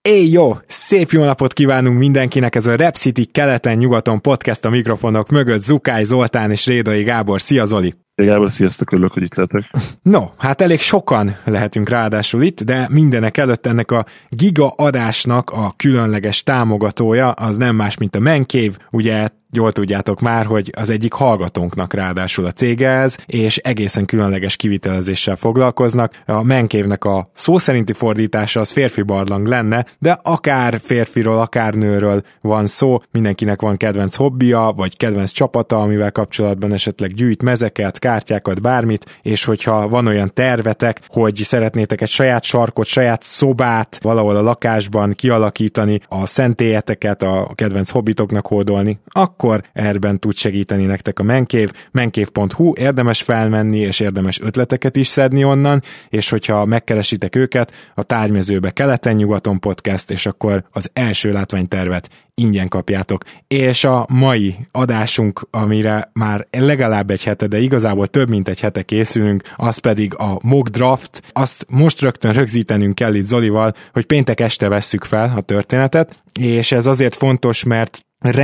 Jó! Szép jó napot kívánunk mindenkinek, ez a Rep City keleten-nyugaton podcast a mikrofonok mögött. Zukály Zoltán és Rédai Gábor. Szia Zoli! Gábor, sziasztok, örülök, hogy itt lehetek. No, hát elég sokan lehetünk ráadásul itt, de mindenek előtt ennek a giga adásnak a különleges támogatója az nem más, mint a Man Cave. Ugye jól tudjátok már, hogy az egyik hallgatónknak ráadásul a cége ez, és egészen különleges kivitelezéssel foglalkoznak. A Man Cave-nek a szó szerinti fordítása az férfi barlang lenne, de akár férfiról, akár nőről van szó, mindenkinek van kedvenc hobbija, vagy kedvenc csapata, amivel kapcsolatban esetleg gyűjt mezeket, kártyákat, bármit, és hogyha van olyan tervetek, hogy szeretnétek egy saját sarkot, saját szobát valahol a lakásban kialakítani, a szentélyeteket a kedvenc hobbitoknak hódolni, akkor erben tud segíteni nektek a Man Cave, mancave.hu, érdemes felmenni, és érdemes ötleteket is szedni onnan, és hogyha megkeresitek őket, a Tárgymezőbe keleten-nyugaton podcast, és akkor az első látványtervet ingyen kapjátok. És a mai adásunk, amire már legalább egy hete, de igazából több mint egy hete készülünk, az pedig a mock draft. Azt most rögtön rögzítenünk kell itt Zolival, hogy péntek este vesszük fel a történetet, és ez azért fontos, mert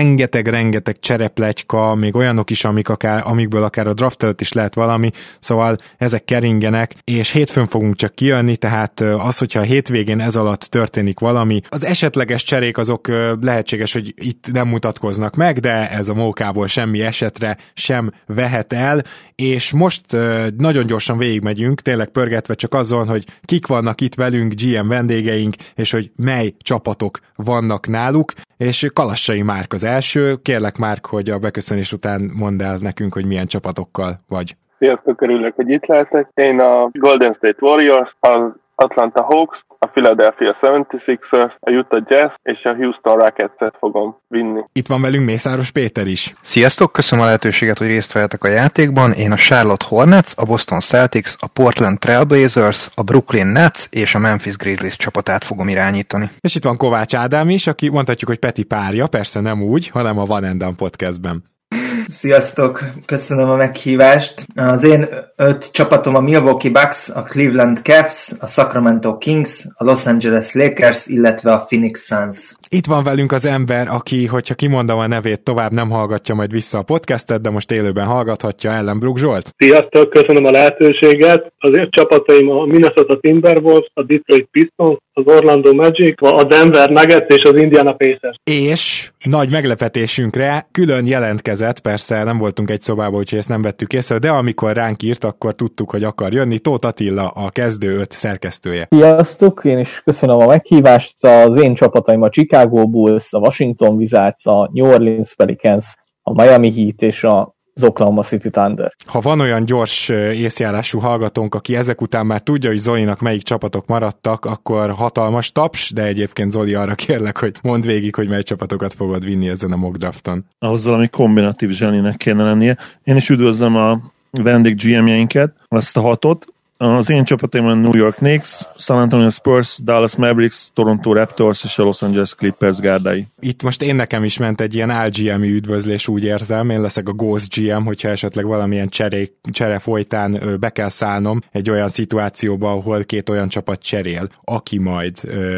rengeteg cserepletyka, még olyanok is, amikből akár a draft előtt is lehet valami, szóval ezek keringenek, és hétfőn fogunk csak kijönni, tehát az, hogyha a hétvégén ez alatt történik valami, az esetleges cserék azok lehetséges, hogy itt nem mutatkoznak meg, de ez a mókából semmi esetre sem vehet el, és most nagyon gyorsan végigmegyünk, tényleg pörgetve csak azon, hogy kik vannak itt velünk, GM vendégeink, és hogy mely csapatok vannak náluk, és Kalassai Márk az első. Kérlek Márk, hogy a beköszönés után mondd el nekünk, hogy milyen csapatokkal vagy. Sziasztok, örülök, hogy itt lehetek. Én a Golden State Warriors, az Atlanta Hawks, a Philadelphia 76ers, a Utah Jazz és a Houston Rockets-et fogom vinni. Itt van velünk Mészáros Péter is. Sziasztok, köszönöm a lehetőséget, hogy részt vehetek a játékban. Én a Charlotte Hornets, a Boston Celtics, a Portland Trail Blazers, a Brooklyn Nets és a Memphis Grizzlies csapatát fogom irányítani. És itt van Kovács Ádám is, aki mondhatjuk, hogy Peti párja, persze nem úgy, hanem a Van and Done podcastben. Sziasztok, köszönöm a meghívást. Az én 5 csapatom a Milwaukee Bucks, a Cleveland Cavs, a Sacramento Kings, a Los Angeles Lakers, illetve a Phoenix Suns. Itt van velünk az ember, aki, hogyha kimondom a nevét, tovább nem hallgatja majd vissza a podcastet, de most élőben hallgathatja, Ellenbrook Zsolt. Sziasztok, köszönöm a lehetőséget. Az én csapataim a Minnesota Timberwolves, a Detroit Pistons, az Orlando Magic, a Denver Nuggets és az Indiana Pacers. És nagy meglepetésünkre külön jelentkezett, persze nem voltunk egy szobában, úgyhogy ezt nem vettük észre, de amikor ránk írt, akkor tudtuk, hogy akar jönni. Tóth Attila, a Kezdő 5 szerkesztője. Sziasztok, én is köszönöm a meghívást. Az én csapataim a Chicago Bulls, a Washington Wizards, a New Orleans Pelicans, a Miami Heat és az Oklahoma City Thunder. Ha van olyan gyors észjárású hallgatónk, aki ezek után már tudja, hogy Zolinak melyik csapatok maradtak, akkor hatalmas taps, de egyébként Zoli, arra kérlek, hogy mondd végig, hogy mely csapatokat fogod vinni ezen a mock drafton. Ahhoz valami kombinatív zseninek kéne lennie. Én is üdvözlöm a vendég GM-jeinket, azt a 6-ot. Az én csapataim a New York Knicks, San Antonio Spurs, Dallas Mavericks, Toronto Raptors és a Los Angeles Clippers gárdái. Itt most én nekem is ment egy ilyen AGM-i üdvözlés, úgy érzem, én leszek a Ghost GM, hogyha esetleg valamilyen csere folytán be kell szállnom egy olyan szituációba, ahol 2 olyan csapat cserél, aki majd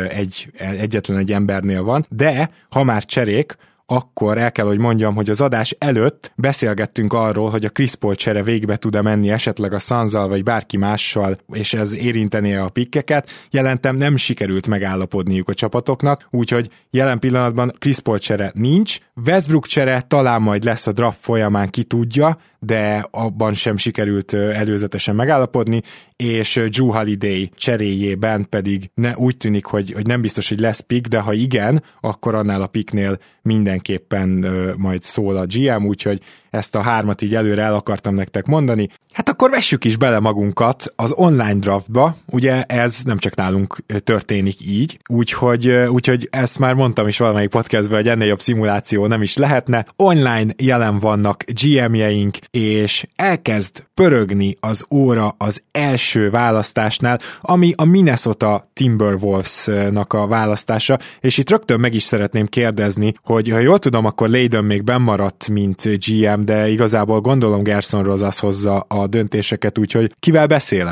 egyetlen egy embernél van, de ha már cserék, akkor el kell, hogy mondjam, hogy az adás előtt beszélgettünk arról, hogy a Chris Paul csere végbe tud-e menni esetleg a Suns-zal, vagy bárki mással, és ez érintené a pikkeket. Jelentem, nem sikerült megállapodniuk a csapatoknak, úgyhogy jelen pillanatban Chris Paul csere nincs. Westbrook csere talán majd lesz a draft folyamán, ki tudja, de abban sem sikerült előzetesen megállapodni, és Jrue Holiday cseréjében pedig úgy tűnik, hogy nem biztos, hogy lesz pick, de ha igen, akkor annál a picknél mindenképpen majd szól a GM, úgyhogy ezt a 3 így előre el akartam nektek mondani. Hát akkor vessük is bele magunkat az online draftba, ugye ez nem csak nálunk történik így, úgyhogy ezt már mondtam is valamelyik podcastben, hogy ennél jobb szimuláció nem is lehetne. Online jelen vannak GM-jeink, és elkezd pörögni az óra az első választásnál, ami a Minnesota Timberwolves-nak a választása, és itt rögtön meg is szeretném kérdezni, hogy ha jól tudom, akkor Layden még bennmaradt, mint GM, de igazából gondolom Gerson Rosas hozza a döntéseket, úgyhogy kivel beszélek?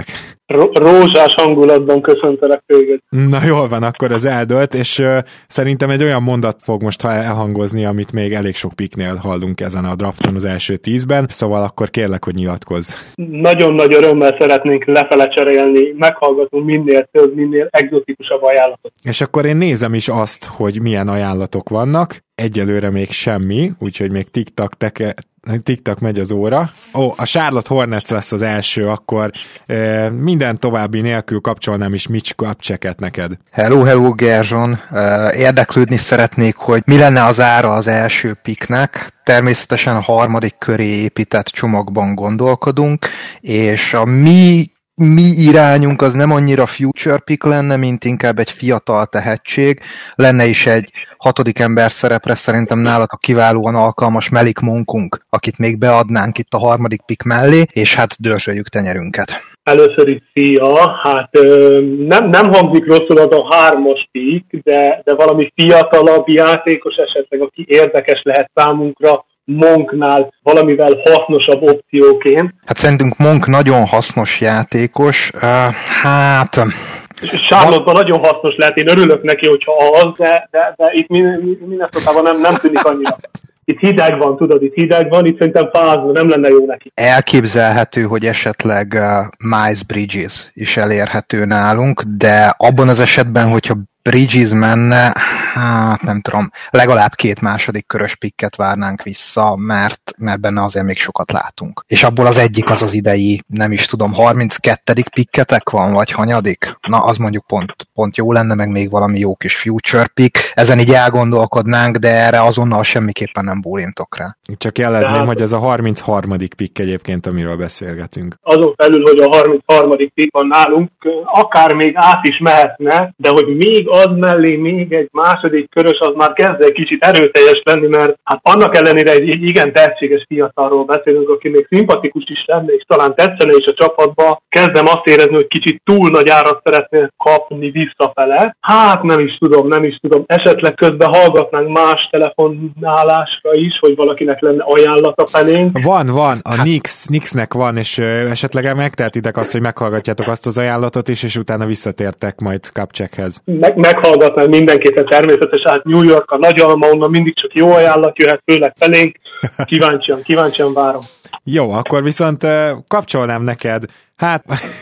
Rózsás hangulatban köszöntelek téged. Na jól van, akkor ez eldőlt, és szerintem egy olyan mondat fog most elhangozni, amit még elég sok piknél hallunk ezen a drafton az első 10-ben, szóval akkor kérlek, hogy nyilatkozz. Nagyon nagy örömmel szeretnénk lefele cserélni, meghallgatunk minél több, minél egzotikusabb ajánlatot. És akkor én nézem is azt, hogy milyen ajánlatok vannak, egyelőre még semmi, úgyhogy még tiktak megy az óra. A Charlotte Hornets lesz az első, akkor minden további nélkül kapcsolnám is Mitch Kupcheket neked. Hello, Gerzson. Érdeklődni szeretnék, hogy mi lenne az ára az első picknek. Természetesen a harmadik köré épített csomagban gondolkodunk, és a mi irányunk az nem annyira future pick lenne, mint inkább egy fiatal tehetség. Lenne is egy 6. ember szerepre szerintem nálatok kiválóan alkalmas Malik Monkunk, akit még beadnánk itt a harmadik pick mellé, és hát dörzsöljük tenyerünket. Először is szia, hát nem hangzik rosszul az a 3-as pick, de valami fiatalabb játékos esetleg, aki érdekes lehet számunkra, Monknál valamivel hasznosabb opcióként. Hát szerintünk Monk nagyon hasznos játékos, Charlotte-ban nagyon hasznos lehet, én örülök neki, hogyha az, de itt Minnesotában nem tűnik annyira. Itt hideg van, tudod, itt szerintem fázna, nem lenne jó neki. Elképzelhető, hogy esetleg Miles Bridges is elérhető nálunk, de abban az esetben, hogyha Bridges menne, hát nem tudom, legalább 2 második körös pikket várnánk vissza, mert benne azért még sokat látunk. És abból az egyik az idei, nem is tudom, 32. pikketek van, vagy hanyadik? Na, az mondjuk pont jó lenne, meg még valami jó kis future pick. Ezen így elgondolkodnánk, de erre azonnal semmiképpen nem bólintok rá. Csak jelezném, hogy ez a 33. pick egyébként, amiről beszélgetünk. Azon felül, hogy a 33. pick van nálunk, akár még át is mehetne, de hogy még az mellé még egy második körös, az már kezd egy kicsit erőteljes lenni, mert hát annak ellenére egy igen tehetséges fiatalról beszélünk, aki még szimpatikus is lenne, és talán tetszene is a csapatba, kezdem azt érezni, hogy kicsit túl nagy árat szeretnél kapni visszafele. Hát nem is tudom. Esetleg közben hallgatnánk más telefonálásra is, hogy valakinek lenne ajánlata felénk. Van, a Knicksnek van, és esetleg megtehetitek azt, hogy meghallgatjátok azt az ajánlatot is, és utána visszatértek majd Kupchekhez. Meghallgatnánk mindenképpen természetesen, hát New York a nagy alma, onnan mindig csak jó ajánlat jöhet, főleg felénk. Kíváncsian várom. Jó, akkor viszont kapcsolnám neked. Hát...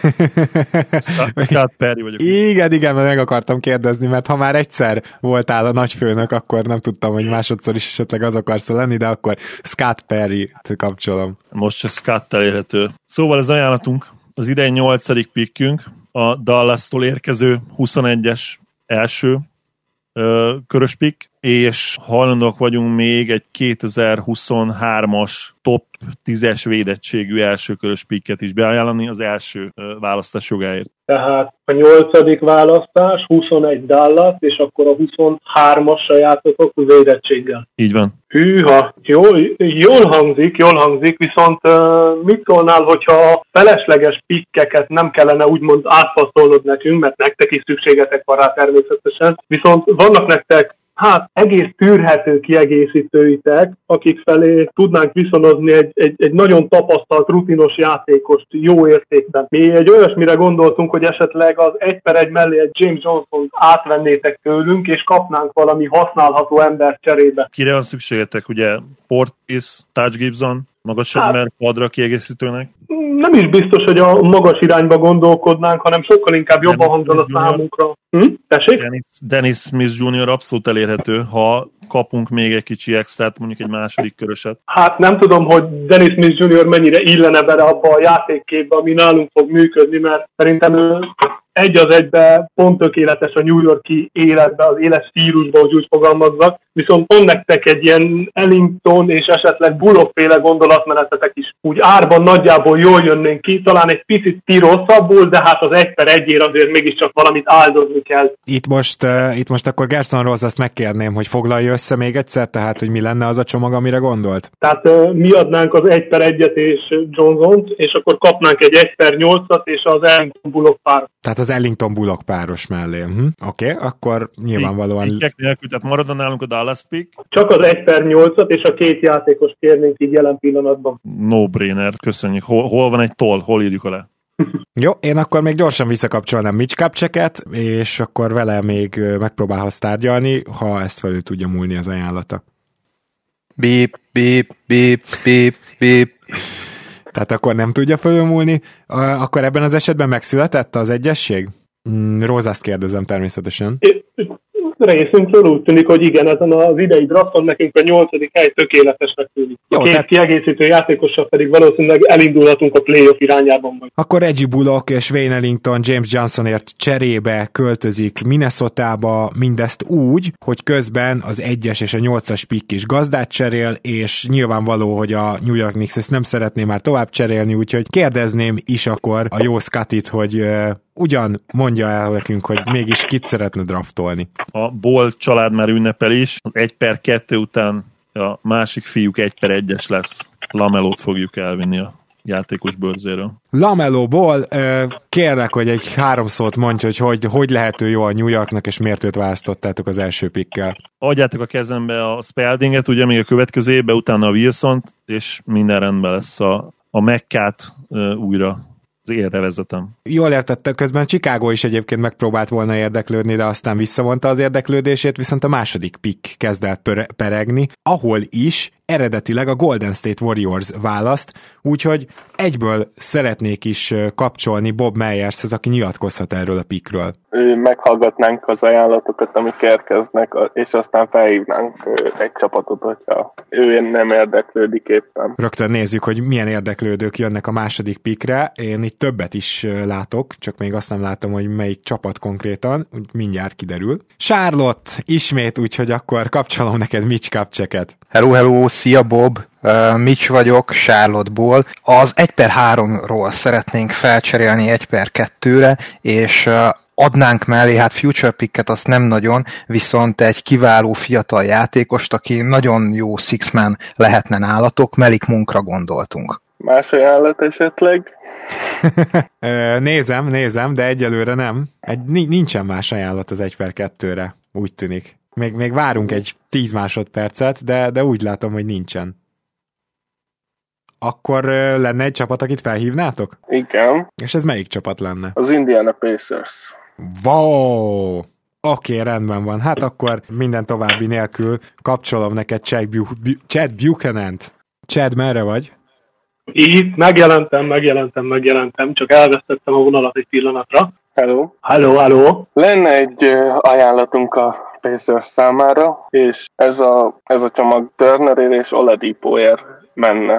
Scott Perry vagyok. Igen, mert meg akartam kérdezni, mert ha már egyszer voltál a nagyfőnök, akkor nem tudtam, hogy másodszor is esetleg az akarsz lenni, de akkor Scott Perry-t kapcsolom. Most se Scott elérhető. Szóval az ajánlatunk, az idei 8. pickünk, a Dallas-tól érkező 21-es első körös pick, és hajlandók vagyunk még egy 2023-as top 10-es védettségű első körös picket is beajánlani az első választás jogáért. Tehát a 8. választás, 21 Dallas, és akkor a 23-asra játszotok védettséggel. Így van. Hűha, jól hangzik, viszont mit szólnál, hogyha a felesleges pikkeket nem kellene úgymond átfaszolnod nekünk, mert nektek is szükségetek van rá természetesen, viszont vannak nektek egész tűrhető kiegészítőitek, akik felé tudnánk viszonozni egy nagyon tapasztalt, rutinos játékost jó értékben. Mi egy olyasmire gondoltunk, hogy esetleg az 1/1 mellé egy James Johnson átvennétek tőlünk, és kapnánk valami használható embert cserébe. Kire van szükségetek? Ugye Portis, Taj Gibson, magasabb mert padra kiegészítőnek? Nem is biztos, hogy a magas irányba gondolkodnánk, hanem sokkal inkább jobban hangzol a számunkra. Tessék? Dennis Smith Jr. abszolút elérhető, ha kapunk még egy kicsi extrát, mondjuk egy második köröset. Hát nem tudom, hogy Dennis Smith Jr. mennyire illene bele abba a játékképbe, ami nálunk fog működni, mert szerintem ő egy az egybe pont tökéletes a New York-i életbe, az éles stílusban, hogy úgy fogalmazzak, viszont pont nektek egy ilyen Ellington és esetleg Bullock-féle gondolatmenetetek is úgy árban nagyjából jól jönnénk ki, talán egy picit rosszabbul, de hát az 1/1-ért azért mégiscsak valamit áldozni kell. Itt most akkor Gerson Rose azt megkérném, hogy foglalja össze még egyszer, tehát hogy mi lenne az a csomag, amire gondolt? Tehát mi adnánk az 1/1-et és Johnson-t, és akkor kapnánk egy 1/8-at és az Ellington Bullock páros. Tehát az Ellington Bullock páros mellé. Oké, akkor nyilvánvalóan... Nélkül, tehát maradna nálunk a Dallas pick. Csak az 1/8-at és a 2 játékos kérnénk így jelen pillanatban. No-brainer, köszönjük. Hol van egy toll? Hol írjuk alá? Jó, én akkor még gyorsan visszakapcsolnám Mitch Kupcheket, és akkor vele még megpróbálhatsz tárgyalni, ha ezt felül tudja múlni az ajánlata. Bip, bip, bip, bip, bip. Tehát akkor nem tudja fölülmúlni. Akkor ebben az esetben megszületett az egyesség? Rózászt kérdezem természetesen. Részünkről úgy tűnik, hogy igen, ezen az idei drafton nekünk a 8. hely tökéletesnek tűnik. A két kiegészítő játékossal pedig valószínűleg elindulhatunk a playoff irányában. Majd. Akkor Reggie Bullock és Wayne Ellington James Johnsonért cserébe költözik Minnesotába, mindezt úgy, hogy közben az 1-es és a 8-as pick is gazdát cserél, és nyilvánvaló, hogy a New York Knicks ezt nem szeretné már tovább cserélni, úgyhogy kérdezném is akkor a jó Scottit, hogy ugyan mondja el nekünk, hogy mégis kit szeretne draftolni. A Ball család már ünnepel is, 1/2 után a másik fiúk 1/1-es lesz. Lamelót fogjuk elvinni a játékos bőrzéről. LaMelo Ball, kérlek, hogy egy 3 szót mondj, hogy lehető jó a New Yorknak, és miért őt választottátok az első pickkel. Adjátok a kezembe a Spaldinget, ugye még a következő évben, utána a Wilsont, és minden rendben lesz a Mekkát újra az érre vezetem. Jól értettem, közben Chicago is egyébként megpróbált volna érdeklődni, de aztán visszavonta az érdeklődését, viszont a második pick kezd el peregni, ahol is eredetileg a Golden State Warriors választ, úgyhogy egyből szeretnék is kapcsolni Bob Meyershez, aki nyilatkozhat erről a pickről. Meghallgatnánk az ajánlatokat, amik érkeznek, és aztán felhívnánk egy csapatot, hogyha ő nem érdeklődik éppen. Rögtön nézzük, hogy milyen érdeklődők jönnek a második pickre. Én itt többet is látok, csak még azt nem látom, hogy melyik csapat konkrétan, úgy mindjárt kiderül. Charlotte ismét, úgyhogy akkor kapcsolom neked Mitch Kupcheket. Hello, szia Bob, Mitch vagyok, Charlotte-ból. Az 1/3-ról szeretnénk felcserélni 1/2-re, és adnánk mellé, hát future picket azt nem nagyon, viszont egy kiváló fiatal játékost, aki nagyon jó six-man lehetne nálatok, Malik Monkra gondoltunk. Más ajánlat esetleg? Nézem, de egyelőre nem. Nincsen más ajánlat az 1/2-re, úgy tűnik. Még várunk egy 10 másodpercet, de úgy látom, hogy nincsen. Akkor lenne egy csapat, akit felhívnátok? Igen. És ez melyik csapat lenne? Az Indiana Pacers. Wow! Oké, rendben van. Hát akkor minden további nélkül kapcsolom neked Chad Buchanan-t. Chad, merre vagy? Itt megjelentem, csak elvesztettem a vonalat egy pillanatra. Hello. Lenne egy ajánlatunk a Pacers számára, és ez a csomag Turnerért és Oladipoért menne.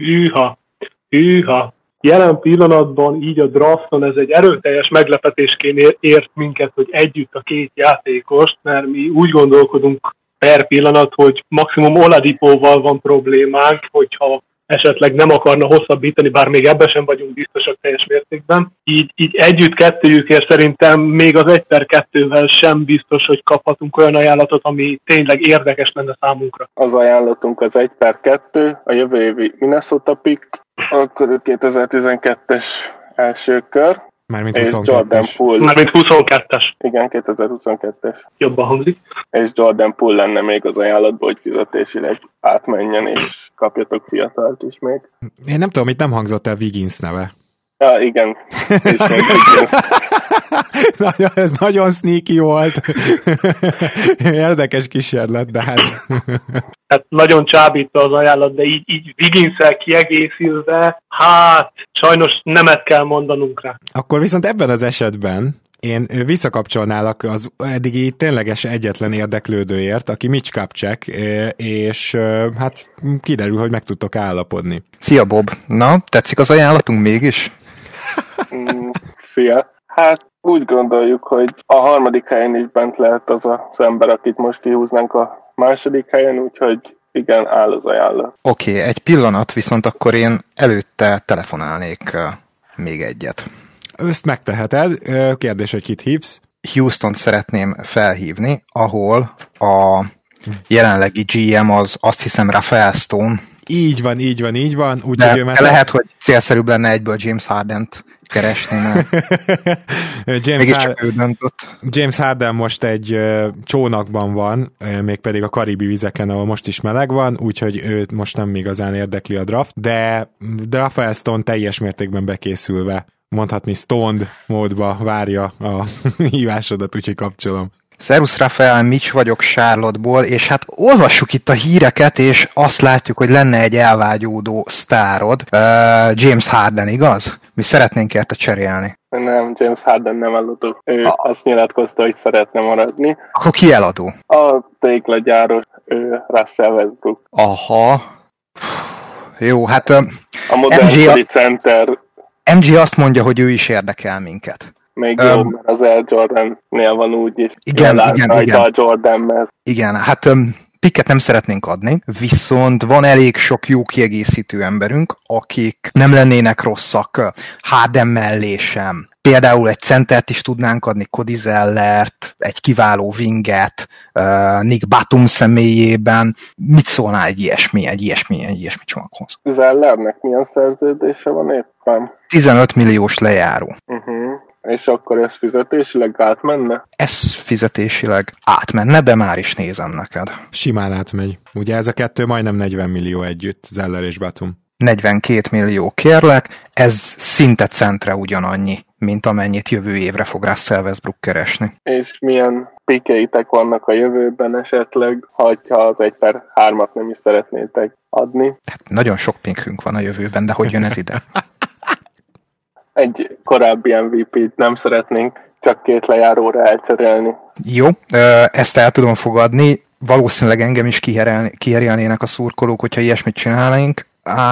Hűha. Jelen pillanatban így a drafton ez egy erőteljes meglepetésként ért minket, hogy együtt a két játékost, mert mi úgy gondolkodunk per pillanat, hogy maximum Oladipoval van problémánk, hogyha esetleg nem akarna hosszabbítani, bár még ebben sem vagyunk biztosak teljes mértékben. Így együtt kettőjükért szerintem még az 1/2-vel sem biztos, hogy kaphatunk olyan ajánlatot, ami tényleg érdekes lenne számunkra. Az ajánlatunk az 1/2, a jövő évi Minnesota pick, akkor 2012-es első kör. Mármint és Jordan Poole. Mármint 22-es. Igen, 2022-es. Jobban hangzik. És Jordan Poole lenne még az ajánlatból, hogy fizetésileg átmenjen, és kapjatok fiatalt is még. Én nem tudom, itt nem hangzott el Wiggins neve. Ja, igen. Ez nagyon sneaky volt. Érdekes kísérlet, de hát... Hát nagyon csábítva az ajánlat, de így Wiggins-szel kiegészülve, hát sajnos nemet kell mondanunk rá. Akkor viszont ebben az esetben én visszakapcsolnálak az eddigi tényleges egyetlen érdeklődőért, aki Mitch Kupchak, és hát kiderül, hogy meg tudtok állapodni. Szia Bob! Na, tetszik az ajánlatunk mégis? Szia! Hát úgy gondoljuk, hogy a harmadik helyen is bent lehet az ember, akit most kihúznánk a második helyen, úgyhogy igen, áll az ajánlat. Oké, egy pillanat, viszont akkor én előtte telefonálnék még egyet. Ezt megteheted. Kérdés, hogy kit hívsz? Houstont szeretném felhívni, ahol a jelenlegi GM az azt hiszem Rafael Stone. Így van. De lehet, hogy célszerűbb lenne egyből James Hardent keresni, mert James Harden most egy csónakban van, mégpedig a karibi vizeken, ahol most is meleg van, úgyhogy őt most nem igazán érdekli a draft, de Rafael Stone teljes mértékben bekészülve mondhatni stoned módba várja a hívásodat, úgyhogy kapcsolom. Szerusz Rafael, Mitch vagyok Charlotte-ból, és hát olvassuk itt a híreket, és azt látjuk, hogy lenne egy elvágyódó sztárod. James Harden, igaz? Mi szeretnénk érte cserélni. Nem, James Harden nem eladó. Ő azt nyilatkozta, hogy szeretne maradni. Akkor ki eladó? A téglagyáros Russell Westbrook. Aha. Jó, hát a modern center. MG azt mondja, hogy ő is érdekel minket. Még jobb, mert az Air Jordan-nél van úgy is. Igen. A Jordan-mez. Igen, hát pikket nem szeretnénk adni, viszont van elég sok jó kiegészítő emberünk, akik nem lennének rosszak Harden mellé sem. Például egy centert is tudnánk adni, Cody Zellert, egy kiváló winget, Nick Batum személyében. Mit szólnál egy ilyesmi csomaghoz? Zellernek milyen szerződése van éppen? 15 milliós lejáró. És akkor ez fizetésileg átmenne? Ez fizetésileg átmenne, de már is nézem neked. Simán átmegy. Ugye ez a kettő majdnem 40 millió együtt, Zeller és Batum. 42 millió kérlek, ez szinte centre ugyanannyi, mint amennyit jövő évre fog Russell Westbrook keresni. És milyen pikeitek vannak a jövőben esetleg, ha az 1/3-at nem is szeretnétek adni? Hát nagyon sok pikünk van a jövőben, de hogy jön ez ide? Egy korábbi MVP-t nem szeretnénk csak 2 lejáróra elcserélni. Jó, ezt el tudom fogadni. Valószínűleg engem is kiherélnének a szurkolók, hogyha ilyesmit csinálnánk.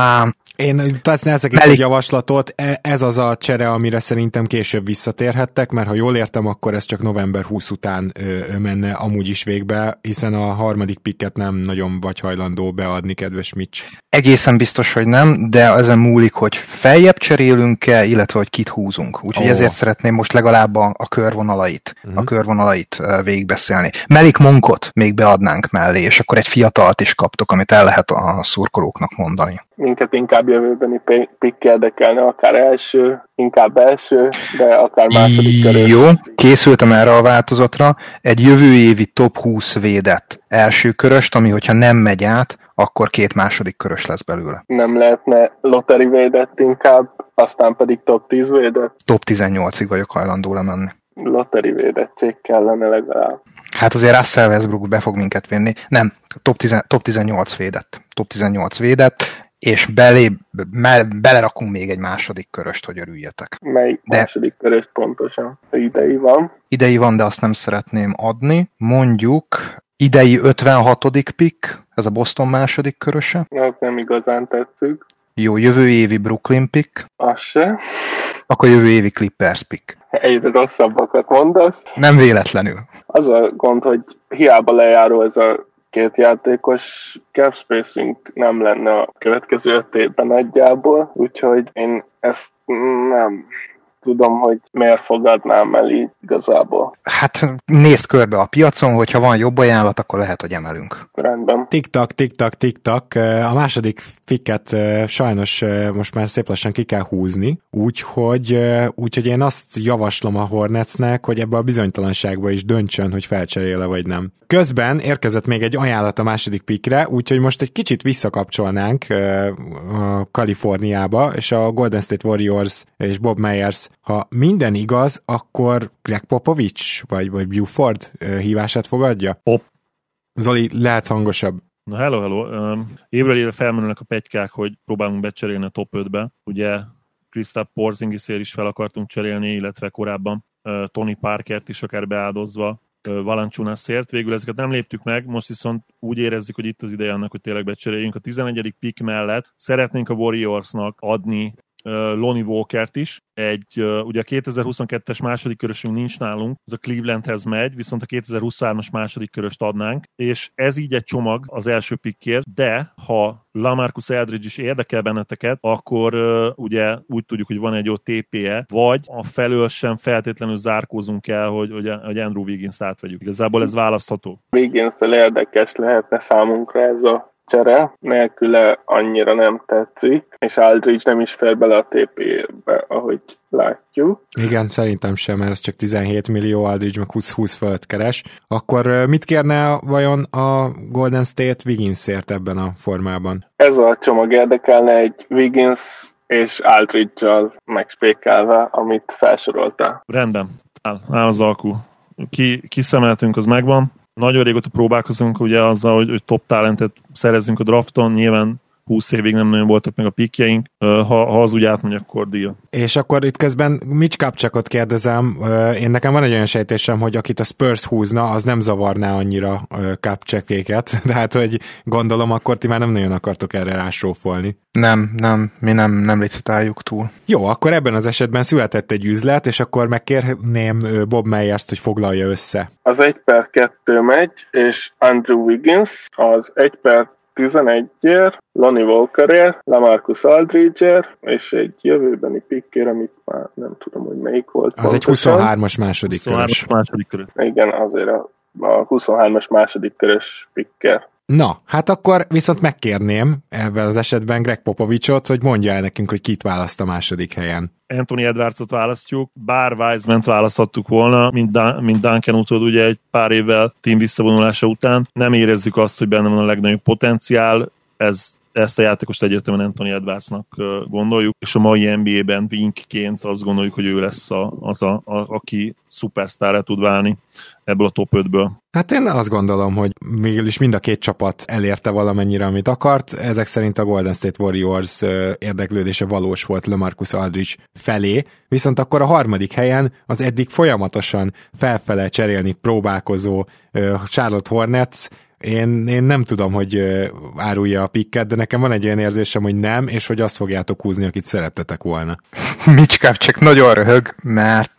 Én teszek itt egy javaslatot, ez az a csere, amire szerintem később visszatérhettek, mert ha jól értem, akkor ez csak november 20 után menne amúgy is végbe, hiszen a harmadik pikket nem nagyon vagy hajlandó beadni, kedves Mitch. Egészen biztos, hogy nem, de ezen múlik, hogy feljebb cserélünk-e, illetve hogy kit húzunk. Úgyhogy ezért szeretném most legalább a körvonalait végigbeszélni. Melik Monkot még beadnánk mellé, és akkor egy fiatalt is kaptok, amit el lehet a szurkolóknak mondani. Minket inkább jövőbeni pikk érdekelne, akár inkább első, de akár második körös. Jó, készültem erre a változatra. Egy jövő évi top 20 védett első köröst, ami hogyha nem megy át, akkor 2 második körös lesz belőle. Nem lehetne lottery védett inkább, aztán pedig top 10 védett? Top 18-ig vagyok hajlandó lemenni. Lottery védettség kellene legalább. Hát azért Russell Westbrook be fog minket vinni. Nem, top 18 védett. Top 18 védett, és belerakunk még egy második köröst, hogy örüljetek. Melyik második köröst pontosan? Idei van? Idei van, de azt nem szeretném adni. Mondjuk idei 56. pick, ez a Boston második köröse. Az nem igazán tetszik. Jó, jövő évi Brooklyn pick. Az se. Akkor jövő évi Clippers pick. Egyre rosszabbakat mondasz. Nem véletlenül. Az a gond, hogy hiába lejáró ez a 2 játékos, cap spacing nem lenne a következő 5 évben nagyjából, úgyhogy én ezt nem tudom, hogy miért fogadnám el így igazából. Hát nézd körbe a piacon, hogyha van jobb ajánlat, akkor lehet, hogy emelünk. Rendben. Tik-tak. A második picket sajnos most már szép lassan ki kell húzni, úgyhogy én azt javaslom a Hornetsnek, hogy ebbe a bizonytalanságba is döntsön, hogy felcserél-e vagy nem. Közben érkezett még egy ajánlat a második pickre, úgyhogy most egy kicsit visszakapcsolnánk a Kaliforniába, és a Golden State Warriors és Bob Myers, ha minden igaz, akkor Greg Popovich vagy Buford hívását fogadja? Zoli, lehet hangosabb. Na hello. Évről évre felmerülnek a petykák, hogy próbálunk becserélni a top 5-be. Ugye Kristaps Porzingisért is fel akartunk cserélni, illetve korábban Tony Parkert is akár beáldozva Valanciunasért. Végül ezeket nem léptük meg, most viszont úgy érezzük, hogy itt az ideje annak, hogy tényleg becseréljünk. A 11. pick mellett szeretnénk a Warriorsnak adni Lonnie Walkert is. Ugye a 2022-es második körösünk nincs nálunk, ez a Clevelandhez megy, viszont a 2023-as második köröst adnánk, és ez így egy csomag az első pickért, de ha LaMarcus Aldridge is érdekel benneteket, akkor ugye úgy tudjuk, hogy van egy jó TP-e, vagy a felől sem feltétlenül zárkózunk el, hogy Andrew Wiggins-t átvegyük. Igazából ez választható. Wiggins-tel érdekes lehetne számunkra ez a csere, nélküle annyira nem tetszik, és Aldridge nem is fér bele a TP-be, ahogy látjuk. Igen, szerintem sem, mert ez csak 17 millió, Aldridge meg 20 fölött keres. Akkor mit kérne vajon a Golden State Wigginsért ebben a formában? Ez a csomag érdekelne, egy Wiggins és Aldridge-al megspékelve, amit felsoroltál. Rendben, áll az alkú. Kiszemeltünk, az megvan. Nagyon régóta próbálkozunk ugye azzal, hogy top talentet szerezzünk a drafton, nyilván 20 évig nem nagyon voltak meg a pikjeink, ha az úgy átmegy, akkor deal. És akkor itt közben Mitch Kupchakot kérdezem, én nekem van egy olyan sejtésem, hogy akit a Spurs húzna, az nem zavarná annyira Kupchakéket, tehát hogy gondolom, akkor ti már nem nagyon akartok erre rásrófolni. Mi nem licitáljuk túl. Jó, akkor ebben az esetben született egy üzlet, és akkor megkérném Bob Meyers-t, hogy foglalja össze. Az 1/2 megy, és Andrew Wiggins az 1/11-ért, Lonnie Walkerért, LaMarcus Aldridge-ért, és egy jövőbeni pickért, amit már nem tudom, hogy melyik volt. Az pontosan. Egy 23-as második körös. Igen, azért a 23-as második körös picker. Na, hát akkor viszont megkérném ebben az esetben Greg Popovichot, hogy mondja el nekünk, hogy kit választ a második helyen. Anthony Edwardsot választjuk, bár Wiseman-t választhattuk volna, mint Duncan utód ugye egy pár évvel team visszavonulása után. Nem érezzük azt, hogy benne van a legnagyobb potenciál, ezt a játékost egyértelműen Anthony Edwardsnak gondoljuk, és a mai NBA-ben winkként azt gondoljuk, hogy ő lesz aki szupersztárra tud válni ebből a top 5-ből. Hát én azt gondolom, hogy mégis mind a két csapat elérte valamennyire, amit akart. Ezek szerint a Golden State Warriors érdeklődése valós volt LaMarcus Aldridge felé, viszont akkor a harmadik helyen az eddig folyamatosan felfele cserélni próbálkozó Charlotte Hornets. Én nem tudom, hogy árulja a picket, de nekem van egy olyan érzésem, hogy nem, és hogy azt fogjátok húzni, akit szerettetek volna. Mitch Kupchak nagyon röhög, mert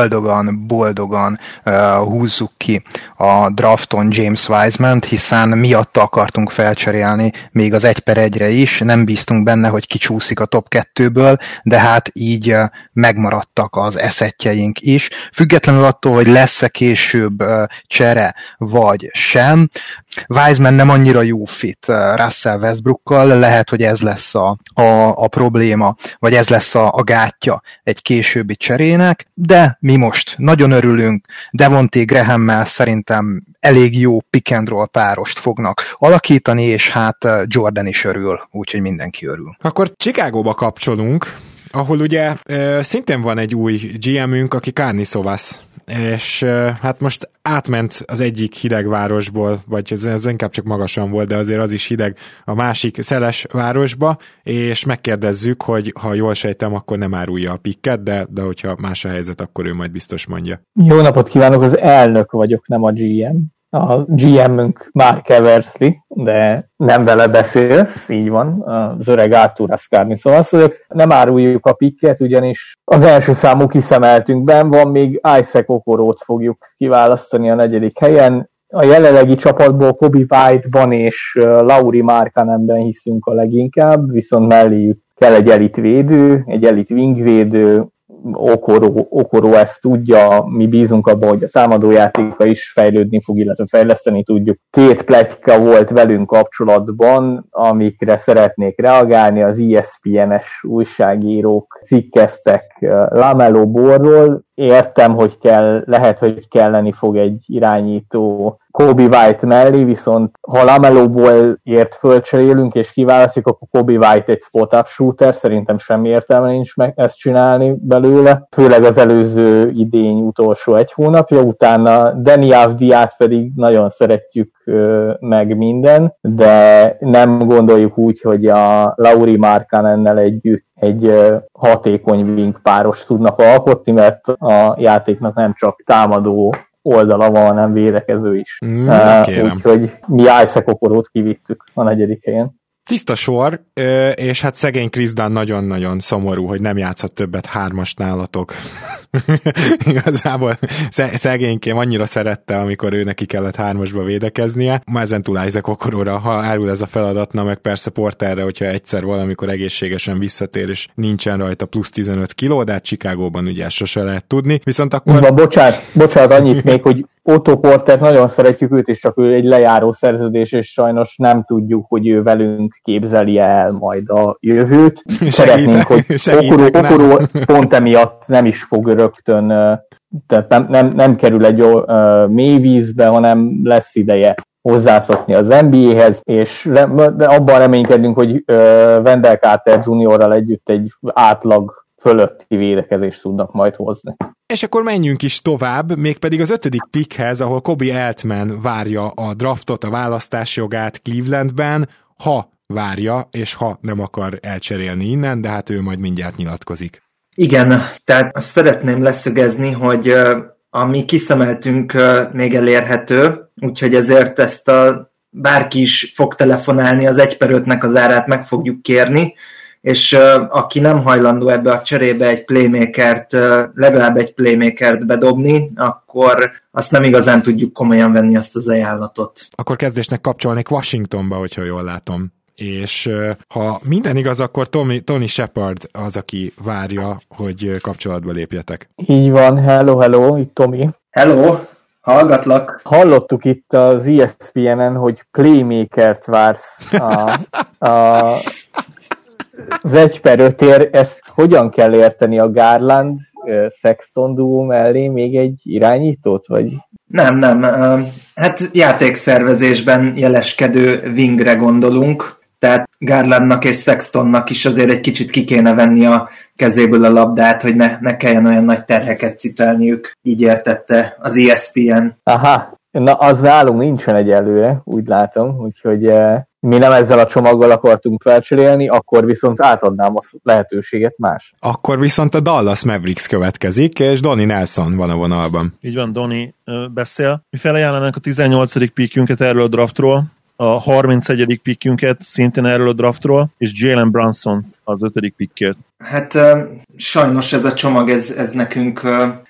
boldogan húzzuk ki a drafton James Wiseman-t, hiszen miatta akartunk felcserélni még az 1/1-re is, nem bíztunk benne, hogy kicsúszik a top 2-ből, de hát így megmaradtak az eszetjeink is. Függetlenül attól, hogy lesz-e később csere, vagy sem, Wiseman nem annyira jó fit Russell Westbrookkal, lehet, hogy ez lesz a probléma, vagy ez lesz a gátja egy későbbi cserének, de mi most nagyon örülünk, Devontae Grahammel szerintem elég jó pick and roll párost fognak alakítani, és hát Jordan is örül, úgyhogy mindenki örül. Akkor Chicagóba kapcsolunk, ahol ugye szintén van egy új GM-ünk, aki Karnišovas, és hát most átment az egyik hideg városból, vagy ez inkább csak magasan volt, de azért az is hideg, a másik szeles városba, és megkérdezzük, hogy ha jól sejtem, akkor nem árulja a pikket, de hogyha más a helyzet, akkor ő majd biztos mondja. Jó napot kívánok, az elnök vagyok, nem a GM. A GM-ünk Mark Eversley, de nem vele beszélsz, így van, az öreg Arturas Karnišovas. Nem áruljuk a pikket, ugyanis az első számú kiszemeltünkben van, még Isaac Okorót fogjuk kiválasztani a 4. helyen. A jelenlegi csapatból Kobe White-ban és Lauri Markkanenben hiszünk a leginkább, viszont melléjük kell egy elitvédő, egy elit wingvédő, Okoró ezt tudja, mi bízunk abban, hogy a támadójátéka is fejlődni fog, illetve fejleszteni tudjuk. 2 pletyka volt velünk kapcsolatban, amikre szeretnék reagálni, az ESPN-es újságírók cikkeztek LaMelo Ballról. Értem, hogy lehet, hogy kelleni fog egy irányító Kobe White mellé, viszont ha LaMelo Ballért fölcserélünk és kiválasztjuk, akkor Kobe White egy spot-up shooter, szerintem semmi értelme nincs ezt csinálni belőle, főleg az előző idény utolsó 1 hónapja, utána Deni Avdiát pedig nagyon szeretjük meg minden, de nem gondoljuk úgy, hogy a Lauri Markkanennel együtt egy hatékony wing páros tudnak alkotni, mert a játéknak nem csak támadó oldala van, hanem védekező is. Úgyhogy mi Isaac Okorót kivittük a 4. helyen. Tiszta sor, és hát szegény Chris Dunn nagyon-nagyon szomorú, hogy nem játszhat többet 3-ast nálatok. Igazából szegénykém annyira szerette, amikor ő neki kellett 3-asba védekeznie. Ma ezentúl Isaac Okoróra, ha árul ez a feladatna, meg persze Porterre, hogyha egyszer valamikor egészségesen visszatér, és nincsen rajta plusz 15 kiló, de hát Chicagóban ugye sose lehet tudni. Viszont akkor... Bocsánat, annyit még, hogy Otto Portert nagyon szeretjük őt, és csak ő egy lejáró szerződés, és sajnos nem tudjuk, hogy ő velünk képzeli el majd a jövőt. Szeretnénk, hogy Okoró pont emiatt nem is fog rögtön, tehát nem kerül egy mély vízbe, hanem lesz ideje hozzászokni az NBA-hez, és abban reménykedünk, hogy Wendell Carter Jr.-ral együtt egy átlag fölötti védekezést tudnak majd hozni. És akkor menjünk is tovább, mégpedig az 5. pickhez, ahol Kobe Altman várja a draftot, a választásjogát Clevelandben, ha várja, és ha nem akar elcserélni innen, de hát ő majd mindjárt nyilatkozik. Igen, tehát azt szeretném leszögezni, hogy ami kiszemeltünk még elérhető, úgyhogy ezért ezt bárki is fog telefonálni, az 1/5-nek az árát meg fogjuk kérni, és aki nem hajlandó ebbe a cserébe egy playmakert, legalább egy playmakert bedobni, akkor azt nem igazán tudjuk komolyan venni azt az ajánlatot. Akkor kezdésnek kapcsolnék Washingtonba, hogyha jól látom. És ha minden igaz, akkor Tony Shepard az, aki várja, hogy kapcsolatba lépjetek. Így van, hello, itt Tomi. Hello, hallgatlak. Hallottuk itt az ESPN-en, hogy playmakert vársz az 1/5-ért. Ezt hogyan kell érteni, a Garland Sexton duó mellé még egy irányítót, vagy? Nem. Hát játékszervezésben jeleskedő wingre gondolunk, tehát Garlandnak és Sextonnak is azért egy kicsit ki kéne venni a kezéből a labdát, hogy ne kelljen olyan nagy terheket cipelniük. Így értette az ESPN. Aha, na az nálunk nincsen egyelőre, úgy látom, úgyhogy mi nem ezzel a csomaggal akartunk felcserélni, akkor viszont átadnám a lehetőséget más. Akkor viszont a Dallas Mavericks következik, és Donnie Nelson van a vonalban. Így van, Donnie beszél. Mi felajánlanánk a 18. pickünket erről a draftról, a 31. pickünket szintén erről a draftról, és Jalen Brunson az 5. pickért. Hát sajnos ez a csomag, ez nekünk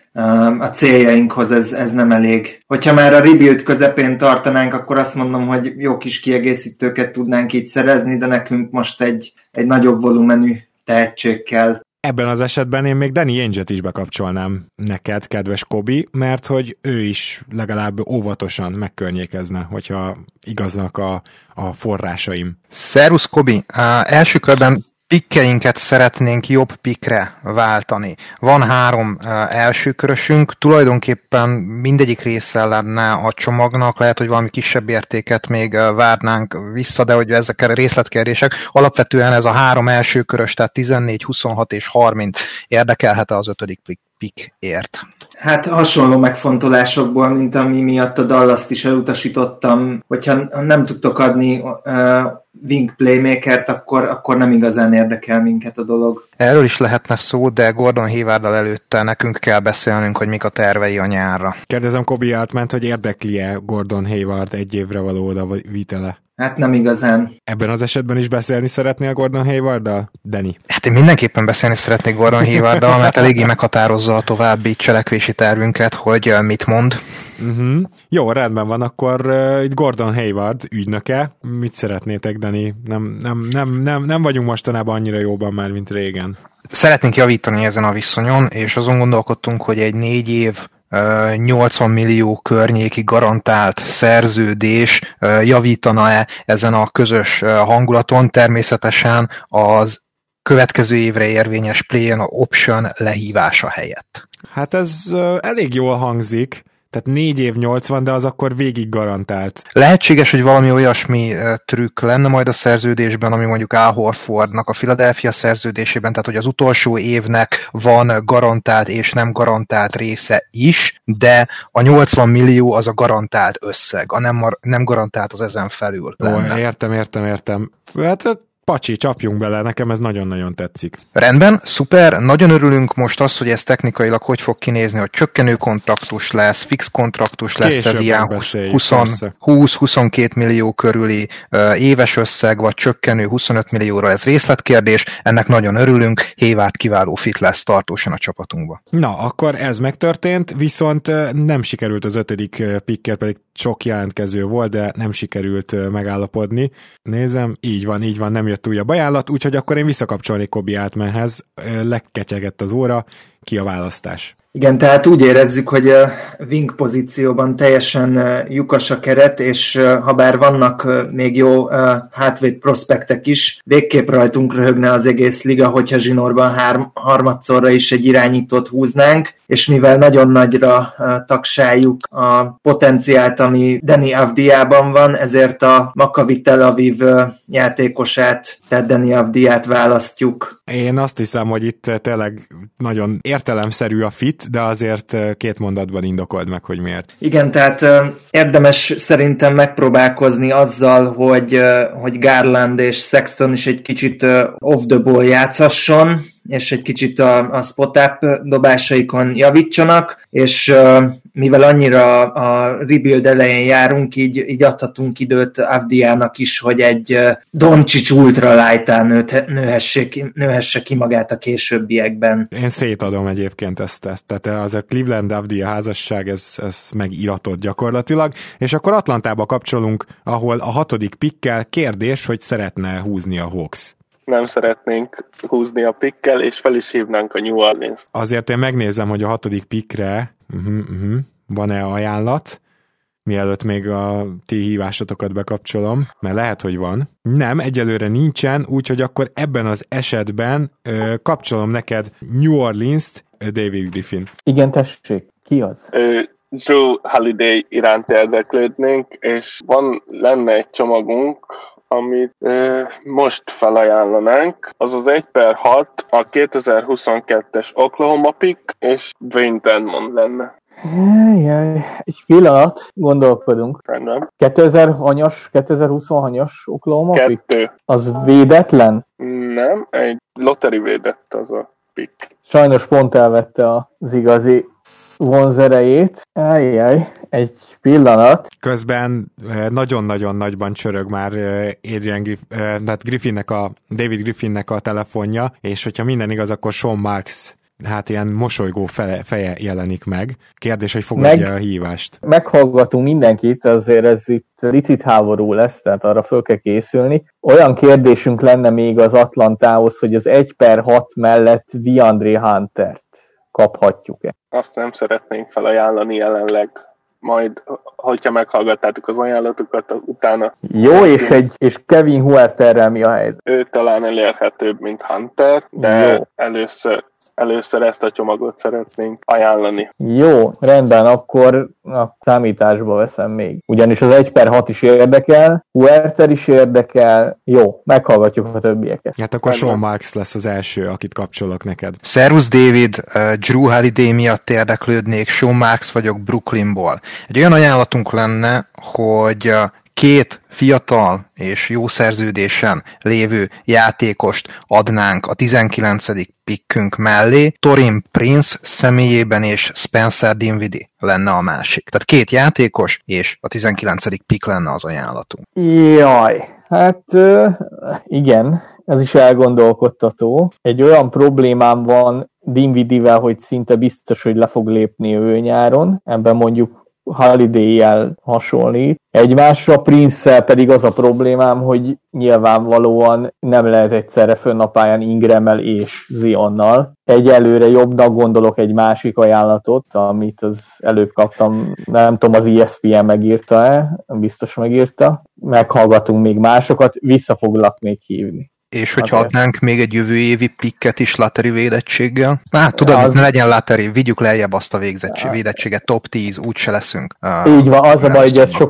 a céljainkhoz ez nem elég. Hogyha már a rebuild közepén tartanánk, akkor azt mondom, hogy jó kis kiegészítőket tudnánk így szerezni, de nekünk most egy nagyobb volumenű tehetség kell. Ebben az esetben én még Danny Ainge-et is bekapcsolnám neked, kedves Kobi, mert hogy ő is legalább óvatosan megkörnyékezne, hogyha igaznak a forrásaim. Szervusz, Kobi! Első körben pikkeinket szeretnénk jobb pikkre váltani. Van 3 elsőkörösünk, tulajdonképpen mindegyik része lenne a csomagnak, lehet, hogy valami kisebb értéket még várnánk vissza, de hogy ezek a részletkérdések. Alapvetően ez a 3 elsőkörös, tehát 14, 26 és 30 érdekelhet az 5. pickért. Hát hasonló megfontolásokból, mint ami miatt a Dallast is elutasítottam, hogyha nem tudtok adni wing playmakert, akkor nem igazán érdekel minket a dolog. Erről is lehetne szó, de Gordon Haywarddal előtte nekünk kell beszélnünk, hogy mik a tervei a nyárra. Kérdezem Kobi Altmant, hogy érdekli-e Gordon Hayward egy évre való oda vitele? Hát nem igazán. Ebben az esetben is beszélni szeretnél Gordon Haywarddal, Danny? Hát én mindenképpen beszélni szeretnék Gordon Haywarddal, mert eléggé meghatározza a további cselekvési tervünket, hogy mit mond. Uh-huh. Jó, rendben van, akkor itt Gordon Hayward ügynöke. Mit szeretnétek, Danny? Nem vagyunk mostanában annyira jóban már, mint régen. Szeretnénk javítani ezen a viszonyon, és azon gondolkodtunk, hogy egy 4 év 80 millió környéki garantált szerződés javítana-e ezen a közös hangulaton, természetesen az következő évre érvényes play-in option lehívása helyett. Hát ez elég jól hangzik, tehát 4 év 80, de az akkor végig garantált. Lehetséges, hogy valami olyasmi trükk lenne majd a szerződésben, ami mondjuk Al Horfordnak a Philadelphia szerződésében, tehát hogy az utolsó évnek van garantált és nem garantált része is, de a 80 millió az a garantált összeg, a nem garantált az ezen felül lenne. Értem. Hát pacsi, csapjunk bele, nekem ez nagyon-nagyon tetszik. Rendben, szuper, nagyon örülünk most az, hogy ez technikailag hogy fog kinézni, hogy csökkenő kontraktus lesz, fix kontraktus lesz, később ez ilyen 20-22 millió körüli éves összeg, vagy csökkenő 25 millióra, ez részletkérdés, ennek nagyon örülünk, Hayward kiváló fit lesz tartósan a csapatunkba. Na, akkor ez megtörtént, viszont nem sikerült az 5. pickkel, pedig sok jelentkező volt, de nem sikerült megállapodni. Nézem, így van, nem jött újabb ajánlat, úgyhogy akkor én visszakapcsolnék Kobi Altmanhez, leketyegett az óra, ki a választás. Igen, tehát úgy érezzük, hogy a wing pozícióban teljesen lyukas a keret, és ha bár vannak még jó hátvéd prospektek is, végképp rajtunk röhögne az egész liga, hogyha zsinórban harmadszorra is egy irányítót húznánk, és mivel nagyon nagyra tagsáljuk a potenciált, ami Deni Avdiában van, ezért a Maccabi Tel Aviv játékosát, tehát Deni Avdiát választjuk. Én azt hiszem, hogy itt tényleg nagyon értelemszerű a fit, de azért 2 mondatban indokold meg, hogy miért. Igen, tehát érdemes szerintem megpróbálkozni azzal, hogy Garland és Sexton is egy kicsit off the ball játszhasson, és egy kicsit a spot-up dobásaikon javítsanak, és mivel annyira a rebuild elején járunk, így adhatunk időt Avdiának is, hogy egy Doncic ultralight-án nőhesse ki magát a későbbiekben. Én szétadom egyébként ezt. Tehát az a Cleveland Avdia házasság, ez megiratott gyakorlatilag, és akkor Atlantába kapcsolunk, ahol a 6. pickkel kérdés, hogy szeretne húzni a Hawks. Nem szeretnénk húzni a pickkel, és fel is hívnánk a New Orleans. Azért én megnézem, hogy a 6. pickre van-e ajánlat, mielőtt még a ti hívásotokat bekapcsolom, mert lehet, hogy van. Nem, egyelőre nincsen, úgyhogy akkor ebben az esetben kapcsolom neked New Orleans-t, David Griffin. Igen, tessék, ki az? Drew Holiday iránt érdeklődnénk, és lenne egy csomagunk, amit most felajánlanánk, az az 1/6, a 2022-es Oklahoma pick, és Dwayne Dedmon lenne. Jaj, egy pillanat, gondolkodunk. Rendben. 2020-as Oklahoma pick? 2. Az védetlen? Nem, egy lottery védett az a pick. Sajnos pont elvette az igazi vonzerejét. Egy pillanat. Közben nagyon-nagyon nagyban csörög már David Griffinnek a telefonja, és hogyha minden igaz, akkor Sean Marks ilyen mosolygó feje jelenik meg. Kérdés, hogy fogadja a hívást. Meghallgatunk mindenkit, azért ez itt licit háború lesz, tehát arra föl kell készülni. Olyan kérdésünk lenne még az Atlantához, hogy az 1/6 mellett DeAndre Huntert kaphatjuk-e? Azt nem szeretnénk felajánlani jelenleg. Majd, hogyha meghallgattátok az ajánlatokat, utána... Jó, és Kevin Huerterrel mi a helyzet? Ő talán elérhetőbb, mint Hunter, de jó. Először ezt a csomagot szeretnénk ajánlani. Jó, rendben, akkor a számításba veszem még. Ugyanis az 1/6 is érdekel, Huerter is érdekel, jó, meghallgatjuk a többieket. Hát akkor Sean Marks lesz az első, akit kapcsolok neked. Szervusz David, Drew Holiday miatt érdeklődnék, Sean Marks vagyok Brooklynból. Egy olyan ajánlatunk lenne, hogy 2 fiatal és jó szerződésen lévő játékost adnánk a 19. pickünk mellé, Taurean Prince személyében és Spencer Dinwiddie lenne a másik. Tehát 2 játékos és a 19. pick lenne az ajánlatunk. Jaj, hát igen, ez is elgondolkodtató. Egy olyan problémám van Dinwiddie-vel, hogy szinte biztos, hogy le fog lépni ő nyáron. Ebben mondjuk Holiday-jel hasonlít. Egymásra, Prince-szel pedig az a problémám, hogy nyilvánvalóan nem lehet egyszerre fönn a pályán Ingrammel és Zionnal. Egyelőre jobbnak gondolok egy másik ajánlatot, amit az előbb kaptam, nem tudom, az ESPN megírta-e, biztos megírta. Meghallgatunk még másokat, vissza foglak még hívni. És hogyha adnánk még egy jövő évi pikket is lottery védettséggel? Tudod, ne legyen lottery, vigyük lejjebb azt a védettséget, top 10, úgyse leszünk. Így van, az a baj, hogy ez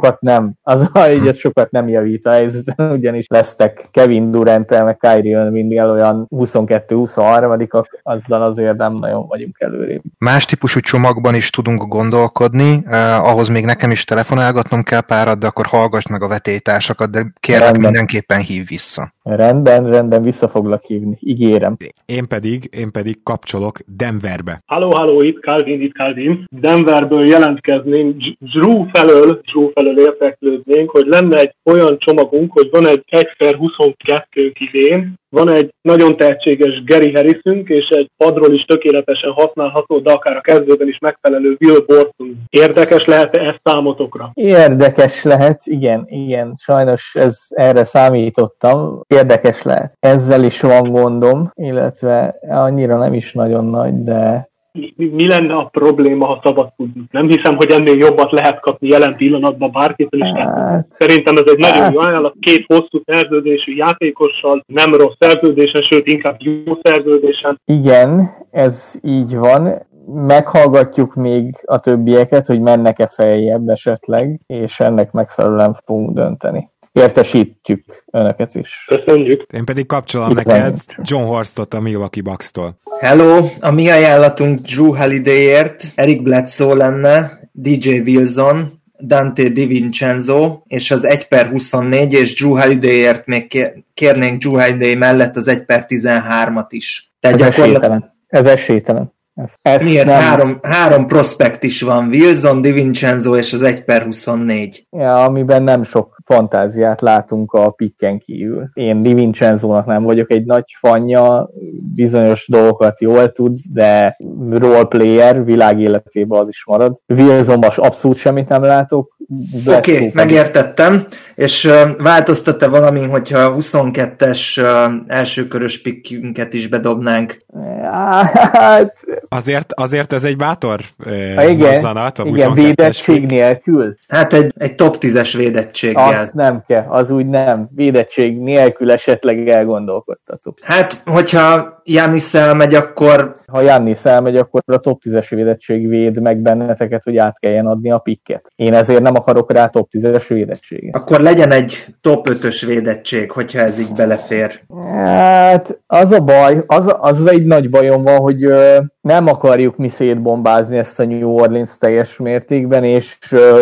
sokat nem javít a helyzeten, ugyanis lesztek Kevin Durant-tel, meg Kyrie Irving-el olyan 22-23-ak, azzal azért nem nagyon vagyunk előrébb. Más típusú csomagban is tudunk gondolkodni, ahhoz még nekem is telefonálgatnom kell párat, de akkor hallgass meg a vetélytársakat, de kérlek mindenképpen hív vissza. Rendben, vissza foglak hívni, ígérem. Én pedig kapcsolok Denverbe. Halló, itt Calvin. Denverből jelentkeznénk, Drew felől érteklődnénk, hogy lenne egy olyan csomagunk, hogy van egy 1/22 idén, van egy nagyon tehetséges Gary Harrisünk, és egy padról is tökéletesen használható, de akár a kezdőben is megfelelő Will Borton. Érdekes lehet-e ez számotokra? Érdekes lehet, igen. Sajnos erre számítottam. Érdekes lehet. Ezzel is van gondom, illetve annyira nem is nagyon nagy, de mi lenne a probléma, ha szabad tudjuk? Nem hiszem, hogy ennél jobbat lehet kapni jelen pillanatban bárkitől is. Szerintem ez egy nagyon jó ajánlat, 2 hosszú szerződésű játékossal, nem rossz szerződésen, sőt inkább jó szerződésen. Igen, ez így van. Meghallgatjuk még a többieket, hogy mennek-e feljebb esetleg, és ennek megfelelően fogunk dönteni. Értesítjük önöket is. Köszönjük. Én pedig kapcsolom neked John Horstot a Milwaukee Bucks-tól. Hello! A mi ajánlatunk Drew Holidayért Eric Bledsoe lenne, DJ Wilson, Dante DiVincenzo, és az 1/24, és Drew Holidayért még kérnénk Drew Holiday mellett az 1/13-at is. Tehát ez esélytelen. Miért? Három prospekt is van, Wilson, DiVincenzo és az 1/24. Ja, amiben nem sok fantáziát látunk a picken kívül. Én DiVincenzónak nem vagyok egy nagy fanja, bizonyos dolgokat jól tud, de roleplayer, világ életében az is marad. Wilsonban abszolút semmit nem látok. Oké, megértettem, és változtat-e valami, hogyha a 22-es elsőkörös pickünket is bedobnánk? Hát... Azért ez egy bátor mozzanat a 22-es igen, védettség nélkül. Hát egy top 10-es védettséggel. Az nem kell, az úgy nem. Védettség nélkül esetleg elgondolkodtatok. Hát, hogyha Giannis elmegy, akkor... Ha Giannis elmegy, akkor a top 10-es védettség véd meg benneteket, hogy át kelljen adni a picket. Én ezért nem akarok rá top 10-es védettséget. Akkor legyen egy top 5-ös védettség, hogyha ez így belefér. Hát, az a baj, az egy nagy bajom van, hogy nem akarjuk mi szétbombázni ezt a New Orleans teljes mértékben, és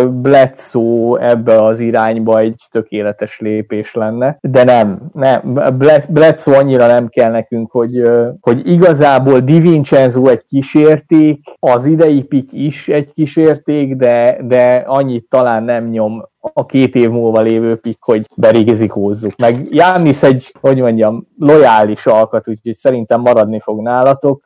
Bledsoe ebbe az irányba egy tökéletes lépés lenne, de nem. Bledsoe annyira nem kell nekünk, hogy igazából DiVincenzo egy kísérték, az idei pick is egy kísérték, de annyit talán nem nyom a 2 év múlva lévő pick, hogy berigizikózzuk. Meg Giannis egy, lojális alkat, úgyhogy szerintem maradni fog nálatok.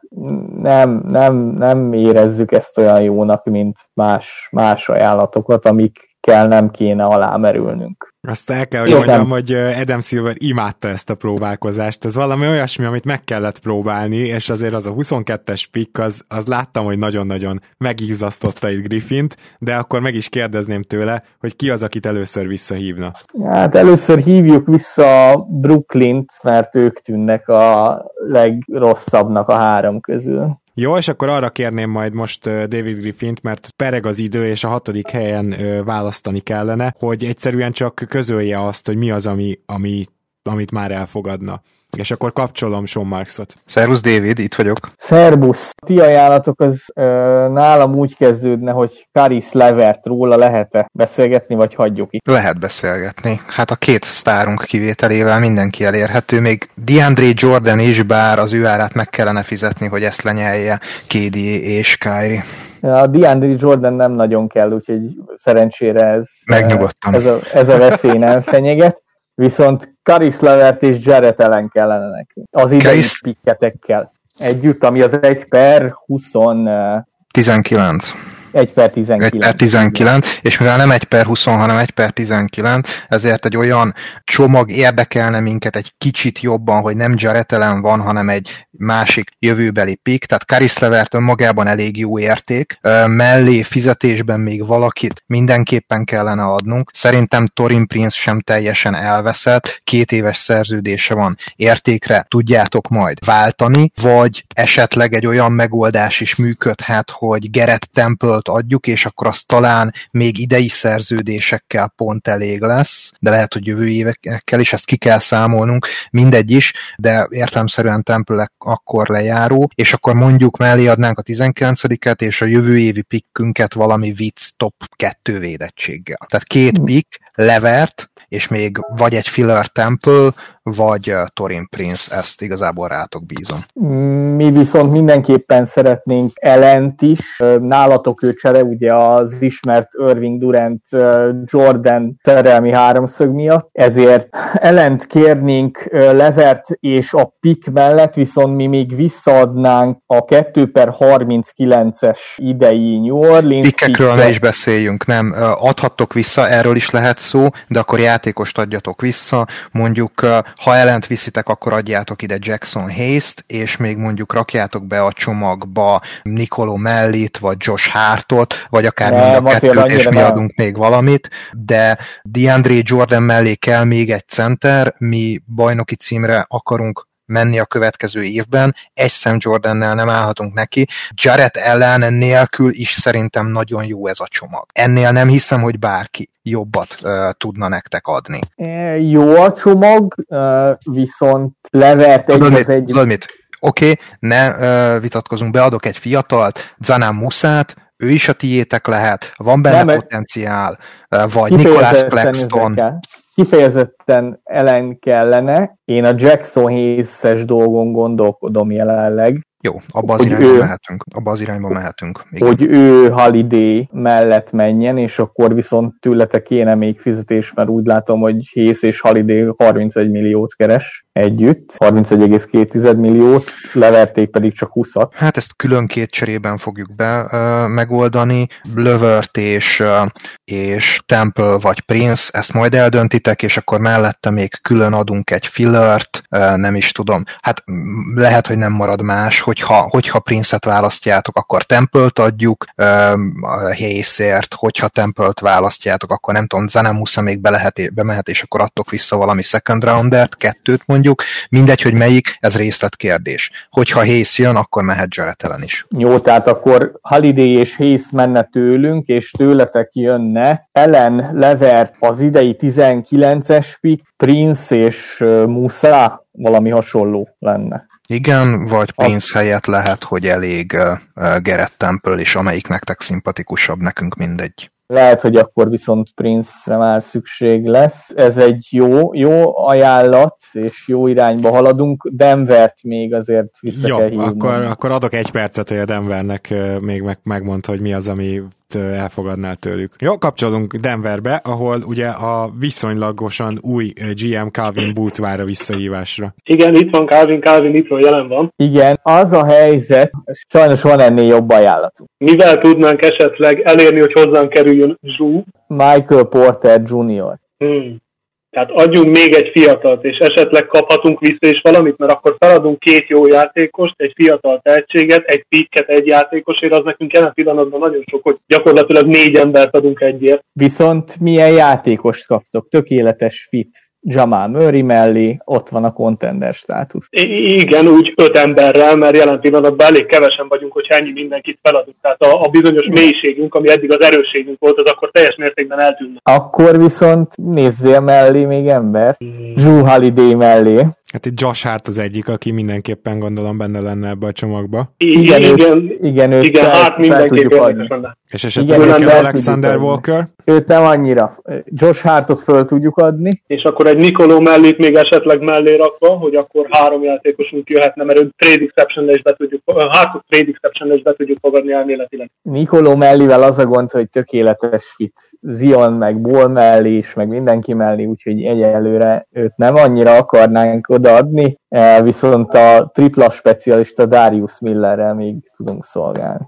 Nem érezzük ezt olyan jónak, mint más ajánlatokat, amikkel nem kéne alámerülnünk. Azt el kell, hogy mondjam, hogy Adam Silver imádta ezt a próbálkozást. Ez valami olyasmi, amit meg kellett próbálni, és azért az a 22-es pick, az láttam, hogy nagyon-nagyon megizzasztotta itt Griffint, de akkor meg is kérdezném tőle, hogy ki az, akit először visszahívna. Hát először hívjuk vissza Brooklynt, mert ők tűnnek a legrosszabbnak a 3 közül. Jó, és akkor arra kérném majd most David Griffint, mert pereg az idő, és a 6. helyen választani kellene, hogy egyszerűen csak közölje azt, hogy mi az, amit már elfogadna. És akkor kapcsolom Sean Marksot. Szervusz David, itt vagyok. Szervusz! Ti ajánlatok az nálam úgy kezdődne, hogy Caris Levert róla lehet-e beszélgetni, vagy hagyjuk itt? Lehet beszélgetni. Hát a 2 sztárunk kivételével mindenki elérhető, még DeAndre Jordan is, bár az ő árát meg kellene fizetni, hogy ezt lenyelje KD és Kyrie. A DeAndre Jordan nem nagyon kell, úgyhogy szerencsére ez a veszély nem fenyeget. Viszont Caris Levert és Jarrett Allen kellene nekünk. Az idei pikketekkel együtt, ami az 1/19. 1/19, és mivel nem 1/20, hanem 1/19, ezért egy olyan csomag érdekelne minket egy kicsit jobban, hogy nem Jarrett Allen van, hanem egy másik jövőbeli pick, tehát Caris Levert önmagában elég jó érték, mellé fizetésben még valakit mindenképpen kellene adnunk. Szerintem Taurean Prince sem teljesen elveszett, 2 éves szerződése van, értékre tudjátok majd váltani, vagy esetleg egy olyan megoldás is működhet, hogy Garrett Temple adjuk, és akkor az talán még idei szerződésekkel pont elég lesz, de lehet, hogy jövő évekkel is, ezt ki kell számolnunk, mindegy is, de értelemszerűen Temple akkor lejáró, és akkor mondjuk mellé adnánk a 19-et, és a jövő évi pickünket valami vicc top 2 védettséggel. Tehát 2 pick, Levert, és még vagy egy filler Temple, vagy Taurean Prince, ezt igazából rátok bízom. Mi viszont mindenképpen szeretnénk Allent is. Nálatok ő csere, ugye az ismert Irving Durant Jordan szerelmi háromszög miatt, ezért Allent kérnénk Levert és a pick mellett, viszont mi még visszaadnánk a 2/39-es idei New Orleans pickekről ne is beszéljünk, nem. Adhattok vissza, erről is lehet szó, de akkor játékost adjatok vissza, mondjuk ha ellent viszitek, akkor adjátok ide Jackson Hayes-t, és még mondjuk rakjátok be a csomagba Nicolo Mellit, vagy Josh Hartot, vagy akár mind a kettőt, és mi adunk még valamit, de DeAndre Jordan mellé kell még egy center, mi bajnoki címre akarunk menni a következő évben, egy Sam Jordannel nem állhatunk neki, Jarrett Allen nélkül is szerintem nagyon jó ez a csomag. Ennél nem hiszem, hogy bárki jobbat tudna nektek adni. Jó a csomag, viszont Levert egy... Tudod mit? Oké, ne vitatkozunk, beadok egy fiatalt, Zanám Muszát, ő is a tiétek lehet, van benne potenciál, vagy Nicholas Claxton. Kifejezetten ellen kellene. Én a Jackson Hayes-es dolgon gondolkodom jelenleg. Jó, abba az irányba mehetünk. Igen. Hogy ő Holiday mellett menjen, és akkor viszont tőletek kéne még fizetés, mert úgy látom, hogy Hayes és Holiday 31 milliót keres együtt, 31,2 milliót, Leverték pedig csak 20-at. Hát ezt külön két cserében fogjuk megoldani. Levert és Temple vagy Prince, ezt majd eldöntitek, és akkor mellette még külön adunk egy fillert, nem is tudom. Hát lehet, hogy nem marad más, hogyha Prince-et választjátok, akkor Temple-t adjuk Hayes-ért, hogyha Temple-t választjátok, akkor nem tudom, Zanemusa még bemehet, és akkor adtok vissza valami second roundert, 2 mondjuk, mindegy, hogy melyik, ez részletkérdés. Hogyha Hayes jön, akkor mehet Jarrett Allen is. Jó, tehát akkor Holiday és Hayes menne tőlünk, és tőletek jönne Allen, Levert, az idei 19-es pick, Prince és Musa, valami hasonló lenne. Igen, vagy Prince helyett lehet, hogy elég Garrett Temple is, amelyik nektek szimpatikusabb, nekünk mindegy. Lehet, hogy akkor viszont Prince-re már szükség lesz. Ez egy jó ajánlat, és jó irányba haladunk. Denvert még azért vissza kell hívni. Akkor adok egy percet, hogy a Denvernek még megmond, hogy mi az, ami elfogadnál tőlük. Jó, kapcsolunk Denverbe, ahol ugye a viszonylagosan új GM Calvin Booth vár a visszahívásra. Igen, itt van Calvin itt van, jelen van. Igen, az a helyzet, sajnos van ennél jobb ajánlatunk. Mivel tudnánk esetleg elérni, hogy hozzánk kerüljön Drew? Michael Porter Jr. Tehát adjunk még egy fiatalt, és esetleg kaphatunk vissza is valamit, mert akkor feladunk 2 jó játékost, egy fiatal tehetséget, egy picket, egy játékosért, az nekünk jelen pillanatban nagyon sok, hogy gyakorlatilag 4 embert adunk egyért. Viszont milyen játékost kaptok? Tökéletes fit. Jamal Murray mellé, ott van a contender státusz. Igen, úgy 5 emberrel, mert jelen pillanatban elég kevesen vagyunk, hogy ennyi mindenkit feladunk. Tehát a bizonyos mélységünk, ami eddig az erősségünk volt, az akkor teljes mértékben eltűnne. Akkor viszont nézzél mellé még ember. Drew Holiday mellé. Hát itt Josh Hart az egyik, aki mindenképpen gondolom benne lenne ebbe a csomagba. Igen, hát mindenképpen lenne. És esetleg Alexander Walker? Őt nem annyira. Josh Hartot föl tudjuk adni. És akkor egy Nicolo Mellit még esetleg mellé rakva, hogy akkor 3 játékosunk jöhetne, mert őt trade exception-le is be tudjuk fogadni elméletileg. Nicolo Mellivel az a gond, hogy tökéletes fit. Zion, meg Ball mellé is, meg mindenki mellé, úgyhogy egyelőre őt nem annyira akarnánk odaadni, viszont a tripla specialista Darius Millerrel még tudunk szolgálni.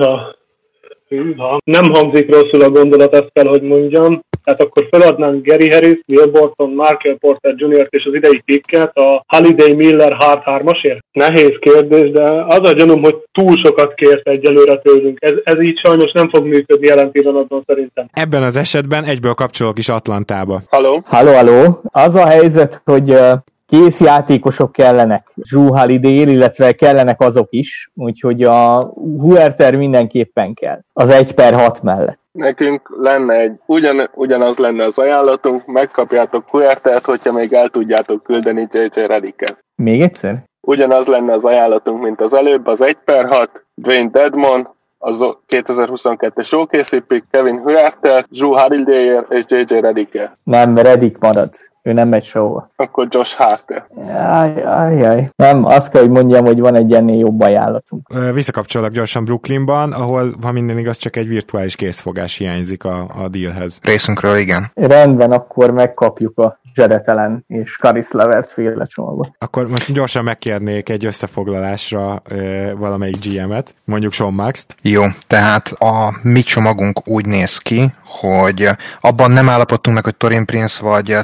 Nem hangzik rosszul a gondolat, ezt kell, hogy mondjam. Tehát akkor feladnánk Gary Harris, Will Borton, Michael Porter Jr.-t és az idei picket a Holiday Miller Hart 3-asért? Nehéz kérdés, de az a gyanúm, hogy túl sokat kért egyelőre tőlünk. Ez így sajnos nem fog működni jelen pillanatban szerintem. Ebben az esetben egyből kapcsolok is Atlantába. Halló. Az a helyzet, hogy kész játékosok kellenek Drew Holiday, illetve kellenek azok is, úgyhogy a Huerter mindenképpen kell. Az 1/6 mellett. Nekünk lenne ugyanaz lenne az ajánlatunk, megkapjátok Huertert, hogyha még el tudjátok küldeni JJ Redicket. Még egyszer? Ugyanaz lenne az ajánlatunk, mint az előbb, az 1/6, Dwayne Dedmon, az 2022-es OKC pick, Kevin Huerter, Drew Holiday és JJ Redicket. Nem, Redick marad. Ő nem megy sehova. Akkor Josh Hart. Ajaj. Nem, azt kell, hogy mondjam, hogy van egy ennél jobb ajánlatunk. Visszakapcsolok gyorsan Brooklynban, ahol, ha minden igaz, csak egy virtuális készfogás hiányzik a dealhez. Részünkről igen. Rendben, akkor megkapjuk a Jarrett Allen és Caris Levert féle csomagot. Akkor most gyorsan megkérnék egy összefoglalásra valamelyik GM-et, mondjuk Sean Marks-t. Jó, tehát a mi csomagunk úgy néz ki, hogy abban nem állapodtunk meg, hogy Taurean Prince vagy Temple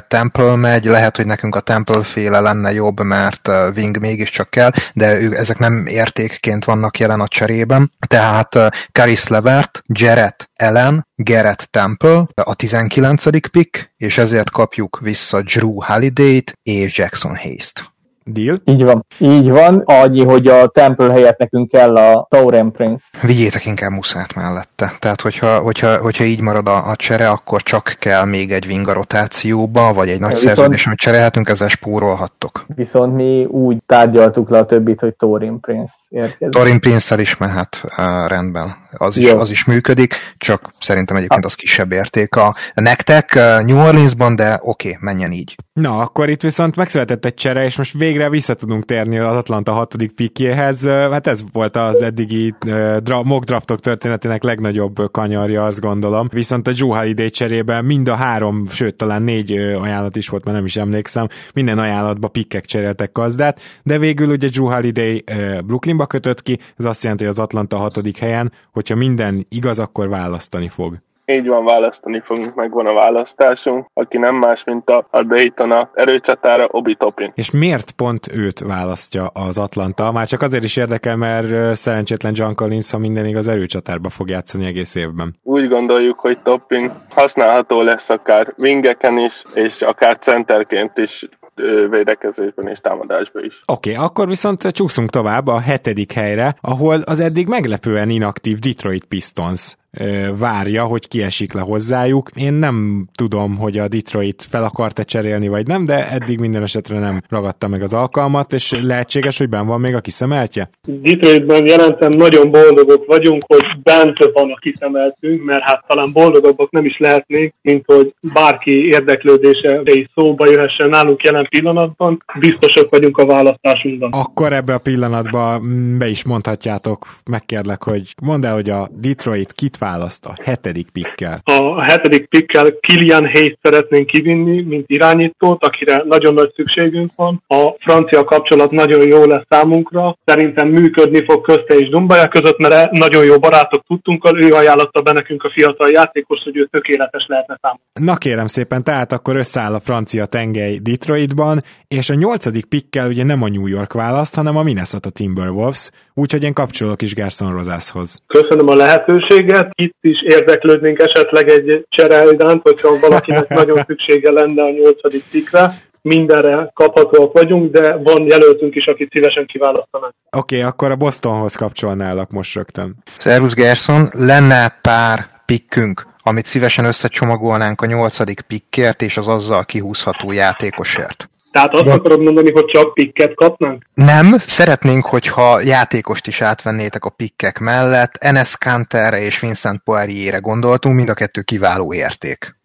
Temple megy, lehet, hogy nekünk a Temple féle lenne jobb, mert wing mégiscsak kell, de ezek nem értékként vannak jelen a cserében. Tehát Caris LeVert, Jarrett Allen, Garrett Temple a 19. pick, és ezért kapjuk vissza Drew Holiday-t és Jackson Hayes-t. Deal? Így van. Annyi, hogy a Temple helyett nekünk kell a Tauren Prince. Vigyétek inkább Muszát mellette. Tehát, hogyha így marad a csere, akkor csak kell még egy wing a rotációba, vagy egy nagy szerződés, amit cserélhetünk, ezzel spórolhattok. Viszont mi úgy tárgyaltuk le a többit, hogy Tauren Prince érkezik. Tauren Prince-szel is mehet rendben. Az is működik, csak szerintem egyébként az kisebb érték a nektek New Orleansban, de oké, menjen így. Na, akkor itt viszont megszületett egy csere, és most végre vissza tudunk térni az Atlanta 6. pickjéhez. Hát ez volt az eddigi mock draftok történetének legnagyobb kanyarja, azt gondolom. Viszont a Drew Holiday cserében mind a 3, sőt talán 4 ajánlat is volt, mert nem is emlékszem. Minden ajánlatba pikkek cseréltek gazdát, de végül ugye Drew Holiday Brooklynba kötött ki, ez azt jelenti, hogy az Atlanta 6. helyen, hogyha minden igaz, akkor választani fog. Így van, választani fogunk, megvan a választásunk, aki nem más, mint a Daytona erőcsatára, Obi Toppin. És miért pont őt választja az Atlanta? Már csak azért is érdekel, mert szerencsétlen John Collins, ha minden igaz, erőcsatárba fog játszani egész évben. Úgy gondoljuk, hogy Toppin használható lesz akár wingeken is, és akár centerként is, védekezésben és támadásban is. Oké, akkor viszont csúszunk tovább a 7. helyre, ahol az eddig meglepően inaktív Detroit Pistons várja, hogy kiesik le hozzájuk. Én nem tudom, hogy a Detroit fel akart-e cserélni, vagy nem, de eddig minden esetre nem ragadta meg az alkalmat, és lehetséges, hogy benn van még a kiszemeltje? Detroitban jelentem nagyon boldogok vagyunk, hogy bent van a kiszemeltünk, mert hát talán boldogabbak nem is lehetnénk, mint hogy bárki érdeklődése is szóba jöhessen nálunk jelen pillanatban. Biztosak vagyunk a választásunkban. Akkor ebbe a pillanatban be is mondhatjátok, megkérlek, hogy mondd el, hogy a Detroit kit választ a 7. pickkel. A 7. pickkel Killian Hayes szeretnénk kivinni, mint irányítót, akire nagyon nagy szükségünk van. A francia kapcsolat nagyon jó lesz számunkra. Szerintem működni fog közte és Dumbaja között, mert nagyon jó barátok tudtunk, ő ajánlotta be nekünk a fiatal játékos, hogy ő tökéletes lehetne számunkra. Na kérem szépen, tehát akkor összeáll a francia tengely Detroitban, és a 8. pickkel ugye nem a New York választ, hanem a Minnesota Timberwolves, úgyhogy én kapcsolok is Gerson Rosashoz. Köszönöm a lehetőséget. Itt is érdeklődnénk esetleg egy csere iránt, hogyha valakinek nagyon szüksége lenne a 8. pickre. Mindenre kaphatóak vagyunk, de van jelöltünk is, akit szívesen kiválasztanak. Oké, akkor a Bostonhoz kapcsolnálak most rögtön. Szervusz Gerson, lenne pár pickünk, amit szívesen összecsomagolnánk a 8. pickért és az azzal kihúzható játékosért. Tehát azt akarod mondani, hogy csak pikket kapnánk? Nem, szeretnénk, hogyha játékost is átvennétek a pikkek mellett. Enes Kanterre és Vincent Poirierre gondoltunk, mind a kettő kiváló érték.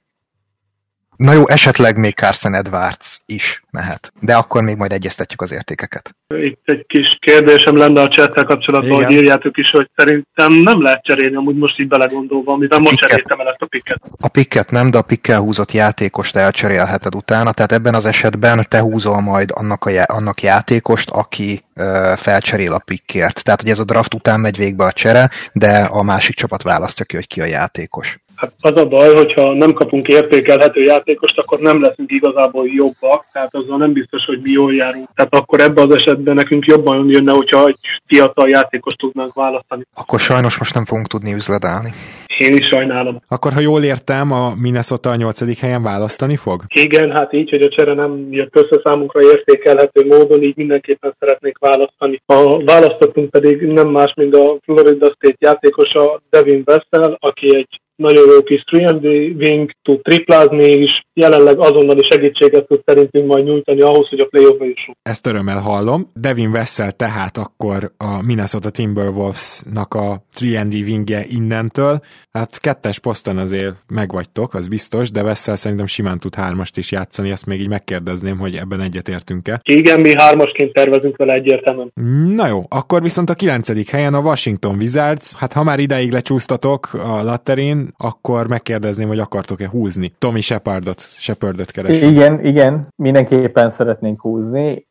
Na jó, esetleg még Carson Edwards is mehet, de akkor még majd egyeztetjük az értékeket. Itt egy kis kérdésem lenne a chattel kapcsolatban, hogy írjátok is, hogy szerintem nem lehet cserélni, amúgy most így belegondolva, amivel most cseréltem el ezt a pikket. A pikket nem, de a pikkel húzott játékost elcserélheted utána, tehát ebben az esetben te húzol majd annak játékost, aki felcserél a pikkért. Tehát, hogy ez a draft után megy végbe a csere, de a másik csapat választja ki, hogy ki a játékos. Hát az a baj, hogyha nem kapunk értékelhető játékost, akkor nem leszünk igazából jobbak, tehát azzal nem biztos, hogy mi jól járunk. Tehát akkor ebben az esetben nekünk jobban jönne, hogyha egy fiatal játékost tudnánk választani. Akkor sajnos most nem fogunk tudni üzletelni. Én is sajnálom. Akkor, ha jól értem, a Minnesota a 8. helyen választani fog? Igen, hát így, hogy a csere nem jött össze számunkra értékelhető módon, így mindenképpen szeretnék választani. A választottunk pedig nem más, mint a Florida State játékosa Devin Vassell, aki egy nagyon jó kis 3D wing, tud triplázni is, jelenleg azonnali segítséget tud szerintünk majd nyújtani ahhoz, hogy a playoffba jussunk. Ezt örömmel hallom. Devin Vassell tehát akkor a Minnesota Timberwolves-nak a 3D wingje innentől. Hát 2. poszton azért megvagytok, az biztos, de Vassell szerintem simán tud 3-ast is játszani, ezt még így megkérdezném, hogy ebben egyetértünk-e. Igen, mi 3-asként tervezünk vele egyértelműen. Na jó, akkor viszont a 9. helyen a Washington Wizards. Hát ha már ideig lecsúsztatok a latterén, akkor megkérdezném, hogy akartok-e húzni. Tommy Shepardot keresünk. Igen, mindenképpen szeretnénk húzni.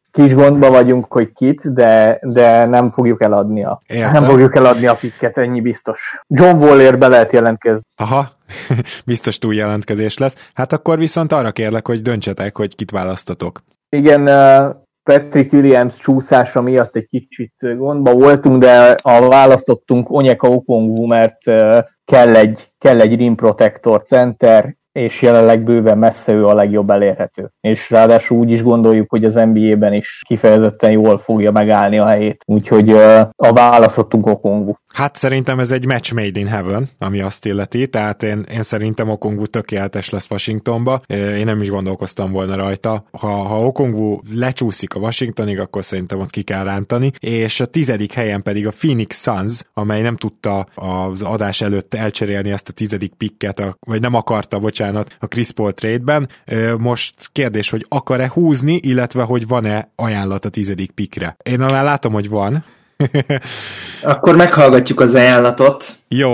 kis gondba vagyunk, hogy kit, de nem fogjuk eladni a pikket, ennyi biztos. John Wall-ért be lehet jelentkezni. Aha, biztos túljelentkezés lesz. Hát akkor viszont arra kérlek, hogy döntsetek, hogy kit választatok. Igen, Patrick Williams csúszása miatt egy kicsit gondba voltunk, de választottunk Onyeka Okongwu, mert kell egy rim protector center, és jelenleg bőven messze ő a legjobb elérhető. És ráadásul úgy is gondoljuk, hogy az NBA-ben is kifejezetten jól fogja megállni a helyét. Úgyhogy a választottunk Okongwu. Hát szerintem ez egy match made in heaven, ami azt illeti, tehát én szerintem Okongwu tökéletes lesz Washingtonba. Én nem is gondolkoztam volna rajta. Ha Okongwu lecsúszik a Washingtonig, akkor szerintem ott ki kell rántani. És a 10. helyen pedig a Phoenix Suns, amely nem tudta az adás előtt elcserélni ezt a 10. picket, vagy nem akarta, bocsánat, a Chris Paul trade-ben. Most kérdés, hogy akar-e húzni, illetve hogy van-e ajánlat a 10. pickre. Én már látom, hogy van. Akkor meghallgatjuk az ajánlatot. Jó,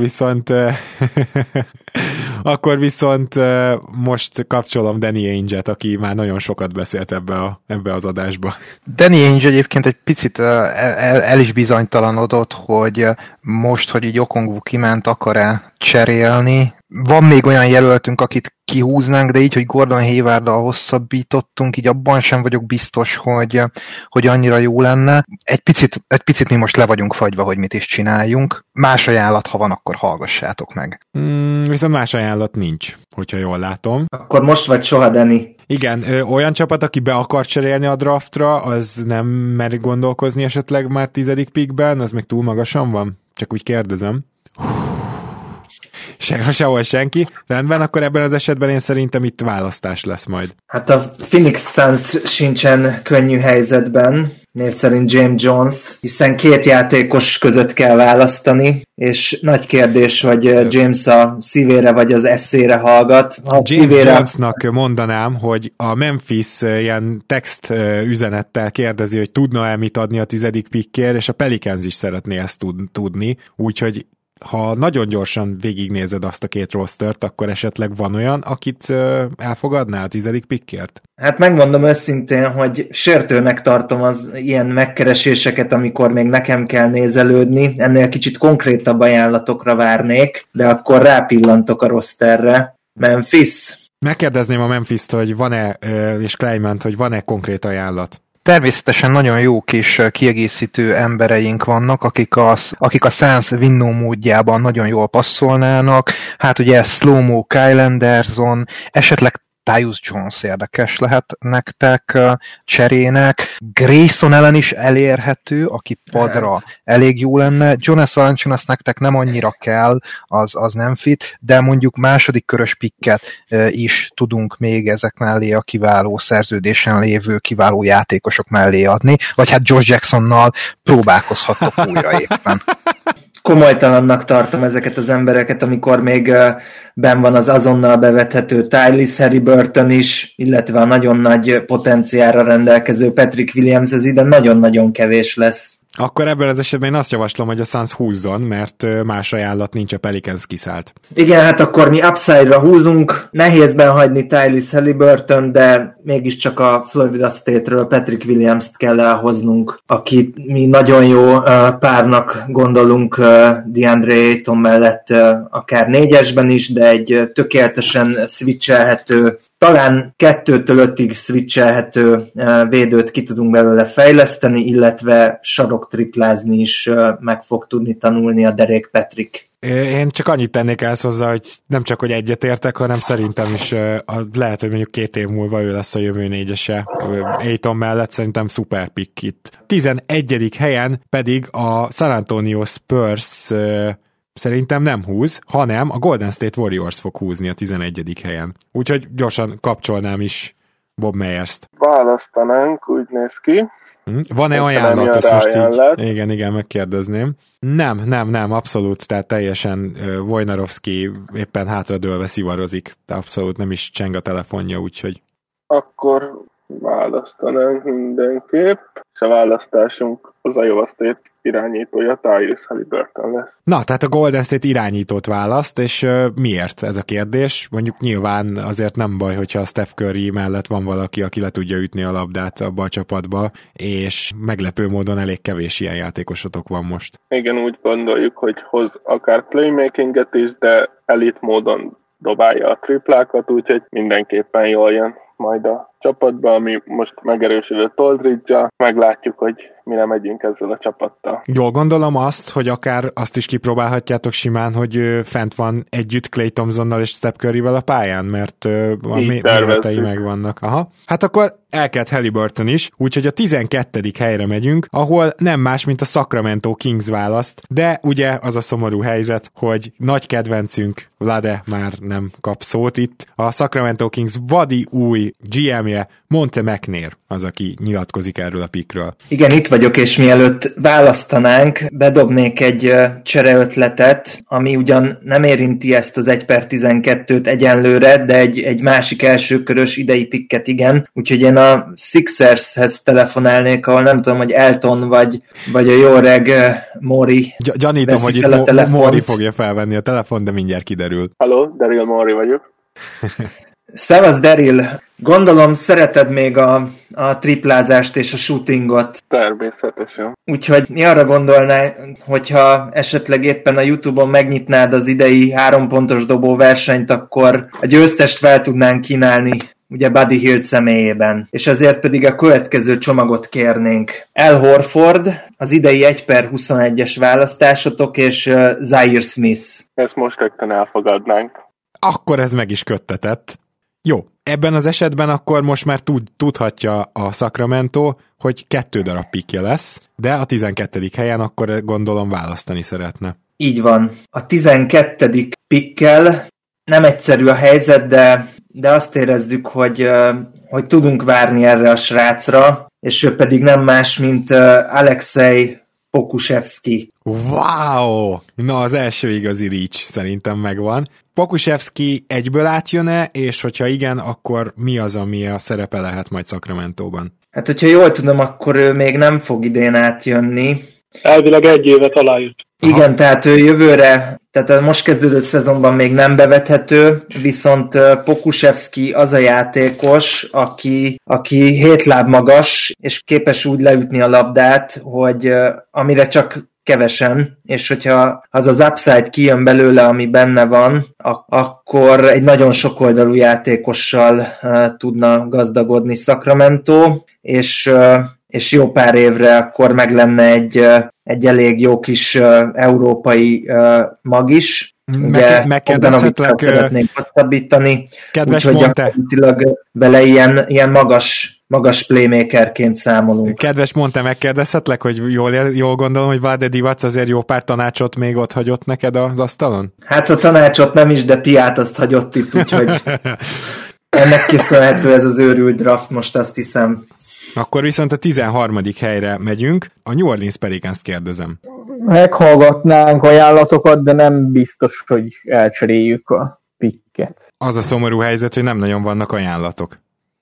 akkor viszont most kapcsolom Danny Ainge-et, aki már nagyon sokat beszélt ebbe az adásba. Danny Ainge egyébként egy picit el is bizonytalanodott, hogy most, hogy így Okongwu kiment, akar-e cserélni. Van még olyan jelöltünk, akit kihúznánk, de így, hogy Gordon Haywarddal hosszabbítottunk, így abban sem vagyok biztos, hogy annyira jó lenne. Egy picit mi most le vagyunk fagyva, hogy mit is csináljunk. Más ajánlat, ha van, akkor hallgassátok meg. Viszont más ajánlat nincs, hogyha jól látom. Akkor most vagy soha, Danny. Igen, olyan csapat, aki be akar cserélni a draftra, az nem mer gondolkozni esetleg már 10. pickben, az még túl magasan van? Csak úgy kérdezem. Sehol senki. Rendben, akkor ebben az esetben én szerintem itt választás lesz majd. Hát a Phoenix Suns sincsen könnyű helyzetben, név szerint James Jones, hiszen 2 játékos között kell választani, és nagy kérdés, hogy James a szívére vagy az eszére hallgat. James Jonesnak mondanám, hogy a Memphis ilyen text üzenettel kérdezi, hogy tudna-e mit adni a 10. pickért, és a Pelicans is szeretné ezt tudni, úgyhogy ha nagyon gyorsan végignézed azt a 2 rostert, akkor esetleg van olyan, akit elfogadnál a 10. pickért? Hát megmondom őszintén, hogy sértőnek tartom az ilyen megkereséseket, amikor még nekem kell nézelődni. Ennél kicsit konkrétabb ajánlatokra várnék, de akkor rápillantok a rosterre. Memphis. Megkérdezném a Memphist, hogy van-e, és Clement, hogy van-e konkrét ajánlat? Természetesen nagyon jó kis kiegészítő embereink vannak, akik a Suns vinnó módjában nagyon jól passzolnának. Hát ugye Slow-Mo, Kyle Anderson, esetleg Tyus Jones érdekes lehet nektek cserének. Grayson ellen is elérhető, aki padra elég jó lenne. Jonas Valanciunas nektek nem annyira kell, az nem fit, de mondjuk második körös pikket is tudunk még ezek mellé a kiváló szerződésen lévő kiváló játékosok mellé adni, vagy hát Josh Jacksonnal próbálkozhatok újra éppen. Komolytalannak tartom ezeket az embereket, amikor még benn van az azonnal bevethető Tyrese Haliburton is, illetve a nagyon nagy potenciálra rendelkező Patrick Williams, ez ide nagyon-nagyon kevés lesz. Akkor ebben az esetben én azt javaslom, hogy a Suns húzzon, mert más ajánlat nincs, a Pelicans kiszállt. Igen, hát akkor mi upside-ra húzunk, nehézben hagyni Tyrese Haliburton, de mégiscsak a Florida State-ről Patrick Williams-t kell elhoznunk, akit mi nagyon jó párnak gondolunk DeAndre Ayton mellett, akár 4-esben is, de egy tökéletesen switchelhető, talán 2-től 5-ig switchelhető védőt ki tudunk belőle fejleszteni, illetve sarok triplázni is meg fog tudni tanulni a Derek Patrick. Én csak annyit tennék ezt hozzá, hogy nem csak, hogy egyetértek, hanem szerintem is lehet, hogy mondjuk 2 év múlva ő lesz a jövő 4-ese. Ayton mellett szerintem szuper pick itt. 11. helyen pedig a San Antonio Spurs szerintem nem húz, hanem a Golden State Warriors fog húzni a 11. helyen. Úgyhogy gyorsan kapcsolnám is Bob Meyers-t. Választanánk, úgy néz ki. Van-e ajánlat? Ezt most így, igen, megkérdezném. Nem, abszolút, tehát teljesen Wojnarowski éppen hátradőlve szivarozik, abszolút nem is cseng a telefonja, úgyhogy... Akkor választanánk mindenképp. és a választásunk az Iowa State irányítója, Tyrese Haliburton lesz. Na, tehát a Golden State irányítót választ, és miért ez a kérdés? Mondjuk nyilván azért nem baj, hogyha a Steph Curry mellett van valaki, aki le tudja ütni a labdát abba a csapatba, és meglepő módon elég kevés ilyen játékosotok van most. Igen, úgy gondoljuk, hogy hoz akár playmakinget is, de elit módon dobálja a triplákat, úgyhogy mindenképpen jól jön majd a csapatba, ami most megerősödött Aldridge-a. Meglátjuk, hogy mire megyünk ezzel a csapattal. Jól gondolom azt, hogy akár azt is kipróbálhatjátok simán, hogy fent van együtt Klay Thompsonnal és Steph Curryvel a pályán, mert a méretei megvannak. Aha. Hát akkor elkelt Haliburton is, úgyhogy a 12. helyre megyünk, ahol nem más, mint a Sacramento Kings választ, de ugye az a szomorú helyzet, hogy nagy kedvencünk Vlade már nem kap szót itt. A Sacramento Kings vadi új GM-je Monte McNair az, aki nyilatkozik erről a pickről. Igen, itt vagyok, és mielőtt választanánk, bedobnék egy csereötletet, ami ugyan nem érinti ezt az 1/12-t egyenlőre, de egy másik elsőkörös idei picket igen, úgyhogy én a Sixershez telefonálnék, ahol nem tudom, hogy Elton vagy a jó reg Mori gyanítom, hogy itt Mori fogja felvenni a telefon, de mindjárt kiderül. Halló, Daryl Mori vagyok. Szevasz, Daryl! Gondolom szereted még a triplázást és a shootingot. Természetesen. Úgyhogy mi arra gondolnál, hogyha esetleg éppen a YouTube-on megnyitnád az idei 3 pontos dobó versenyt, akkor a győztest fel tudnánk kínálni, ugye Buddy Hield személyében. És ezért pedig a következő csomagot kérnénk. Al Horford, az idei 1/21-es választásotok, és Zaire Smith. Ezt most rögtön elfogadnánk. Akkor ez meg is köttetett. Jó, ebben az esetben akkor most már tudhatja a Sacramento, hogy 2 darab pickje lesz, de a 12. helyen akkor gondolom választani szeretne. Így van. A 12. pickkel nem egyszerű a helyzet, de azt érezzük, hogy tudunk várni erre a srácra, és ő pedig nem más, mint Alexei Pokusevski. Wow! Na, az első igazi reach szerintem megvan. Pokusevski egyből átjön-e, és hogyha igen, akkor mi az, ami a szerepe lehet majd Sacramentóban? Hát, hogyha jól tudom, akkor ő még nem fog idén átjönni. Elvileg 1 évet aláírt. Igen, tehát ő jövőre, tehát a most kezdődött szezonban még nem bevethető, viszont Pokusevski az a játékos, aki 7 láb magas, és képes úgy leütni a labdát, hogy amire csak kevesen, és hogyha az upside kijön belőle, ami benne van, akkor egy nagyon sokoldalú játékossal tudna gazdagodni Sacramento, és jó pár évre akkor meg lenne egy elég jó kis európai mag is. Megkérdezhetlek, szeretnénk hosszabbítani, kedves úgyhogy Monte, gyakorlatilag bele ilyen magas playmakerként számolunk. Kedves Monte, megkérdezhetlek, hogy jól gondolom, hogy Vlade Divac azért jó pár tanácsot még ott hagyott neked az asztalon? Hát a tanácsot nem is, de piát azt hagyott itt, úgyhogy ennek köszönhető ez az őrült draft, most azt hiszem. Akkor viszont a 13. helyre megyünk, a New Orleans Pelicans-t kérdezem. Meghallgatnánk ajánlatokat, de nem biztos, hogy elcseréljük a picket. Az a szomorú helyzet, hogy nem nagyon vannak ajánlatok.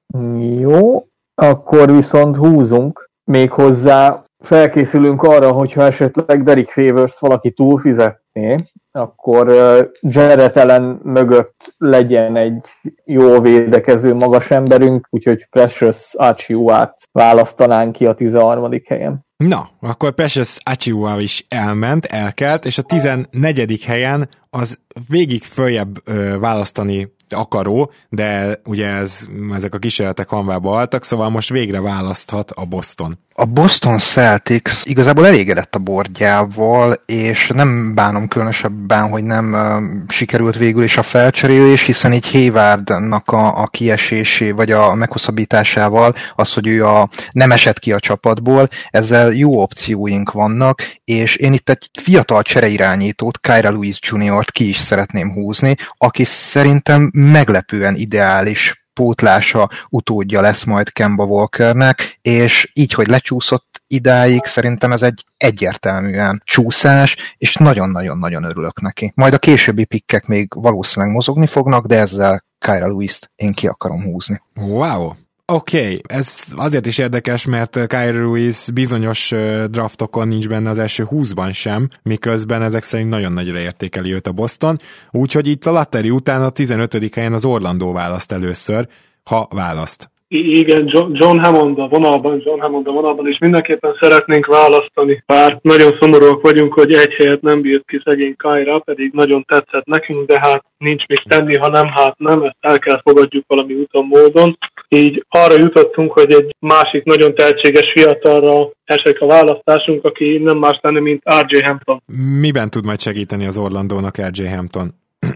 Jó, akkor viszont húzunk. Még hozzá felkészülünk arra, hogyha esetleg Derek Favors valaki túlfizetné, akkor Jarrett Allen mögött legyen egy jó védekező magas emberünk, úgyhogy Precious Achiuwát választanánk ki a 13. helyen. Na, akkor Precious Achiuwa is elkelt, és a 14. helyen az végig följebb választani akaró, de ugye ezek a kísérletek hanvába altak, szóval most végre választhat a Boston. A Boston Celtics igazából elégedett a bordjával, és nem bánom különösebben, hogy nem sikerült végül is a felcserélés, hiszen így Haywardnak a kiesésé, vagy a meghosszabbításával, az, hogy ő nem esett ki a csapatból, ezzel jó opcióink vannak, és én itt egy fiatal csereirányítót, Kyra Lewis Jr.-t ki is szeretném húzni, aki szerintem meglepően ideális pótlása, utódja lesz majd Kemba Walkernek, és így, hogy lecsúszott idáig, szerintem ez egy egyértelműen csúszás, és nagyon-nagyon-nagyon örülök neki. Majd a későbbi pikkek még valószínűleg mozogni fognak, de ezzel Kyra Lewis-t én ki akarom húzni. Wow! Oké, ez azért is érdekes, mert Kyle Lewis bizonyos draftokon nincs benne az első 20-ban sem, miközben ezek szerint nagyon nagyra értékeli őt a Boston, úgyhogy itt a lottery után a 15. helyen az Orlando választ először, ha választ. Igen, John Hammond a vonalban, és mindenképpen szeretnénk választani. Bár nagyon szomorúak vagyunk, hogy egy helyet nem bírt ki szegény Kyra, pedig nagyon tetszett nekünk, de hát nincs mit tenni, ha nem, hát nem, ezt el kell fogadjuk valami úton, módon. Így arra jutottunk, hogy egy másik nagyon tehetséges fiatalra esik a választásunk, aki nem más lenne, mint R.J. Hampton. Miben tud majd segíteni az Orlandónak R.J. Hampton?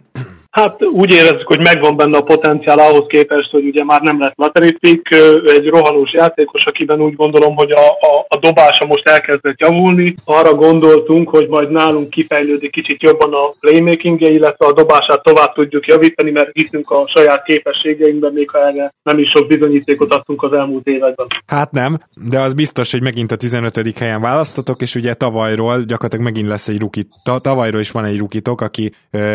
Hát úgy érezzük, hogy megvan benne a potenciál ahhoz képest, hogy ugye már nem lett lottery pick, egy rohanós játékos, akiben úgy gondolom, hogy a dobása most elkezdett javulni. Arra gondoltunk, hogy majd nálunk kifejlődik kicsit jobban a playmakingje, illetve a dobását tovább tudjuk javítani, mert hiszünk a saját képességeinkben, még ha erre nem is sok bizonyítékot adtunk az elmúlt években. Hát nem, de az biztos, hogy megint a 15. helyen választotok, és ugye tavalyról gyakorlatilag megint lesz egy rookie, tavalyról is van egy rookie-tok, aki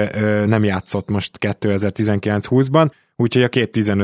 nem játszott most 2019-20-ban, úgyhogy a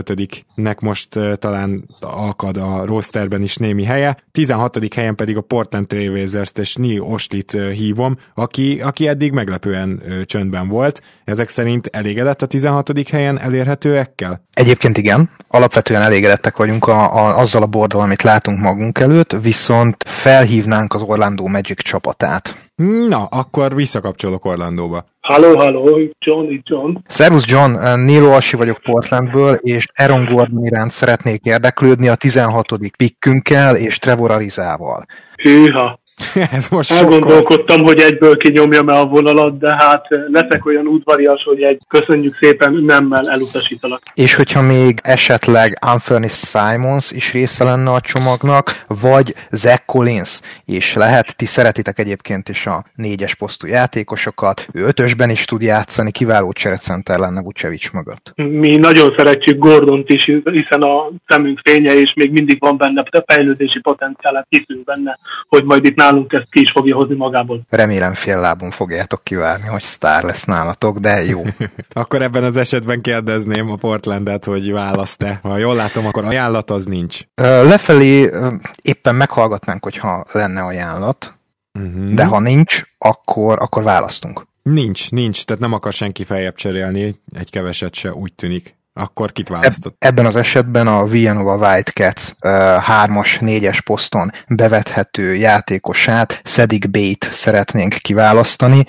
15-nek most talán akad a rosterben is némi helye. 16. helyen pedig a Portland Trail Blazers-t és Neil Oshlit hívom, aki eddig meglepően csöndben volt. Ezek szerint elégedett a 16. helyen elérhetőekkel? Egyébként igen, alapvetően elégedettek vagyunk azzal a borddal, amit látunk magunk előtt, viszont felhívnánk az Orlando Magic csapatát. Na, akkor visszakapcsolok Orlandóba. Halló, John. Szervusz John, Neil Olsi vagyok Portlandből, és Aaron Gordon iránt szeretnék érdeklődni a 16. pikkünkkel és Trevor Arizával. Hűha! Ez most elgondolkodtam, hogy egyből kinyomjam el a vonalat, de hát leszek olyan udvarias, hogy egy köszönjük szépen nemmel elutasítalak. És hogyha még esetleg Anthony Simons is része lenne a csomagnak, vagy Zach Collins is lehet, ti szeretitek egyébként is a 4-es posztú játékosokat, ő 5-ösben is tud játszani, kiváló cserecenter lenne Vucevic mögött. Mi nagyon szeretjük Gordont is, hiszen a szemünk fénye, és még mindig van benne a fejlődési potenciálát, hiszünk benne, hogy majd itt nálunk ezt ki is fogja hozni magából. Remélem fél lábon fogjátok kivárni, hogy sztár lesz nálatok, de jó. Akkor ebben az esetben kérdezném a Portlandet, hogy választ-e. Ha jól látom, akkor ajánlat az nincs. Lefelé éppen meghallgatnánk, hogyha lenne ajánlat, de ha nincs, akkor választunk. Nincs, tehát nem akar senki feljebb cserélni, egy keveset se, úgy tűnik. Akkor kit választott? Ebben az esetben a Villanova Wildcats 3-as, 4-es poszton bevethető játékosát, Saddiq Bey-t szeretnénk kiválasztani,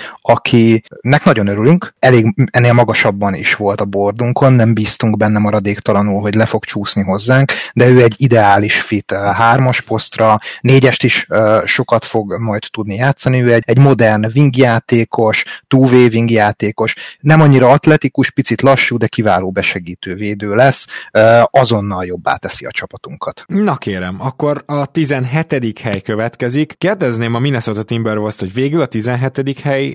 akinek nagyon örülünk, elég ennél magasabban is volt a bordunkon, nem bíztunk benne maradéktalanul, hogy le fog csúszni hozzánk, de ő egy ideális fit 3-as posztra, 4-est is sokat fog majd tudni játszani, ő egy modern wingjátékos, two-way wingjátékos, nem annyira atletikus, picit lassú, de kiváló besegítő védő lesz, azonnal jobbá teszi a csapatunkat. Na kérem, akkor a 17. hely következik. Kérdezném a Minnesota Timberwolves-t, hogy végül a 17. hely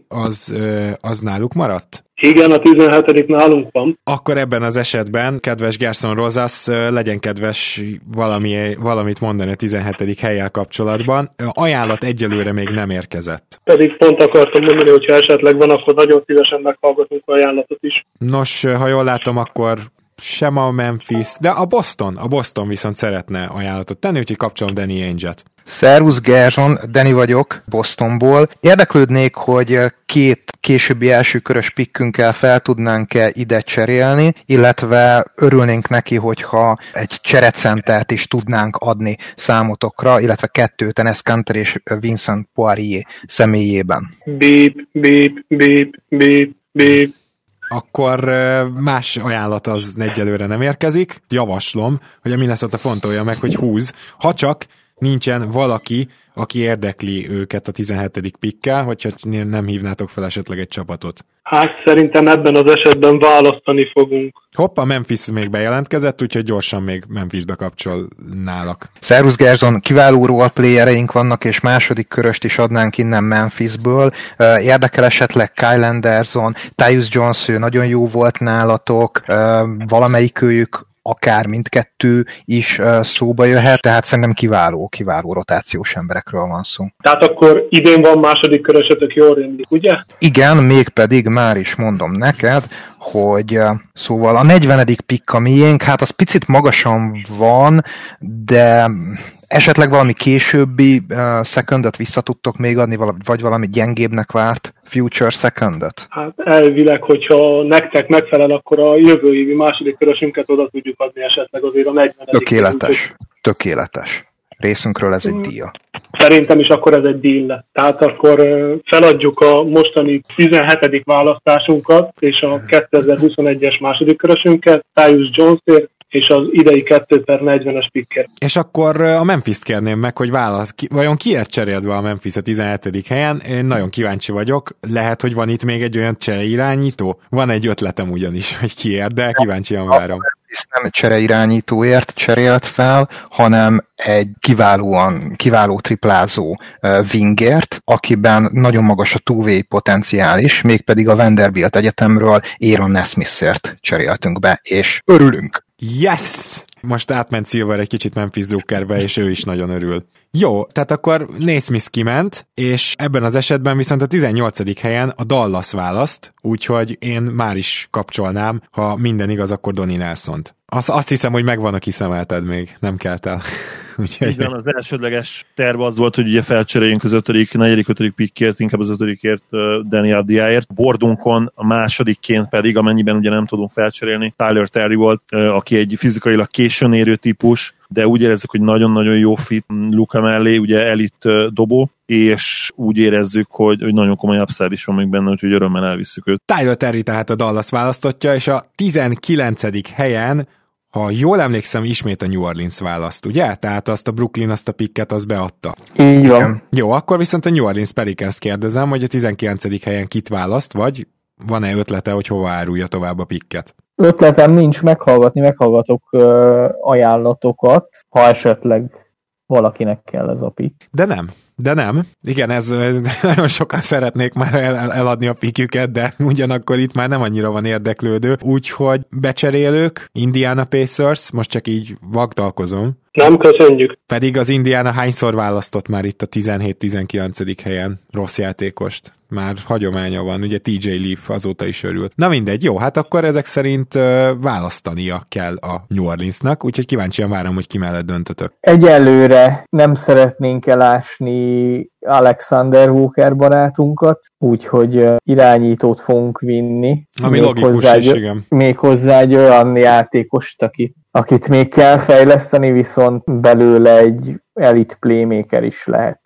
az náluk maradt? Igen, a 17. nálunk van. Akkor ebben az esetben, kedves Gerson Rosas, legyen kedves valamit mondani a 17. hellyel kapcsolatban. Ajánlat egyelőre még nem érkezett. Pedig pont akartam mondani, hogyha esetleg van, akkor nagyon szívesen meghallgatunk ajánlatot is. Nos, ha jól látom, akkor sem a Memphis, de a Boston viszont szeretne ajánlatot tenni, úgyhogy kapcsolom Danny Ainge-et. Szervusz Gerson, Danny vagyok Bostonból. Érdeklődnék, hogy 2 későbbi elsőkörös pikkünkkel fel tudnánk-e ide cserélni, illetve örülnénk neki, hogyha egy cserecentert is tudnánk adni számotokra, illetve 2 Enes Kanter és Vincent Poirier személyében. Bép. Akkor más ajánlat az egyelőre nem érkezik. Javaslom, hogy a Minnesota fontolja meg, hogy húz, ha csak nincsen valaki, aki érdekli őket a 17. pikkel, hogyha nem hívnátok fel esetleg egy csapatot. Hát szerintem ebben az esetben választani fogunk. Hopp, a Memphis még bejelentkezett, úgyhogy gyorsan még Memphisbe kapcsolnálak. Szervusz Gerson, kiváló roleplayereink vannak, és második köröst is adnánk innen Memphisből. Érdekel esetleg Kyle Anderson, Tyus Jones, ő nagyon jó volt nálatok, valamelyikőjük akár mindkettő is szóba jöhet, tehát szerintem kiváló rotációs emberekről van szó. Tehát akkor idén van második körösötök, jól rémlik, ugye? Igen, mégpedig már is mondom neked, hogy szóval a 40. pick a miénk, hát az picit magasan van, de esetleg valami későbbi secondot vissza tudtok még adni, vagy valami gyengébbnek várt future secondot? Hát elvileg, hogyha nektek megfelel, akkor a jövő évi második körösünket oda tudjuk adni esetleg azért a 40. Tökéletes. Részünkről ez egy díja. Szerintem is akkor ez egy deal lett. Tehát akkor feladjuk a mostani 17. választásunkat és a 2021-es második körösünket Tyus Jonesért és az idei 2/40-es picket. És akkor a Memphis-t kérném meg, hogy vajon kiért cseréld be a Memphis a 17. helyen? Én nagyon kíváncsi vagyok. Lehet, hogy van itt még egy olyan csereirányító? Van egy ötletem ugyanis, hogy kiért, de kíváncsian várom. Nem csereirányítóért cserélt fel, hanem egy kiváló triplázó wingert, akiben nagyon magas a two-way potenciál is, mégpedig a Vanderbilt Egyetemről Aaron Nesmithért cseréltünk be, és örülünk! Yes! Most átment Silver egy kicsit Memphis Druckerbe, és ő is nagyon örül. Jó, tehát akkor Naismith kiment, és ebben az esetben viszont a 18. helyen a Dallas választ, úgyhogy én már is kapcsolnám, ha minden igaz, akkor Donnie Nelsont. Azt hiszem, hogy megvan, aki szemelted még, nem kelt el. Úgyhogy... Igen, az elsődleges terv az volt, hogy ugye felcseréljünk az 4. pickért, inkább az 5. Daniel Diáért. Bordunkon a másodikként pedig, amennyiben ugye nem tudunk felcserélni, Tyler Terry volt, aki egy fizikailag későn érő típus, de úgy érezzük, hogy nagyon-nagyon jó fit Luka mellé, ugye elit dobó, és úgy érezzük, hogy nagyon komoly upside is van még benne, úgyhogy örömmel elvisszük őt. Tyler Terry tehát a Dallas választottja, és a 19. helyen, ha jól emlékszem, ismét a New Orleans választ, ugye? Tehát azt a Brooklyn, azt a picket, azt beadta. Így van. Jó, akkor viszont a New Orleans Pelicans kérdezem, hogy a 19. helyen kit választ, vagy van-e ötlete, hogy hova árulja tovább a picket? Ötletem nincs, meghallgatok ajánlatokat, ha esetleg valakinek kell ez a pick. De nem. Igen, ez nagyon sokan szeretnék már eladni a piküket, de ugyanakkor itt már nem annyira van érdeklődő. Úgyhogy becserélők, Indiana Pacers, most csak így vagdalkozom. Nem, köszönjük. Pedig az Indiana hányszor választott már itt a 17-19. helyen rossz játékost? Már hagyománya van, ugye TJ Leaf azóta is örült. Na mindegy, jó, hát akkor ezek szerint választania kell a New Orleansnak, úgyhogy kíváncsian várom, hogy ki mellett döntötök. Egyelőre nem szeretnénk elásni Alexander Walker barátunkat, úgyhogy irányítót fogunk vinni. Ami logikus is, igen. Méghozzá egy olyan játékost, akit még kell fejleszteni, viszont belőle egy elite playmaker is lehet.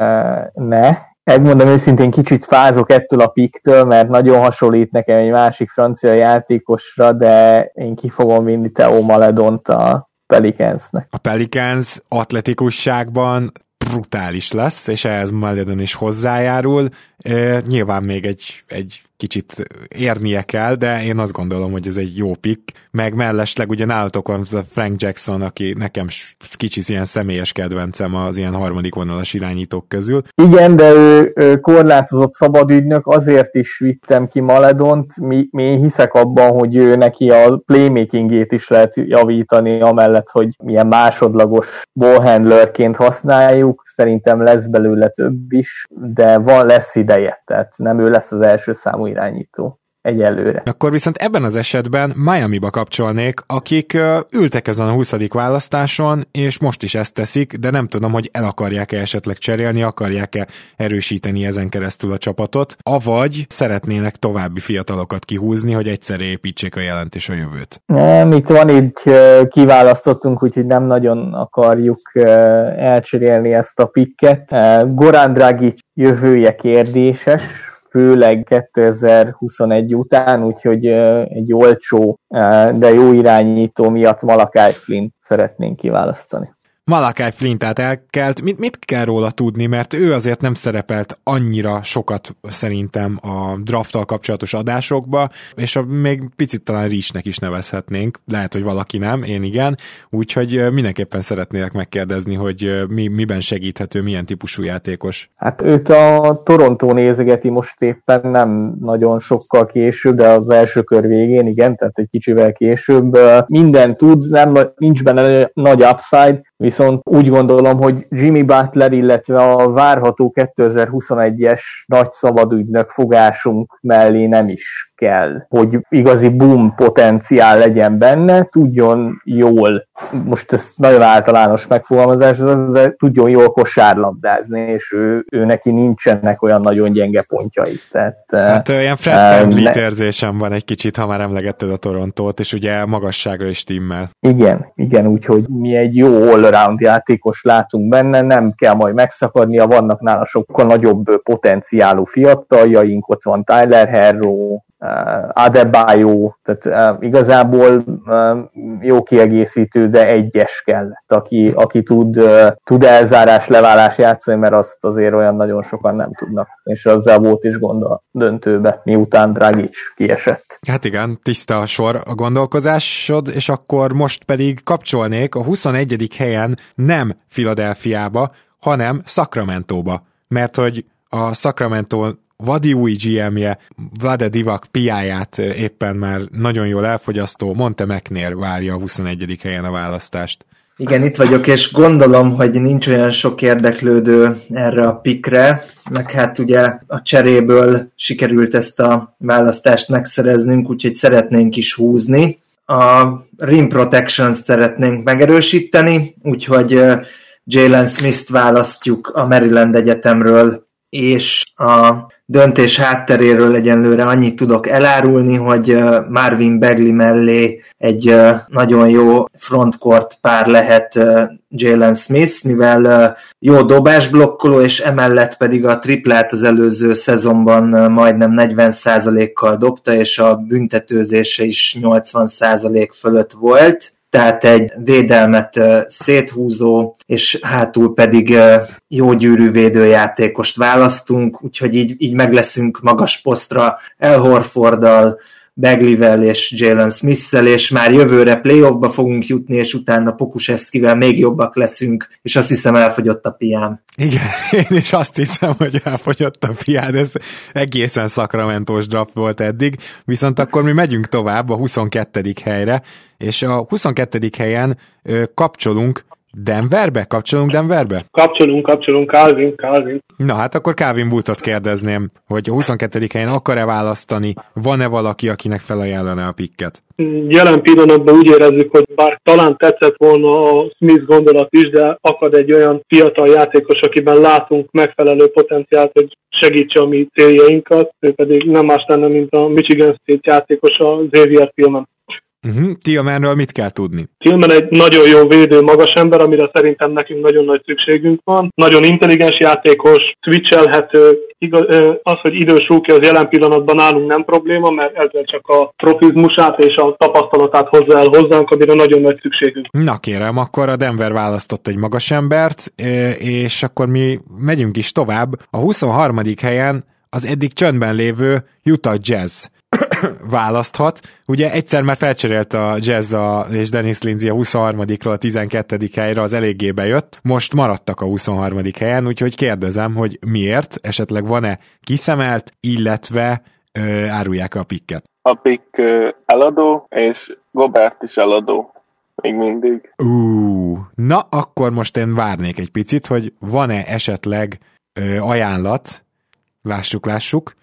Megmondom őszintén, kicsit fázok ettől a picktől, mert nagyon hasonlít nekem egy másik francia játékosra, de én ki fogom vinni Theo Maledont a Pelicansnek. A Pelicans atletikusságban brutális lesz, és ehhez Maledon is hozzájárul. Nyilván még egy kicsit érnie kell, de én azt gondolom, hogy ez egy jó pick, meg mellesleg ugye nálatok van az a Frank Jackson, aki nekem kicsit ilyen személyes kedvencem az ilyen harmadik vonalas irányítók közül. Igen, de ő korlátozott szabadügynök, azért is vittem ki Maledont, mi hiszek abban, hogy ő neki a playmakingét is lehet javítani, amellett, hogy milyen másodlagos ballhandlerként használjuk, szerintem lesz belőle több is, de lesz ideje, tehát nem ő lesz az első számú irányító egyelőre. Akkor viszont ebben az esetben Miami-ba kapcsolnék, akik ültek ezen a 20. választáson, és most is ezt teszik, de nem tudom, hogy el akarják-e esetleg cserélni, akarják-e erősíteni ezen keresztül a csapatot, avagy szeretnének további fiatalokat kihúzni, hogy egyszerre építsék a jelent és a jövőt. Nem, itt van így kiválasztottunk, úgyhogy nem nagyon akarjuk elcserélni ezt a picket. Goran Dragic jövője kérdéses, főleg 2021 után, úgyhogy egy olcsó, de jó irányító miatt Malachi Flint szeretnénk kiválasztani. Malachi Flint-át elkelt. Mit kell róla tudni, mert ő azért nem szerepelt annyira sokat szerintem a drafttal kapcsolatos adásokba, és még picit talán Reachnek is nevezhetnénk, lehet, hogy valaki nem, én igen, úgyhogy mindenképpen szeretnélek megkérdezni, hogy miben segíthető, milyen típusú játékos. Hát őt a Toronto nézegeti most éppen nem nagyon sokkal később, de az első kör végén, igen, tehát egy kicsivel később. Minden tud, nincs benne nagy upside, viszont úgy gondolom, hogy Jimmy Butler, illetve a várható 2021-es nagy szabadügynök fogásunk mellé nem is kell, hogy igazi boom potenciál legyen benne, tudjon jól, most ez nagyon általános megfogalmazás, de tudjon jól kosárlabdázni, és ő neki nincsenek olyan nagyon gyenge pontjai. Tehát, hát olyan Fred VanVleet érzésem van egy kicsit, ha már emlegetted a Torontót, és ugye magasságra is timmel. Igen, úgyhogy mi egy jó all-around játékos látunk benne, nem kell majd megszakadnia, vannak nála sokkal nagyobb potenciálú fiataljaink, ott van Tyler Herro, Adebayo, tehát igazából jó kiegészítő, de egyes kellett, aki tud elzárás, leválás játszani, mert azt azért olyan nagyon sokan nem tudnak, és azzal volt is gond a döntőbe, miután Dragic kiesett. Hát igen, tiszta a sor a gondolkozásod, és akkor most pedig kapcsolnék a 21. helyen nem Philadelphiába, hanem Sacramentóba, mert hogy a Sacramento vadi új GM-je, Vlade Divac piáját éppen már nagyon jól elfogyasztó Monte McNair várja a 21. helyen a választást. Igen, itt vagyok, és gondolom, hogy nincs olyan sok érdeklődő erre a pickre, meg hát ugye a cseréből sikerült ezt a választást megszereznünk, úgyhogy szeretnénk is húzni. A rim protection-t szeretnénk megerősíteni, úgyhogy Jalen Smith-t választjuk a Maryland Egyetemről, és a döntés hátteréről egyenlőre annyit tudok elárulni, hogy Marvin Bagley mellé egy nagyon jó frontcourt pár lehet Jalen Smith, mivel jó dobásblokkoló, és emellett pedig a triplát az előző szezonban majdnem 40%-kal dobta, és a büntetőzése is 80% fölött volt. Tehát egy védelmet széthúzó, és hátul pedig jó gyűrű védőjátékost választunk, úgyhogy így meg leszünk magas posztra Al Horforddal, Bagleyvel és Jalen Smith-szel, és már jövőre playoffba fogunk jutni, és utána Pokusevskivel még jobbak leszünk, és azt hiszem elfogyott a piám. Igen, én is azt hiszem, hogy elfogyott a piád, ez egészen Sacramento-s draft volt eddig, viszont akkor mi megyünk tovább a 22. helyre, és a 22. helyen kapcsolunk Denverbe? Kapcsolunk, Calvin. Na hát akkor Calvin Bootot kérdezném, hogy a 22. helyen akar-e választani, van-e valaki, akinek felajánlaná a picket? Jelen pillanatban úgy érezzük, hogy bár talán tetszett volna a Smith gondolat is, de akad egy olyan fiatal játékos, akiben látunk megfelelő potenciált, hogy segítse a mi céljainkat, ő pedig nem más lenne, mint a Michigan State játékos, a Xavier Tillman. Tillmanről mit kell tudni? Tillman egy nagyon jó védő, magas ember, amire szerintem nekünk nagyon nagy szükségünk van. Nagyon intelligens játékos, switchelhető. Az, hogy idős rookie, az jelen pillanatban nálunk nem probléma, mert ezzel csak a profizmusát és a tapasztalatát hozza el hozzánk, amire nagyon nagy szükségünk. Na kérem, akkor a Denver választott egy magas embert, és akkor mi megyünk is tovább. A 23. helyen az eddig csöndben lévő Utah Jazz választhat. Ugye egyszer már felcserélt a Jazz és Dennis Lindsay a 23-ról a 12. helyre, az eléggé bejött. Most maradtak a 23. helyen, úgyhogy kérdezem, hogy miért, esetleg van-e kiszemelt, illetve árulják a picket? A pick eladó, és Gobert is eladó. Még mindig. Na, akkor most én várnék egy picit, hogy van-e esetleg ajánlat. Lássuk.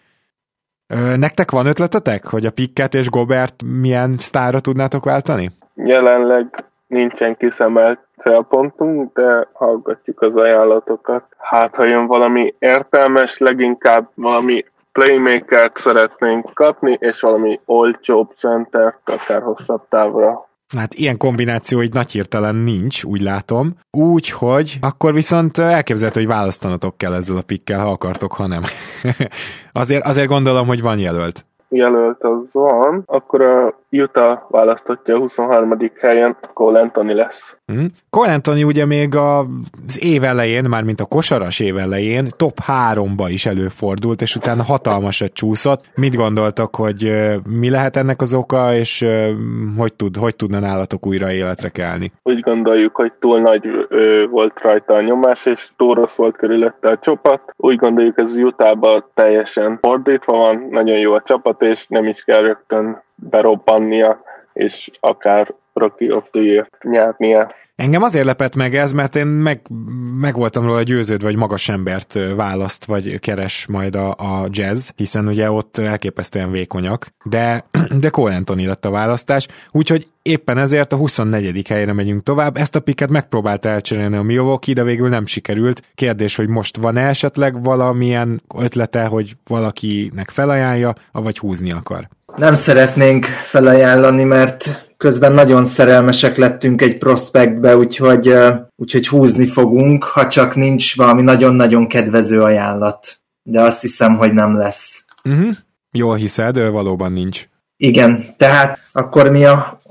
Nektek van ötletetek, hogy a Pickett és Gobert milyen sztárra tudnátok váltani? Jelenleg nincsen kiszemelt célpontunk, de hallgatjuk az ajánlatokat. Hát, ha jön valami értelmes, leginkább valami playmakert szeretnénk kapni, és valami olcsóbb centert, akár hosszabb távra. Hát ilyen kombináció így nagy hirtelen nincs, úgy látom. Úgyhogy akkor viszont elképzelhető, hogy választanatok kell ezzel a pickkel, ha akartok, ha nem. azért gondolom, hogy van jelölt. Jelölt az van. Akkor a Utah választottja a 23. helyen, Cole Anthony lesz. Cole Anthony ugye még az év elején, mármint a kosaras év elején top 3-ba is előfordult, és utána hatalmasat csúszott. Mit gondoltak, hogy mi lehet ennek az oka, és hogy tudna nálatok újra életre kelni? Úgy gondoljuk, hogy túl nagy volt rajta a nyomás, és túl rossz volt körülötte a csapat. Úgy gondoljuk, ez Utahban teljesen fordítva van, nagyon jó a csapat, és nem is kell rögtön berobbannia, és akár Rookie of the Year-t nyernie. Engem azért lepett meg ez, mert én meg voltam róla győződve, hogy magas embert választ, vagy keres majd a Jazz, hiszen ugye ott elképesztően vékonyak, de Cole Anthony lett a választás, úgyhogy éppen ezért a 24. helyre megyünk tovább. Ezt a picket megpróbálta elcserélni a Milwaukee, de végül nem sikerült. Kérdés, hogy most van-e esetleg valamilyen ötlete, hogy valakinek felajánlja, vagy húzni akar? Nem szeretnénk felajánlani, mert közben nagyon szerelmesek lettünk egy prospektbe, úgyhogy húzni fogunk, ha csak nincs valami nagyon-nagyon kedvező ajánlat. De azt hiszem, hogy nem lesz. Jól hiszed, valóban nincs. Igen, tehát akkor mi a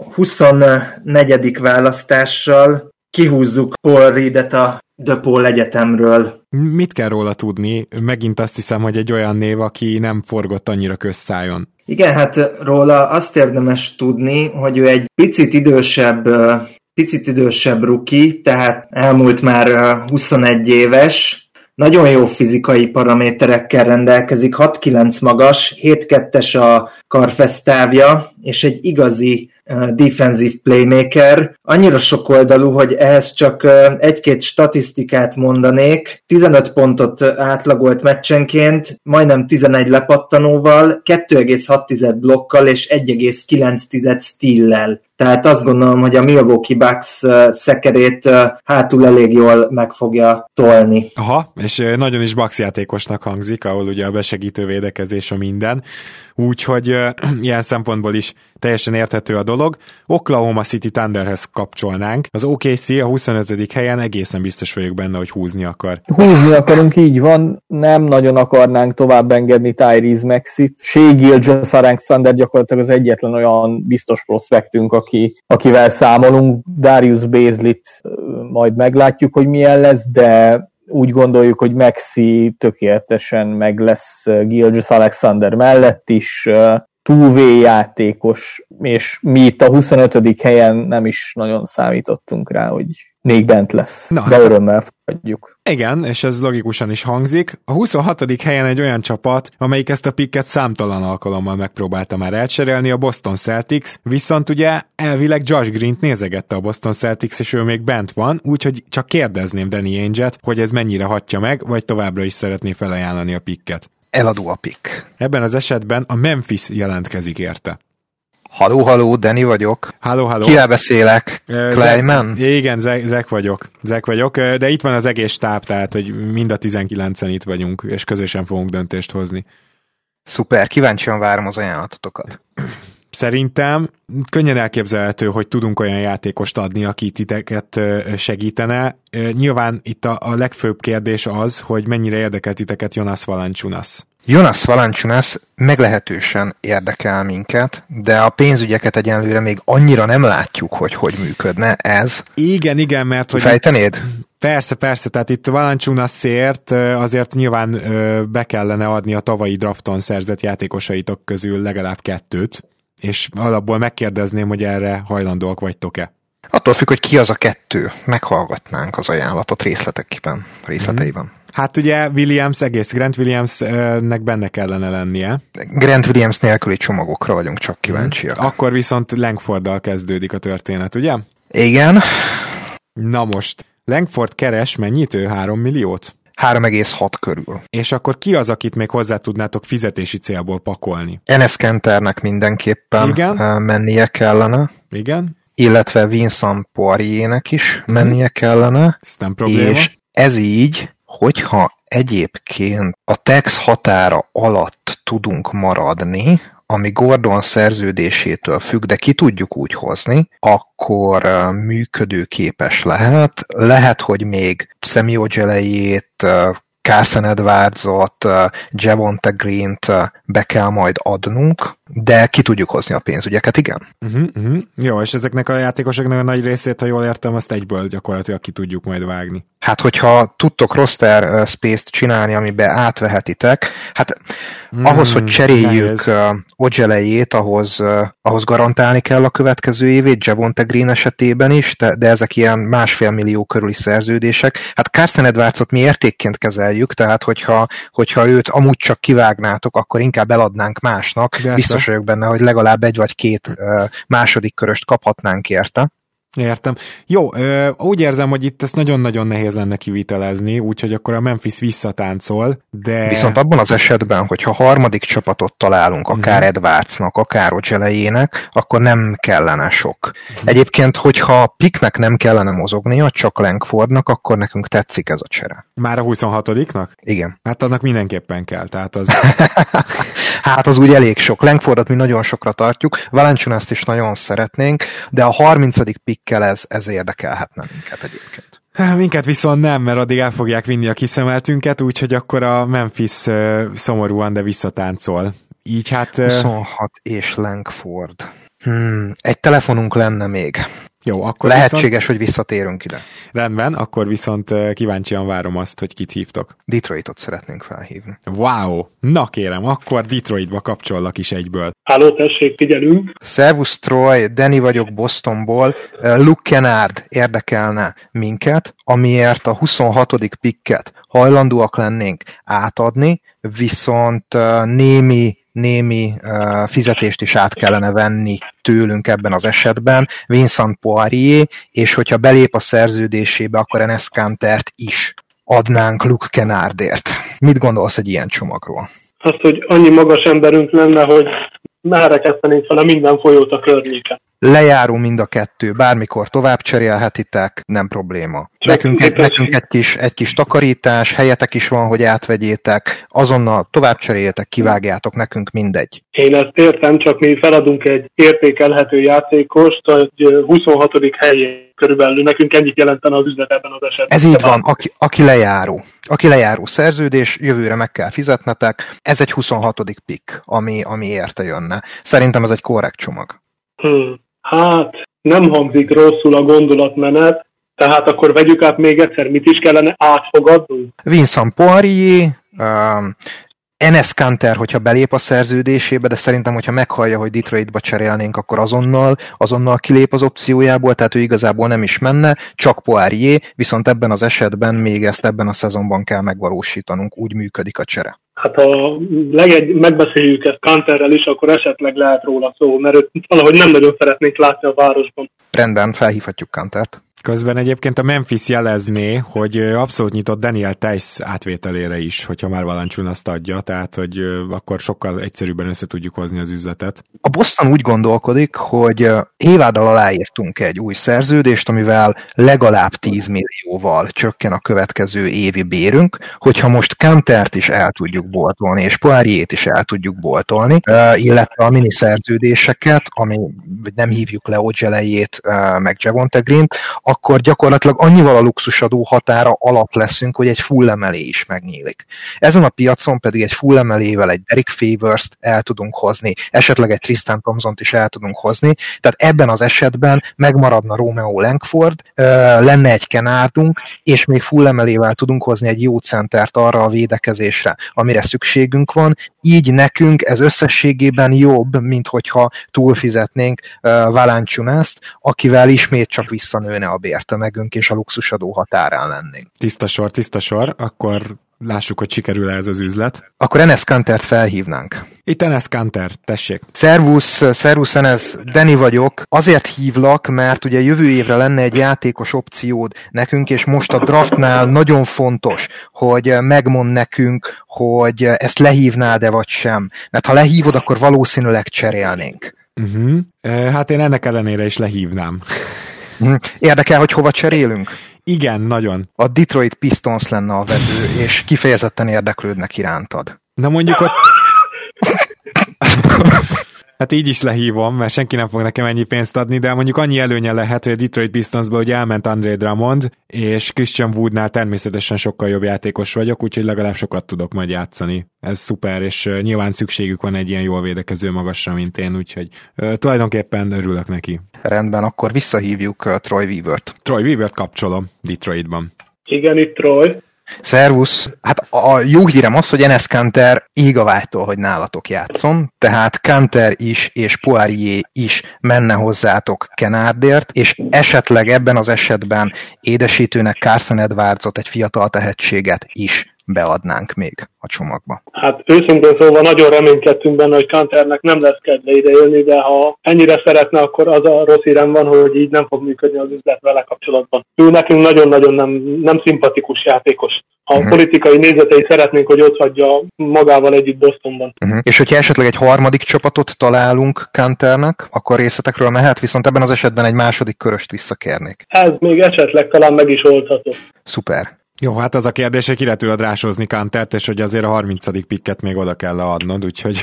24. választással kihúzzuk Paul Reedet a DePaul Egyetemről. Mit kell róla tudni? Megint azt hiszem, hogy egy olyan név, aki nem forgott annyira közszájon. Igen, hát róla azt érdemes tudni, hogy ő egy picit idősebb rookie, tehát elmúlt már 21 éves, nagyon jó fizikai paraméterekkel rendelkezik, 6'9" magas, 7'2" a karfesztávja, és egy igazi defensive playmaker. Annyira sokoldalú, hogy ehhez csak egy-két statisztikát mondanék. 15 pontot átlagolt meccsenként, majdnem 11 lepattanóval, 2,6 blokkal és 1,9 steallel. Tehát azt gondolom, hogy a Milwaukee Bucks szekerét hátul elég jól meg fogja tolni. Aha, és nagyon is Bucks játékosnak hangzik, ahol ugye a besegítő védekezés a minden. Úgyhogy ilyen szempontból is teljesen érthető a dolog. Oklahoma City Thunderhez kapcsolnánk. Az OKC a 25. helyen, egészen biztos vagyok benne, hogy húzni akar. Húzni akarunk, így van. Nem nagyon akarnánk tovább engedni Tyrese Maxit. Shai Gilgeous-Alexander gyakorlatilag az egyetlen olyan biztos prospektünk, akivel számolunk. Darius Bazley-t majd meglátjuk, hogy milyen lesz, de úgy gondoljuk, hogy Maxi tökéletesen meg lesz Gilgeous-Alexander mellett is, two-way játékos, és mi itt a 25. helyen nem is nagyon számítottunk rá, hogy még bent lesz. De örömmel fogadjuk. Igen, és ez logikusan is hangzik. A 26. helyen egy olyan csapat, amelyik ezt a picket számtalan alkalommal megpróbálta már elcserélni, a Boston Celtics, viszont ugye elvileg Josh Greent nézegette a Boston Celtics, és ő még bent van, úgyhogy csak kérdezném Danny Ainge-et, hogy ez mennyire hatja meg, vagy továbbra is szeretné felajánlani a picket. Eladó a pick. Ebben az esetben a Memphis jelentkezik érte. Halló, Danny vagyok. Halló. Kivel beszélek? Kleiman? Igen, Zach vagyok, de itt van az egész stáb, tehát, hogy mind a 19-en itt vagyunk, és közösen fogunk döntést hozni. Szuper, kíváncsian várom az ajánlatotokat. Szerintem könnyen elképzelhető, hogy tudunk olyan játékost adni, aki titeket segítene. Nyilván itt a legfőbb kérdés az, hogy mennyire érdekel titeket Jonas Valanciunas. Jonas Valanciunas meglehetősen érdekel minket, de a pénzügyeket egyenlőre még annyira nem látjuk, hogy működne ez. Igen, mert hogy... Fejtenéd? Persze, tehát itt Valanciunasért azért nyilván be kellene adni a tavalyi drafton szerzett játékosaitok közül legalább 2, és alapból megkérdezném, hogy erre hajlandóak vagytok-e. Attól függ, hogy ki az a 2, meghallgatnánk az ajánlatot részleteiben. Hát ugye Grant Williamsnek benne kellene lennie. Grant Williams nélküli csomagokra vagyunk csak kíváncsiak. Akkor viszont Langforddal kezdődik a történet, ugye? Igen. Na most, Langford keres mennyit ő? 3 milliót? 3,6 körül. És akkor ki az, akit még hozzá tudnátok fizetési célból pakolni? Enes Kanternek mindenképpen mennie kellene. Igen. Illetve Vincent Poiriernek is mennie kellene. Ez nem probléma. És ez így, hogyha egyébként a tax határa alatt tudunk maradni, ami Gordon szerződésétől függ, de ki tudjuk úgy hozni, akkor működőképes lehet. Lehet, hogy még Semi Ojelejét, Carson Edwardsot, Javonte Greent be kell majd adnunk, de ki tudjuk hozni a pénzügyeket, igen. Jó, és ezeknek a játékosoknak a nagy részét, ha jól értem, azt egyből gyakorlatilag ki tudjuk majd vágni. Hát, hogyha tudtok roster space-t csinálni, amiben átvehetitek, hát ahhoz, hogy cseréljük Ojelejét, ahhoz garantálni kell a következő évét, Javonte Green esetében is, de ezek ilyen 1,5 millió körüli szerződések. Hát Carson Edwardsot mi értékként kezeljük, tehát hogyha őt amúgy csak kivágnátok, akkor inkább eladnánk másnak. Persze. Biztos vagyok benne, hogy legalább 1 vagy 2 második köröst kaphatnánk érte. Értem. Jó, úgy érzem, hogy itt ezt nagyon-nagyon nehéz lenne kivitelezni, úgyhogy akkor a Memphis visszatáncol, de... Viszont abban az esetben, hogyha harmadik csapatot találunk, akár Edwardsnak, akár Ojelejének, akkor nem kellene sok. Egyébként, hogyha Picknek nem kellene mozognia, csak Langfordnak, akkor nekünk tetszik ez a csere. Már a 26-nak? Igen. Hát annak mindenképpen kell, tehát az... Hát az úgy elég sok. Langfordot mi nagyon sokra tartjuk, Valanciunast is nagyon szeretnénk, de a 30. pickkel ez érdekelhetne minket egyébként. Minket viszont nem, mert addig el fogják vinni a kiszemeltünket, úgyhogy akkor a Memphis szomorúan, de visszatáncol. Így hát... 26 és Langford. Egy telefonunk lenne még. Jó, akkor lehetséges, viszont... hogy visszatérünk ide. Rendben, akkor viszont kíváncsian várom azt, hogy kit hívtok. Detroitot szeretnénk felhívni. Wow! Na kérem, akkor Detroitba kapcsollak is egyből. Háló, tessék, figyelünk! Szervusz Troy, Danny vagyok Bostonból. Luke Kennard érdekelne minket, amiért a 26. picket hajlandóak lennénk átadni, viszont némi fizetést is át kellene venni tőlünk ebben az esetben, Vincent Poirier, és hogyha belép a szerződésébe, akkor Enes Kantert is adnánk Luke Kennardért. Mit gondolsz egy ilyen csomagról? Azt, hogy annyi magas emberünk lenne, hogy merre kezdenénk fel a minden folyót a környéken. Lejáró mind a kettő, bármikor tovább cserélhetitek, nem probléma. Nekünk egy kis takarítás, helyetek is van, hogy átvegyétek, azonnal tovább cseréljetek, kivágjátok, nekünk mindegy. Én ezt értem, csak mi feladunk egy értékelhető játékost, hogy 26. helyén körülbelül nekünk ennyit jelentene az üzlet ebben az esetben. Ez így van, aki lejáró. Aki lejáró szerződés, jövőre meg kell fizetnetek, ez egy 26. pick, ami érte jönne. Szerintem ez egy korrekt csomag. Hát, nem hangzik rosszul a gondolatmenet, tehát akkor vegyük át még egyszer, mit is kellene átfogadnunk? Vincent Poirier, Enes Kanter, hogyha belép a szerződésébe, de szerintem, hogyha meghallja, hogy Detroitba cserélnénk, akkor azonnal kilép az opciójából, tehát ő igazából nem is menne, csak Poirier, viszont ebben az esetben még ezt ebben a szezonban kell megvalósítanunk, úgy működik a csere. Hát ha megbeszéljük ezt Kanterrel is, akkor esetleg lehet róla szó, mert őt valahogy nem nagyon szeretnénk látni a városban. Rendben, felhívhatjuk Kantert. Közben egyébként a Memphis jelezné, hogy abszolút nyitott Daniel Theis átvételére is, hogyha már Valanciunast adja, tehát hogy akkor sokkal egyszerűbben össze tudjuk hozni az üzletet. A Boston úgy gondolkodik, hogy éváddal aláírtunk egy új szerződést, amivel legalább 10 millióval csökken a következő évi bérünk, hogyha most Kantert is el tudjuk boltolni, és Poirier-t is el tudjuk boltolni, illetve a mini szerződéseket, ami nem hívjuk le Ojelejét, meg Javonte Greent, akkor gyakorlatilag annyival a luxusadó határa alatt leszünk, hogy egy full emelé is megnyílik. Ezen a piacon pedig egy full emelével egy Derek Favors-t el tudunk hozni, esetleg egy Tristan Thompsont is el tudunk hozni, tehát ebben az esetben megmaradna Romeo Langford, lenne egy Kennardunk, és még full emelével tudunk hozni egy jó centert arra a védekezésre, amire szükségünk van, így nekünk ez összességében jobb, mint hogyha túlfizetnénk Valanciunast, akivel ismét csak visszanőne a bértömegünk, és a luxusadó határán lennénk. Tiszta sor, akkor lássuk, hogy sikerül ez az üzlet. Akkor Enes Kantert felhívnánk. Itt Enes Kanter, tessék. Szervusz Enes, Danny vagyok. Azért hívlak, mert ugye jövő évre lenne egy játékos opciód nekünk, és most a draftnál nagyon fontos, hogy megmond nekünk, hogy ezt lehívnád-e vagy sem. Mert ha lehívod, akkor valószínűleg cserélnénk. Hát én ennek ellenére is lehívnám. Érdekel, hogy hova cserélünk? Igen, nagyon. A Detroit Pistons lenne a vedő, és kifejezetten érdeklődnek irántad. Na mondjuk ott... Hát így is lehívom, mert senki nem fog nekem ennyi pénzt adni, de mondjuk annyi előnye lehet, hogy a Detroit Pistonsba ugye elment Andre Drummond, és Christian Woodnál természetesen sokkal jobb játékos vagyok, úgyhogy legalább sokat tudok majd játszani. Ez szuper, és nyilván szükségük van egy ilyen jól védekező magasra, mint én, úgyhogy tulajdonképpen örülök neki. Rendben, akkor visszahívjuk Troy Weavert. Troy Weavert kapcsolom Detroitban. Igen, itt Troy. Szervusz! Hát a jó hírem az, hogy Enes Kanter ég a vágytól, hogy nálatok játszon, tehát Kanter is és Poirier is menne hozzátok Kennardért, és esetleg ebben az esetben édesítőnek Carson Edwardsot, egy fiatal tehetséget is beadnánk még a csomagba. Hát őszintén szóval nagyon reménykedtünk benne, hogy Kanternek nem lesz kedve idejönni, de ha ennyire szeretne, akkor az a rossz hírem van, hogy így nem fog működni az üzlet vele kapcsolatban. Ő nekünk nagyon-nagyon nem szimpatikus játékos. A politikai nézetei szeretnénk, hogy ott hagyja magával együtt Bostonban. És hogyha esetleg egy harmadik csapatot találunk Kanternek, akkor részletekről mehet, viszont ebben az esetben egy második köröst visszakérnék. Ez még esetleg talán meg is oldható. Szuper. Jó, hát az a kérdés, hogy kire tudod rásozni Kantert, és hogy azért a 30. pikket még oda kell adnod, úgyhogy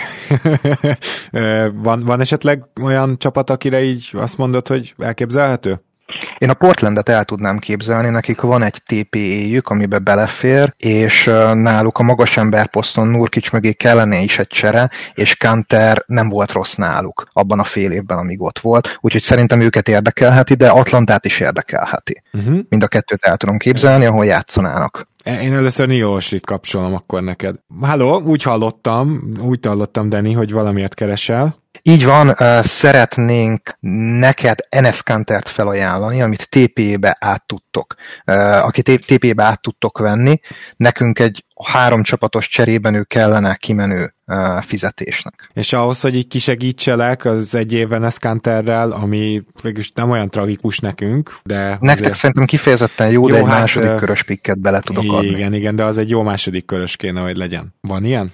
van esetleg olyan csapat, akire így azt mondod, hogy elképzelhető? Én a Portlandet el tudnám képzelni, nekik van egy TPE-jük, amiben belefér, és náluk a magas emberposzton Nurkic mögé kellene is egy csere, és Kanter nem volt rossz náluk abban a fél évben, amíg ott volt, úgyhogy szerintem őket érdekelheti, de Atlantát is érdekelheti. Mind a kettőt el tudom képzelni, ahol játszanának. Én először Neil Oshrit kapcsolom akkor neked. Halló, úgy hallottam, Dani, hogy valamiért keresel. Így van, szeretnénk neked Enes Kantert felajánlani, amit TPE-be át tudtok. Akit TPE-be át tudtok venni, nekünk egy 3 csapatos cserében ő kellene kimenő fizetésnek. És ahhoz, hogy így kisegítselek az egy év Enes Kanterrel, ami végülis nem olyan tragikus nekünk, de... Nektek azért... szerintem kifejezetten jó, de egy második körös pikket bele tudok adni. Igen, de az egy jó második körös kéne, hogy legyen. Van ilyen?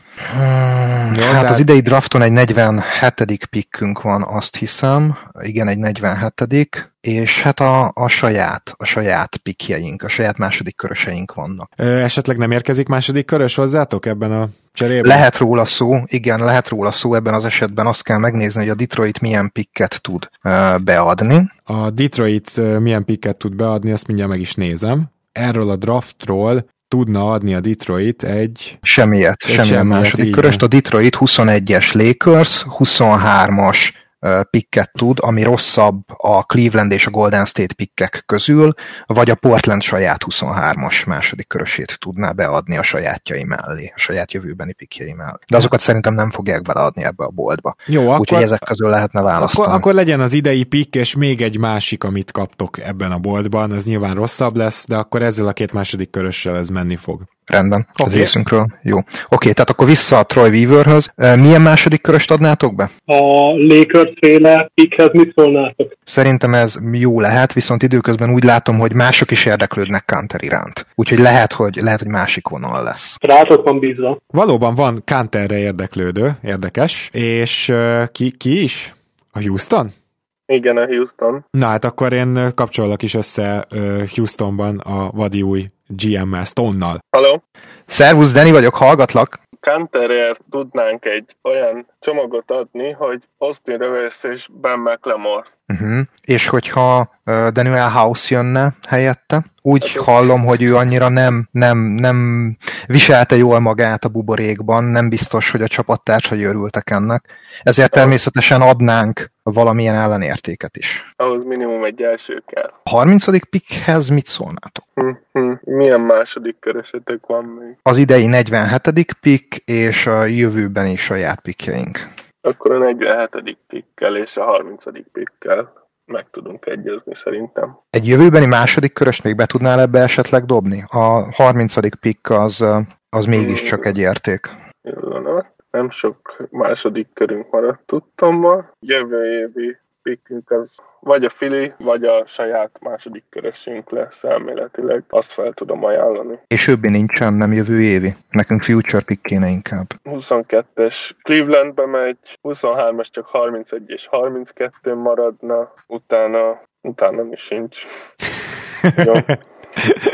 Jó, hát az idei drafton egy 47. pikkünk van, azt hiszem. Igen, egy 47. És hát a saját pikkjeink, a saját második köröseink vannak. Esetleg nem érkezik második körös hozzátok ebben a cserében? Lehet róla szó, ebben az esetben azt kell megnézni, hogy a Detroit milyen pikket tud beadni. A Detroit milyen pikket tud beadni, azt mindjárt meg is nézem. Erről a draftról tudna adni a Detroit egy... Semmilyen második köröst. A Detroit 21-es Lakers, 23-as pikket tud, ami rosszabb a Cleveland és a Golden State pikkek közül, vagy a Portland saját 23-as második körösét tudná beadni a sajátjai mellé, a saját jövőbeni pikkjei mellé. De azokat szerintem nem fogják beleadni ebbe a boltba. Jó, úgyhogy ezek közül lehetne választani. Akkor legyen az idei pikk, és még egy másik, amit kaptok ebben a boltban, ez nyilván rosszabb lesz, de akkor ezzel a 2 második körössel ez menni fog. Rendben, az részünkről. Jó. Oké, tehát akkor vissza a Troy Weaverhöz. Milyen második köröst adnátok be? A Lakers-féle pickhez mit szólnátok? Szerintem ez jó lehet, viszont időközben úgy látom, hogy mások is érdeklődnek Kanter iránt. Úgyhogy lehet, hogy másik vonal lesz. Rátok van bízva. Valóban van Kanterre érdeklődő, érdekes, és ki is? A Houston? Igen, a Houston. Na hát akkor én kapcsolok is össze Houstonban a vadi új GM-mel, Stone-nal. Halló? Szervusz, Danny vagyok, hallgatlak. Kanterért tudnánk egy olyan csomagot adni, hogy Austin Rivers és Ben McLemore. És hogyha Daniel House jönne helyette, úgy hallom, hogy ő annyira nem viselte jól magát a buborékban, nem biztos, hogy a csapattársai örültek ennek. Ezért természetesen adnánk valamilyen ellenértéket is. Ahhoz minimum egy első kell. A 30. pickhez mit szólnátok? Milyen második körösetek van még? Az idei 47. pick és a jövőbeni saját pickjeink. Akkor a 47. pickkel és a 30. pickkel meg tudunk egyezni szerintem. Egy jövőbeni második köröst még be tudnál ebbe esetleg dobni? A 30. pick az mégiscsak egy érték. Nem sok második körünk maradt tudtommal. Jövő évi pickünk az vagy a Philly, vagy a saját második körösünk lesz elméletileg. Azt fel tudom ajánlani. És többi nincsen, nem jövő évi. Nekünk future pick kéne inkább. 22-es Clevelandbe megy, 23-as csak 31 és 32 maradna, utána is sincs. Jó.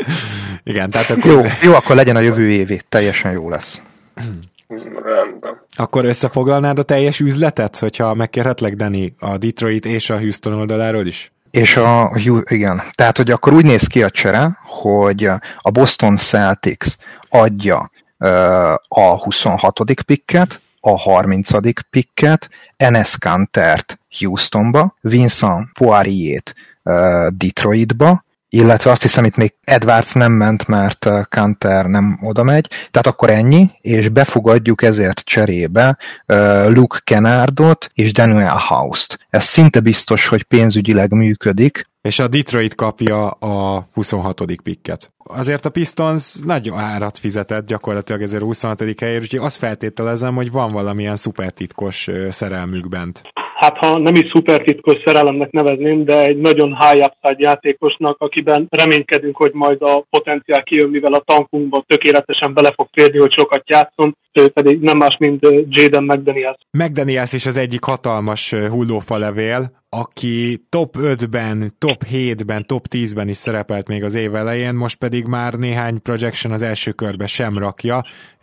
Igen, tehát akkor... Jó, akkor legyen a jövő évi, teljesen jó lesz. Rendben. Akkor összefoglalnád a teljes üzletet, hogyha megkérhetlek, Dani, a Detroit és a Houston oldaláról is? És igen, tehát hogy akkor úgy néz ki a csere, hogy a Boston Celtics adja a 26. picket, a 30. picket, Enes Kantert Houstonba, Vincent Poirier-t Detroitba, illetve azt hiszem, itt még Edwards nem ment, mert Kanter nem oda megy, tehát akkor ennyi, és befogadjuk ezért cserébe Luke Kennardot és Daniel House-t. Ez szinte biztos, hogy pénzügyileg működik. És a Detroit kapja a 26. picket. Azért a Pistons nagy árat fizetett gyakorlatilag ezért a 26. helyért, úgyhogy azt feltételezem, hogy van valamilyen szupertitkos szerelmük bent. Hát ha nem is szupertitkos szerelemnek nevezném, de egy nagyon high upside játékosnak, akiben reménykedünk, hogy majd a potenciál kijön, mivel a tankunkban tökéletesen bele fog férni, hogy sokat játszon, ő pedig nem más, mint Jaden McDaniels. McDaniels is az egyik hatalmas hullófalevél, aki top 5-ben, top 7-ben, top 10-ben is szerepelt még az év elején, most pedig már néhány projection az első körbe sem rakja.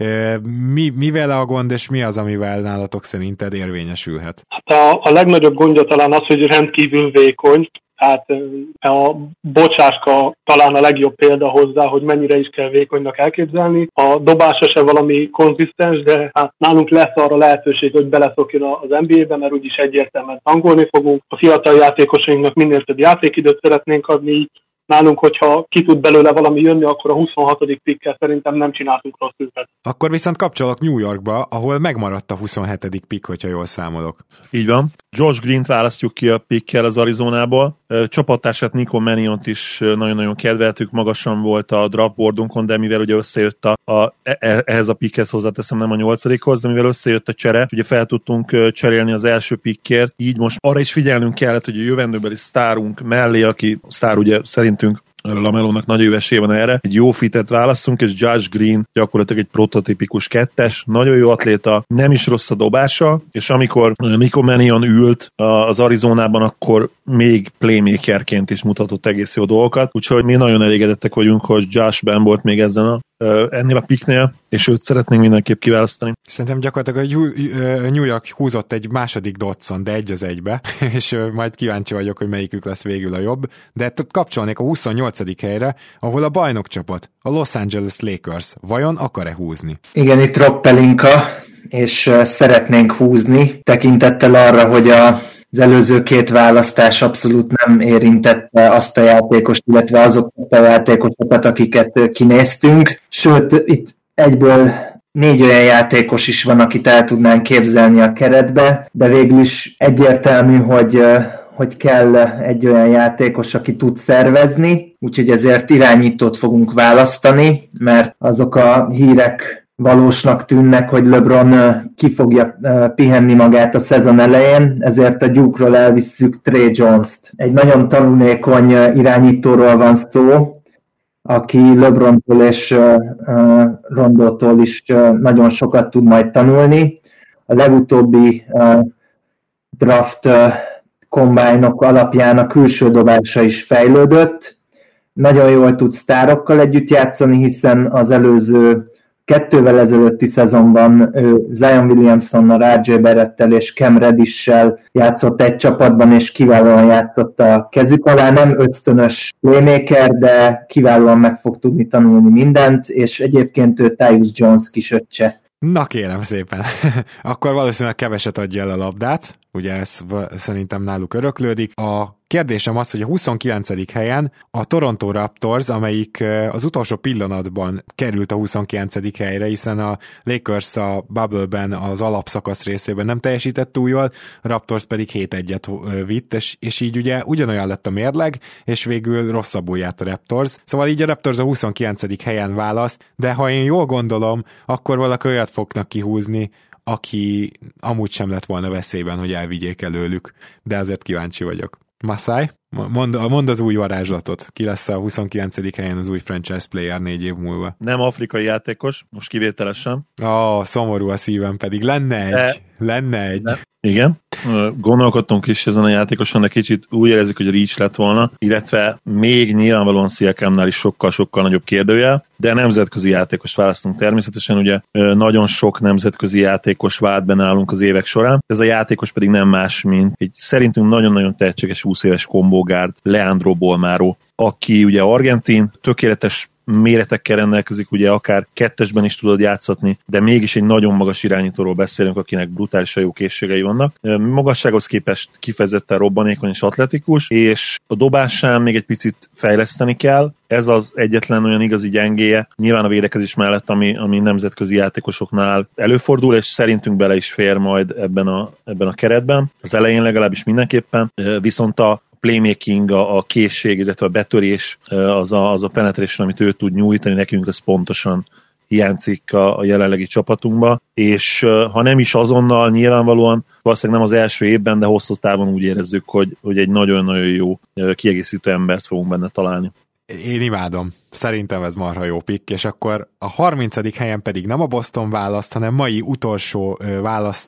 Mi vele a gond, és mi az, amivel nálatok szerinted érvényesülhet? Hát a legnagyobb gondja talán az, hogy rendkívül vékony, hát a Bocsáska talán a legjobb példa hozzá, hogy mennyire is kell vékonynak elképzelni. A dobása se valami konzisztens, de hát nálunk lesz arra lehetőség, hogy beleszokjon az NBA-be, mert úgyis egyértelműen tangolni fogunk. A fiatal játékosainknak minél több játékidőt szeretnénk adni, nálunk, hogyha ki tud belőle valami jönni, akkor a 26. pickkel szerintem nem csináltunk rossz üzlet. Akkor viszont kapcsolok New Yorkba, ahol megmaradt a 27. pick, hogyha jól számolok. Így van. Josh Greent választjuk ki a pickkel az Arizonából. Csapattársát Nico Manniont is nagyon-nagyon kedveltük, magasan volt a draftboardunkon, de mivel ugye összejött ehhez a pickhez hozzáteszem, nem a 8-hoz, de mivel összejött a csere, ugye fel tudtunk cserélni az első pickért, így most arra is figyelnünk kellett, hogy a jövendőbeli sztárunk mellé, aki sztár ugye szerintünk Lamelónak nagy esélye van erre, egy jó fitet választunk, és Josh Green gyakorlatilag egy prototipikus kettes, nagyon jó atléta, nem is rossz a dobása, és amikor Nico Mannion ült az Arizonában, akkor még playmakerként is mutatott egész jó dolgokat, úgyhogy mi nagyon elégedettek vagyunk, hogy Josh benn volt még ennél a picknél, és őt szeretnénk mindenképp kiválasztani. Szerintem gyakorlatilag a New York húzott egy második Dodson, de 1-1, és majd kíváncsi vagyok, hogy melyikük lesz végül a jobb, de kapcsolnék a 28. helyre, ahol a bajnokcsapat, a Los Angeles Lakers vajon akar-e húzni? Igen, itt Rob Pelinka, és szeretnénk húzni, tekintettel arra, hogy az előző két választás abszolút nem érintette azt a játékost, illetve azokat a játékosokat, akiket kinéztünk. Sőt, itt egyből 4 olyan játékos is van, akit el tudnánk képzelni a keretbe, de végül is egyértelmű, hogy kell egy olyan játékos, aki tud szervezni, úgyhogy ezért irányítót fogunk választani, mert azok a hírek valósnak tűnnek, hogy LeBron ki fogja pihenni magát a szezon elején, ezért a Duke-ról elvisszük Trey Jones-t. Egy nagyon tanulékony irányítóról van szó, aki LeBrontól és Rondótól is nagyon sokat tud majd tanulni. A legutóbbi draft kombájnok alapján a külső dobása is fejlődött. Nagyon jól tud sztárokkal együtt játszani, hiszen az előző 2-vel ezelőtti szezonban Zion Williamsonnal, RJ Barrettel és Cam Reddish-sel játszott egy csapatban, és kiválóan játszott a kezük alá. Nem ösztönös playmaker, de kiválóan meg fog tudni tanulni mindent, és egyébként ő Tyus Jones kisöccse. Na kérem szépen, akkor valószínűleg keveset adja el a labdát, ugye ez szerintem náluk öröklődik. A kérdésem az, hogy a 29. helyen a Toronto Raptors, amelyik az utolsó pillanatban került a 29. helyre, hiszen a Lakers a Bubble-ben az alapszakasz részében nem teljesített túl jól, a Raptors pedig 7-1-et vitt, és így ugye ugyanolyan lett a mérleg, és végül rosszabbul járt a Raptors. Szóval így a Raptors a 29. helyen választ, de ha én jól gondolom, akkor valaki olyat fognak kihúzni, aki amúgy sem lett volna veszélyben, hogy elvigyék előlük, de azért kíváncsi vagyok. Masai, Mondd az új varázslatot. Ki lesz a 29. helyen az új franchise player 4 év múlva? Nem afrikai játékos, most kivételesen. Szomorú a szívem, pedig lenne egy. De. Igen. Gondolkodtunk is ezen a játékoson, de kicsit úgy érezzük, hogy a Reach lett volna, illetve még nyilvánvalóan Siakamnál is sokkal nagyobb kérdőjel, de nemzetközi játékos választunk természetesen, ugye nagyon sok nemzetközi játékos vált be nálunk az évek során, ez a játékos pedig nem más, mint egy szerintünk nagyon-nagyon tehetséges 20 éves kombógárd, Leandro Bolmaro, aki ugye argentin, tökéletes méretekkel rendelkezik, ugye akár kettesben is tudod játszatni, de mégis egy nagyon magas irányítóról beszélünk, akinek brutálisan jó készségei vannak. Magassághoz képest kifejezetten robbanékony és atletikus, és a dobásán még egy picit fejleszteni kell. Ez az egyetlen olyan igazi gyengéje, nyilván a védekezés mellett, ami nemzetközi játékosoknál előfordul, és szerintünk bele is fér majd ebben a keretben. Az elején legalábbis mindenképpen, viszont a playmaking, a készség, illetve a betörés, az a penetration, amit ő tud nyújtani, nekünk ez pontosan hiányzik a jelenlegi csapatunkba, és ha nem is azonnal, nyilvánvalóan valószínűleg nem az első évben, de hosszú távon úgy érezzük, hogy egy nagyon-nagyon jó kiegészítő embert fogunk benne találni. Én imádom. Szerintem ez marha jó pikk, és akkor a 30. helyen pedig nem a Boston választ, hanem mai utolsó választ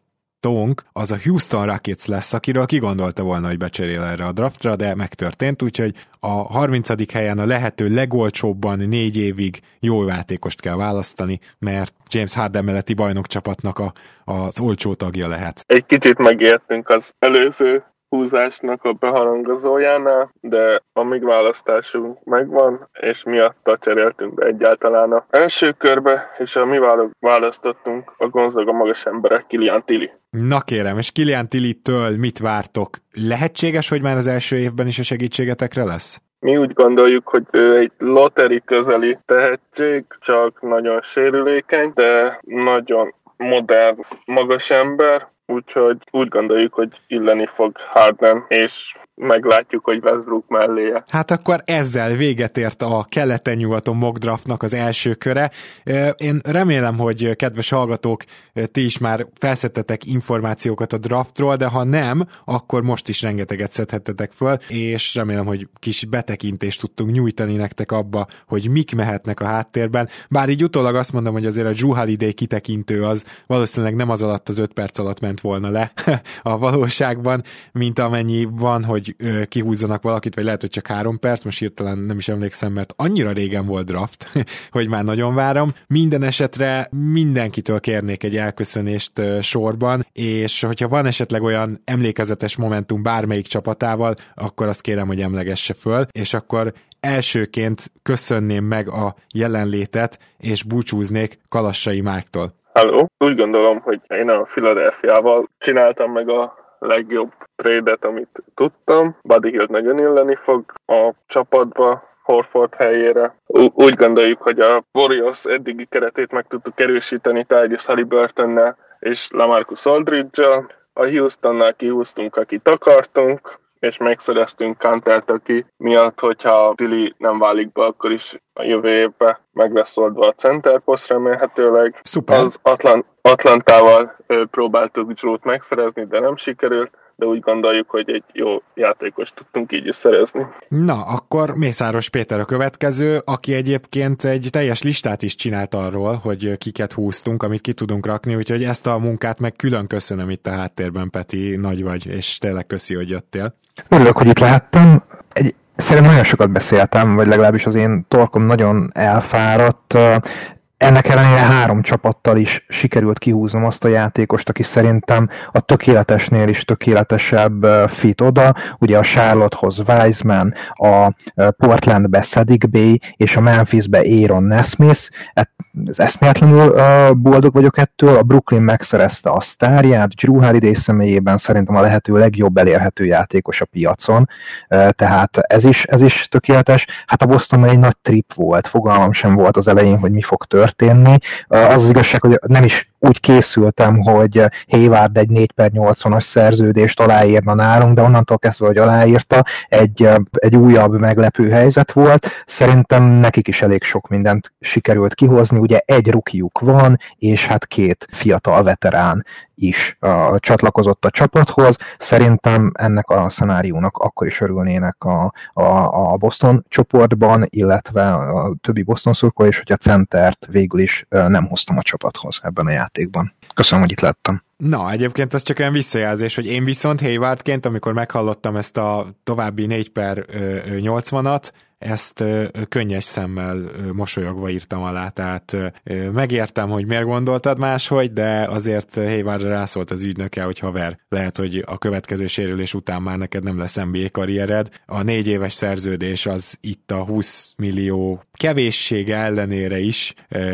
az a Houston Rockets lesz, akiről ki gondolta volna, hogy becserél erre a draftra, de megtörtént, úgyhogy a 30. helyen a lehető legolcsóbban 4 évig jó játékost kell választani, mert James Harden melletti bajnokcsapatnak az olcsó tagja lehet. Egy kicsit megértünk az előző húzásnak a beharangozójánál, de a mi választásunk megvan, és miatta cseréltünk be egyáltalán az első körbe, és a mi választottunk a Gonzaga magas emberek, Killian Tilly. Na kérem, és Killian Tillytől mit vártok? Lehetséges, hogy már az első évben is a segítségetekre lesz? Mi úgy gondoljuk, hogy ő egy lottery közeli tehetség, csak nagyon sérülékeny, de nagyon modern magas ember, úgyhogy úgy gondoljuk, hogy illeni fog Harden, és meglátjuk, hogy Westbrook melléje. Hát akkor ezzel véget ért a keleten-nyugaton mock draftnak az első köre. Én remélem, hogy kedves hallgatók, ti is már felszedtetek információkat a draftról, de ha nem, akkor most is rengeteget szedhettetek föl, és remélem, hogy kis betekintést tudtunk nyújtani nektek abba, hogy mik mehetnek a háttérben. Bár így utólag azt mondom, hogy azért a Jrue Holiday kitekintő az valószínűleg nem az alatt az 5 perc alatt ment volna le a valóságban, mint amennyi van, hogy kihúzzanak valakit, vagy lehet, hogy csak 3 perc, most hirtelen nem is emlékszem, mert annyira régen volt draft, hogy már nagyon várom. Minden esetre mindenkitől kérnék egy elköszönést sorban, és hogyha van esetleg olyan emlékezetes momentum bármelyik csapatával, akkor azt kérem, hogy emlegesse föl, és akkor elsőként köszönném meg a jelenlétet, és búcsúznék Kalassai Márktól. Halló, úgy gondolom, hogy én a Philadelphiával csináltam meg a legjobb trade-et, amit tudtam. Buddy Hield nagyon illeni fog a csapatba, Horford helyére. Úgy gondoljuk, hogy a Warriors eddigi keretét meg tudtuk erősíteni Tyrese Haliburtonnel és LaMarcus Aldridge-el. A Houstonnál kihúztunk, akit akartunk, és megszereztünk Kantert, aki miatt, hogyha Tilly nem válik be, akkor is a jövő évben meg lesz oldva a center poszt remélhetőleg. Szuper. Az Atlantával próbáltuk Jrue-t megszerezni, de nem sikerült, de úgy gondoljuk, hogy egy jó játékost tudtunk így is szerezni. Na, akkor Mészáros Péter a következő, aki egyébként egy teljes listát is csinált arról, hogy kiket húztunk, amit ki tudunk rakni, úgyhogy ezt a munkát meg külön köszönöm itt a háttérben, Peti, nagy vagy, és tényleg köszi, hogy jöttél. Örülök, hogy itt lehettem. Szerintem nagyon sokat beszéltem, vagy legalábbis az én torkom nagyon elfáradt. Ennek ellenére 3 csapattal is sikerült kihúznom azt a játékost, aki szerintem a tökéletesnél is tökéletesebb fit oda. Ugye a Charlottehoz Wiseman, a Portlandbe Saddiq Bey és a Memphisbe Aaron Nesmith. Ez eszméletlenül boldog vagyok ettől. A Brooklyn megszerezte a sztárját, Jrue Holiday személyében szerintem a lehető legjobb elérhető játékos a piacon. Tehát ez is tökéletes. Hát a Boston egy nagy trip volt, fogalmam sem volt az elején, hogy mi fog történni. Az igazság, hogy nem is úgy készültem, hogy Hayward egy 4/80-as szerződést aláírna nálunk, de onnantól kezdve, hogy aláírta, egy újabb meglepő helyzet volt. Szerintem nekik is elég sok mindent sikerült kihozni, ugye egy rukiuk van, és hát 2 fiatal veterán is csatlakozott a csapathoz. Szerintem ennek a szenáriónak akkor is örülnének a Boston csoportban, illetve a többi Boston szurkoló, és hogy a centert végül is nem hoztam a csapathoz ebben a játékban. Köszönöm, hogy itt lettem. Na, egyébként ez csak olyan visszajelzés, hogy én viszont Haywardként, amikor meghallottam ezt a további 4/80-at, ezt könnyes szemmel mosolyogva írtam alá, tehát megértem, hogy miért gondoltad máshogy, de azért Haywardra rászólt az ügynöke, hogy haver, lehet, hogy a következő sérülés után már neked nem lesz NBA karriered. A 4 éves szerződés az itt a 20 millió kevéssége ellenére is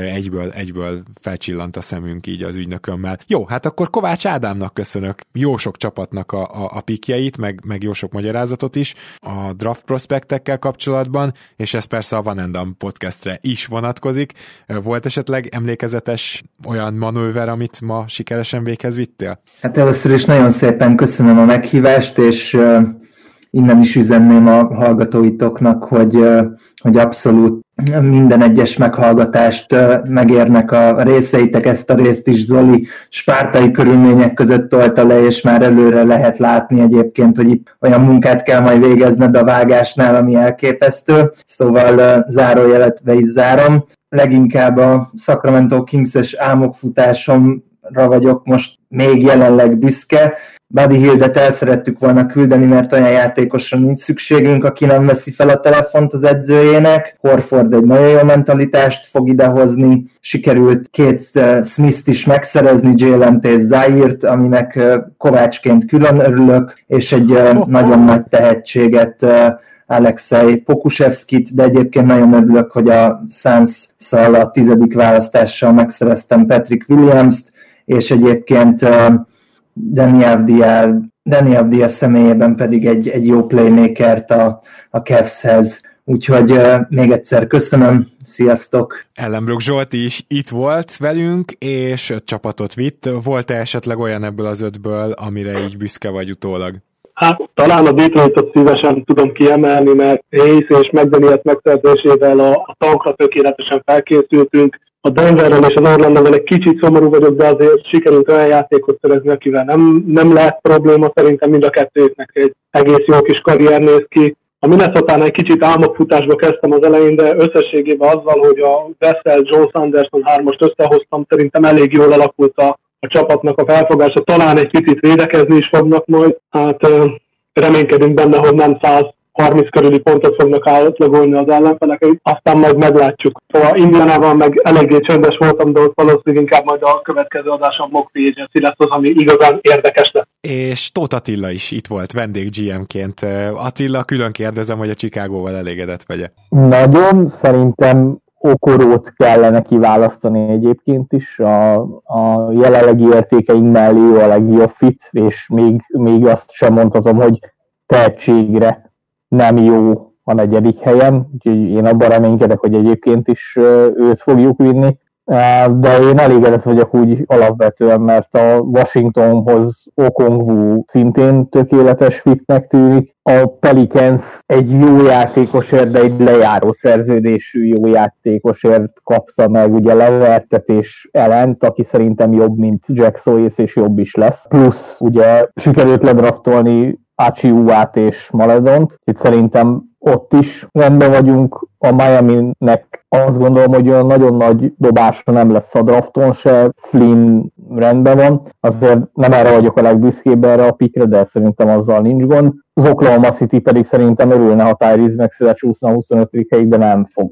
egyből felcsillant a szemünk így az ügynökömmel. Jó, hát akkor Kovács Ádámnak köszönök jó sok csapatnak a pikjeit, meg jó sok magyarázatot is a draft prospektekkel kapcsolatban, és ez persze a Van and Done podcastre is vonatkozik. Volt esetleg emlékezetes olyan manőver, amit ma sikeresen véghez vittél? Hát először is nagyon szépen köszönöm a meghívást, és innen is üzenném a hallgatóitoknak, hogy abszolút minden egyes meghallgatást megérnek a részeitek, ezt a részt is Zoli spártai körülmények között tolta le, és már előre lehet látni egyébként, hogy itt olyan munkát kell majd végezned a vágásnál, ami elképesztő. Szóval zárójelet be is zárom. Leginkább a Sacramento Kings-es álmokfutásomra vagyok most még jelenleg büszke. Buddy Hildet el szerettük volna küldeni, mert olyan játékosra nincs szükségünk, aki nem veszi fel a telefont az edzőjének. Horford egy nagyon jó mentalitást fog idehozni. Sikerült 2 Smith-t is megszerezni, Jalen-t és Zairt, aminek Kovácsként külön örülök, és egy nagyon nagy tehetséget, Alexei Pokusevskit, de egyébként nagyon örülök, hogy a Suns-szal a 10. választással megszereztem Patrick Williams-t, és egyébként Deni Avdija személyében pedig egy jó playmakert a Cavs-hez. Úgyhogy még egyszer köszönöm, sziasztok! Ellenbrook Zsolti is itt volt velünk, és csapatot vitt. Volt-e esetleg olyan ebből az 5-ből, amire így büszke vagy utólag? Hát talán a Detroitot szívesen tudom kiemelni, mert Hayes és McDaniels megszerzésével a tankra tökéletesen felkészültünk. A Denverrel és az Orlandóval egy kicsit szomorú vagyok, de azért sikerült olyan játékot szerezni, akivel nem lehet probléma. Szerintem mind a kettőknek egy egész jó kis karrier néz ki. A Minnesotánál egy kicsit álmokfutásba kezdtem az elején, de összességében azzal, hogy a Vessel, Jones Anderson 3-ost összehoztam, szerintem elég jól alakult a csapatnak a felfogása. Talán egy picit védekezni is fognak majd. Hát reménykedünk benne, hogy nem 130 körüli pontot fognak átlagolni az ellenfelek, aztán majd meglátjuk. Szóval Indiánában meg eléggé csöndes voltam, de ott valószínűleg inkább majd a következő adáson mock free agency lesz az, ami igazán érdekes lesz. És Tóth Attila is itt volt vendég GM-ként. Attila, külön kérdezem, hogy a Chicagóval elégedett vagy-e? Nagyon, szerintem Okorót kellene kiválasztani egyébként is, a jelenlegi értékeink mellé ő a legjobb fit, és még azt sem mondhatom, hogy tehetségre nem jó a 4. helyen, úgyhogy én abban reménykedek, hogy egyébként is őt fogjuk vinni, de én elégedett vagyok úgy alapvetően, mert a Washingtonhoz Okongwu szintén tökéletes fitnek tűnik. A Pelicans egy jó játékosért, de egy lejáró szerződésű jó játékosért kapta meg ugye levertetés ellent, aki szerintem jobb, mint Jack Solis, és jobb is lesz. Plusz ugye sikerült ledraftolni Achiuwát és Maledont, itt szerintem ott is rendben vagyunk. A Miami-nek azt gondolom, hogy olyan nagyon nagy dobásra nem lesz a drafton se, Flynn rendben van, azért nem erre vagyok a legbüszkébb erre a pikre, de szerintem azzal nincs gond. Az Oklahoma City pedig szerintem örülne, ha Tyrese Maxey csúszna a 25. helyig, de nem fog.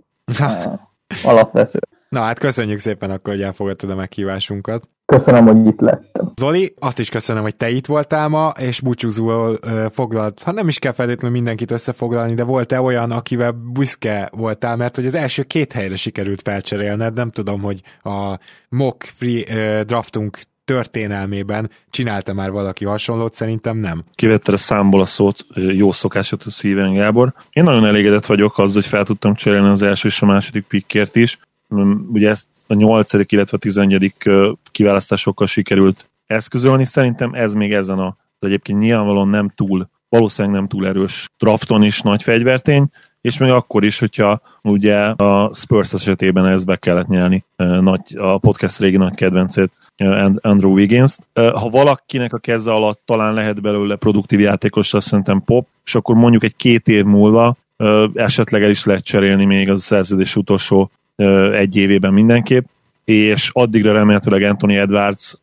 Alapvető. Na hát köszönjük szépen akkor, hogy elfogadtad a meghívásunkat. Köszönöm, hogy itt lettem. Zoli, azt is köszönöm, hogy te itt voltál ma, és búcsúzóul foglalt, nem is kell feltétlenül mindenkit összefoglalni, de volt-e olyan, akivel büszke voltál, mert hogy az első 2 helyre sikerült felcserélned, nem tudom, hogy a mock free draftunk történelmében csinálta már valaki hasonlót, szerintem nem. Kivetted a számból a szót, jó szokásot a szíven, Gábor. Én nagyon elégedett vagyok azzal, hogy fel tudtam cserélni az első és a második pickért is. ugye ezt a 8., illetve a 11. kiválasztásokkal sikerült eszközölni. Szerintem ez még ezen az egyébként nyilvánvalóan valószínűleg nem túl erős drafton is nagy fegyvertény, és még akkor is, hogyha ugye a Spurs esetében ezt be kellett nyelni, a podcast régi nagy kedvencét, Andrew Wiggins-t. Ha valakinek a keze alatt talán lehet belőle produktív játékos, azt szerintem Pop, és akkor mondjuk egy 2 év múlva esetleg el is lehet cserélni még az a szerződés utolsó 1 évében mindenképp, és addigra remélhetőleg Anthony Edwards,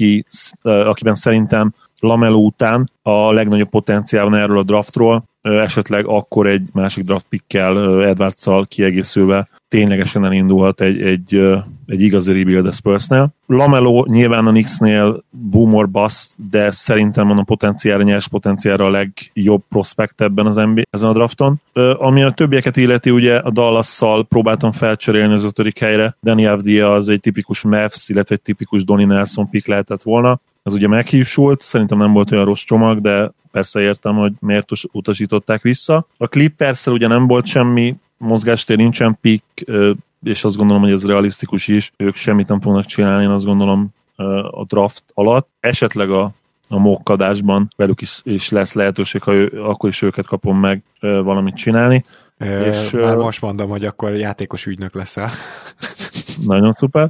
akiben szerintem LaMelo után a legnagyobb potenciál van erről a draftról, esetleg akkor egy másik draft pickkel Edwardsszal kiegészülve ténylegesen elindulhat egy igazi rebuild a Spursnél. LaMelo nyilván a Knicksnél boom or bust, de szerintem van a potenciálra, nyers potenciálra a legjobb prospekt ebben az NBA, ezen a drafton. Ami a többieket illeti, ugye a Dallasszal próbáltam felcserélni az 5. helyre. Deni Avdija az egy tipikus Mavs, illetve egy tipikus Donnie Nelson pick lehetett volna. Az ugye meghiúsult, szerintem nem volt olyan rossz csomag, de persze értem, hogy miért utasították vissza. A Clipperszel ugye nem volt semmi mozgástér, nincsen pick, és azt gondolom, hogy ez realisztikus is. Ők semmit nem fognak csinálni, én azt gondolom a draft alatt. Esetleg a mokkadásban velük is lesz lehetőség, ha akkor is őket kapom meg valamit csinálni. És már most mondom, hogy akkor játékos ügynök leszel. Nagyon szuper.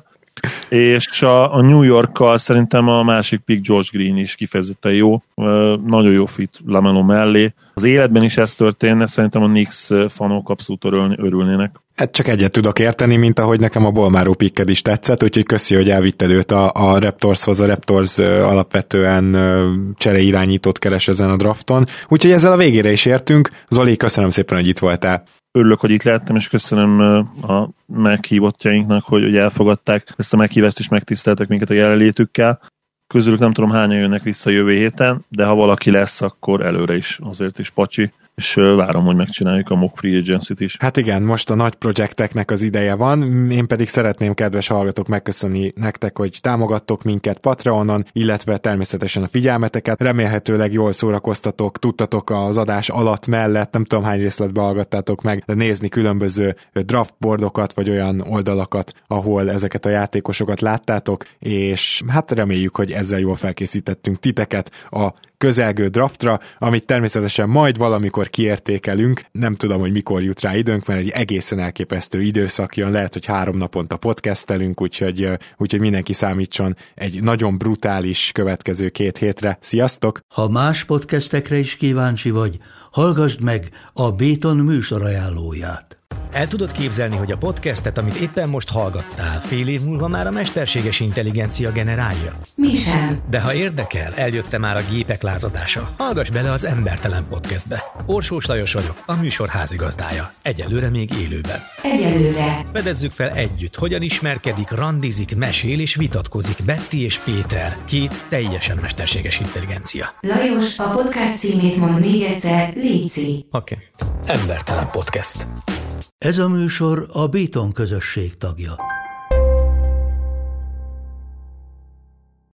És a New Yorkkal szerintem a másik pick Josh Green is kifejezetten jó. Nagyon jó fit LaMelo mellé. Az életben is ez történne, szerintem a Knicks fanok abszolút örülnének. Hát csak egyet tudok érteni, mint ahogy nekem a Bolmáró picked is tetszett, úgyhogy köszi, hogy elvitted őt a Raptorshoz. A Raptors alapvetően csereirányítót keres ezen a drafton. Úgyhogy ezzel a végére is értünk. Zoli, köszönöm szépen, hogy itt voltál. Örülök, hogy itt lehettem, és köszönöm a meghívottjainknak, hogy elfogadták ezt a meghívást, és megtiszteltek minket a jelenlétükkel. Közülük nem tudom, hányan jönnek vissza jövő héten, de ha valaki lesz, akkor előre is, azért is pacsi, és várom, hogy megcsináljuk a mock free agency-t is. Hát igen, most a nagy projekteknek az ideje van, én pedig szeretném, kedves hallgatók, megköszönni nektek, hogy támogattok minket Patreonon, illetve természetesen a figyelmeteket. Remélhetőleg jól szórakoztatok, tudtatok az adás alatt mellett, nem tudom hány részletbe hallgattátok meg, de nézni különböző draftboardokat, vagy olyan oldalakat, ahol ezeket a játékosokat láttátok, és hát reméljük, hogy ezzel jól felkészítettünk titeket a közelgő draftra, amit természetesen majd valamikor kiértékelünk. Nem tudom, hogy mikor jut rá időnk, mert egy egészen elképesztő időszak jön, lehet, hogy 3 naponta podcastelünk, úgyhogy mindenki számítson egy nagyon brutális következő 2 hétre. Sziasztok! Ha más podcastekre is kíváncsi vagy, hallgassd meg a Béton műsor ajánlóját. El tudod képzelni, hogy a podcastet, amit éppen most hallgattál, fél év múlva már a mesterséges intelligencia generálja? Mi sem. De ha érdekel, eljött már a gépek lázadása. Hallgass bele az Embertelen Podcastbe. Orsós Lajos vagyok, a műsor házigazdája. Egyelőre még élőben. Egyelőre. Fedezzük fel együtt, hogyan ismerkedik, randizik, mesél és vitatkozik Betty és Péter, 2 teljesen mesterséges intelligencia. Lajos, a podcast címét mond még egyszer, léci. Oké. Embertelen Podcast. Ez a műsor a Béton közösség tagja.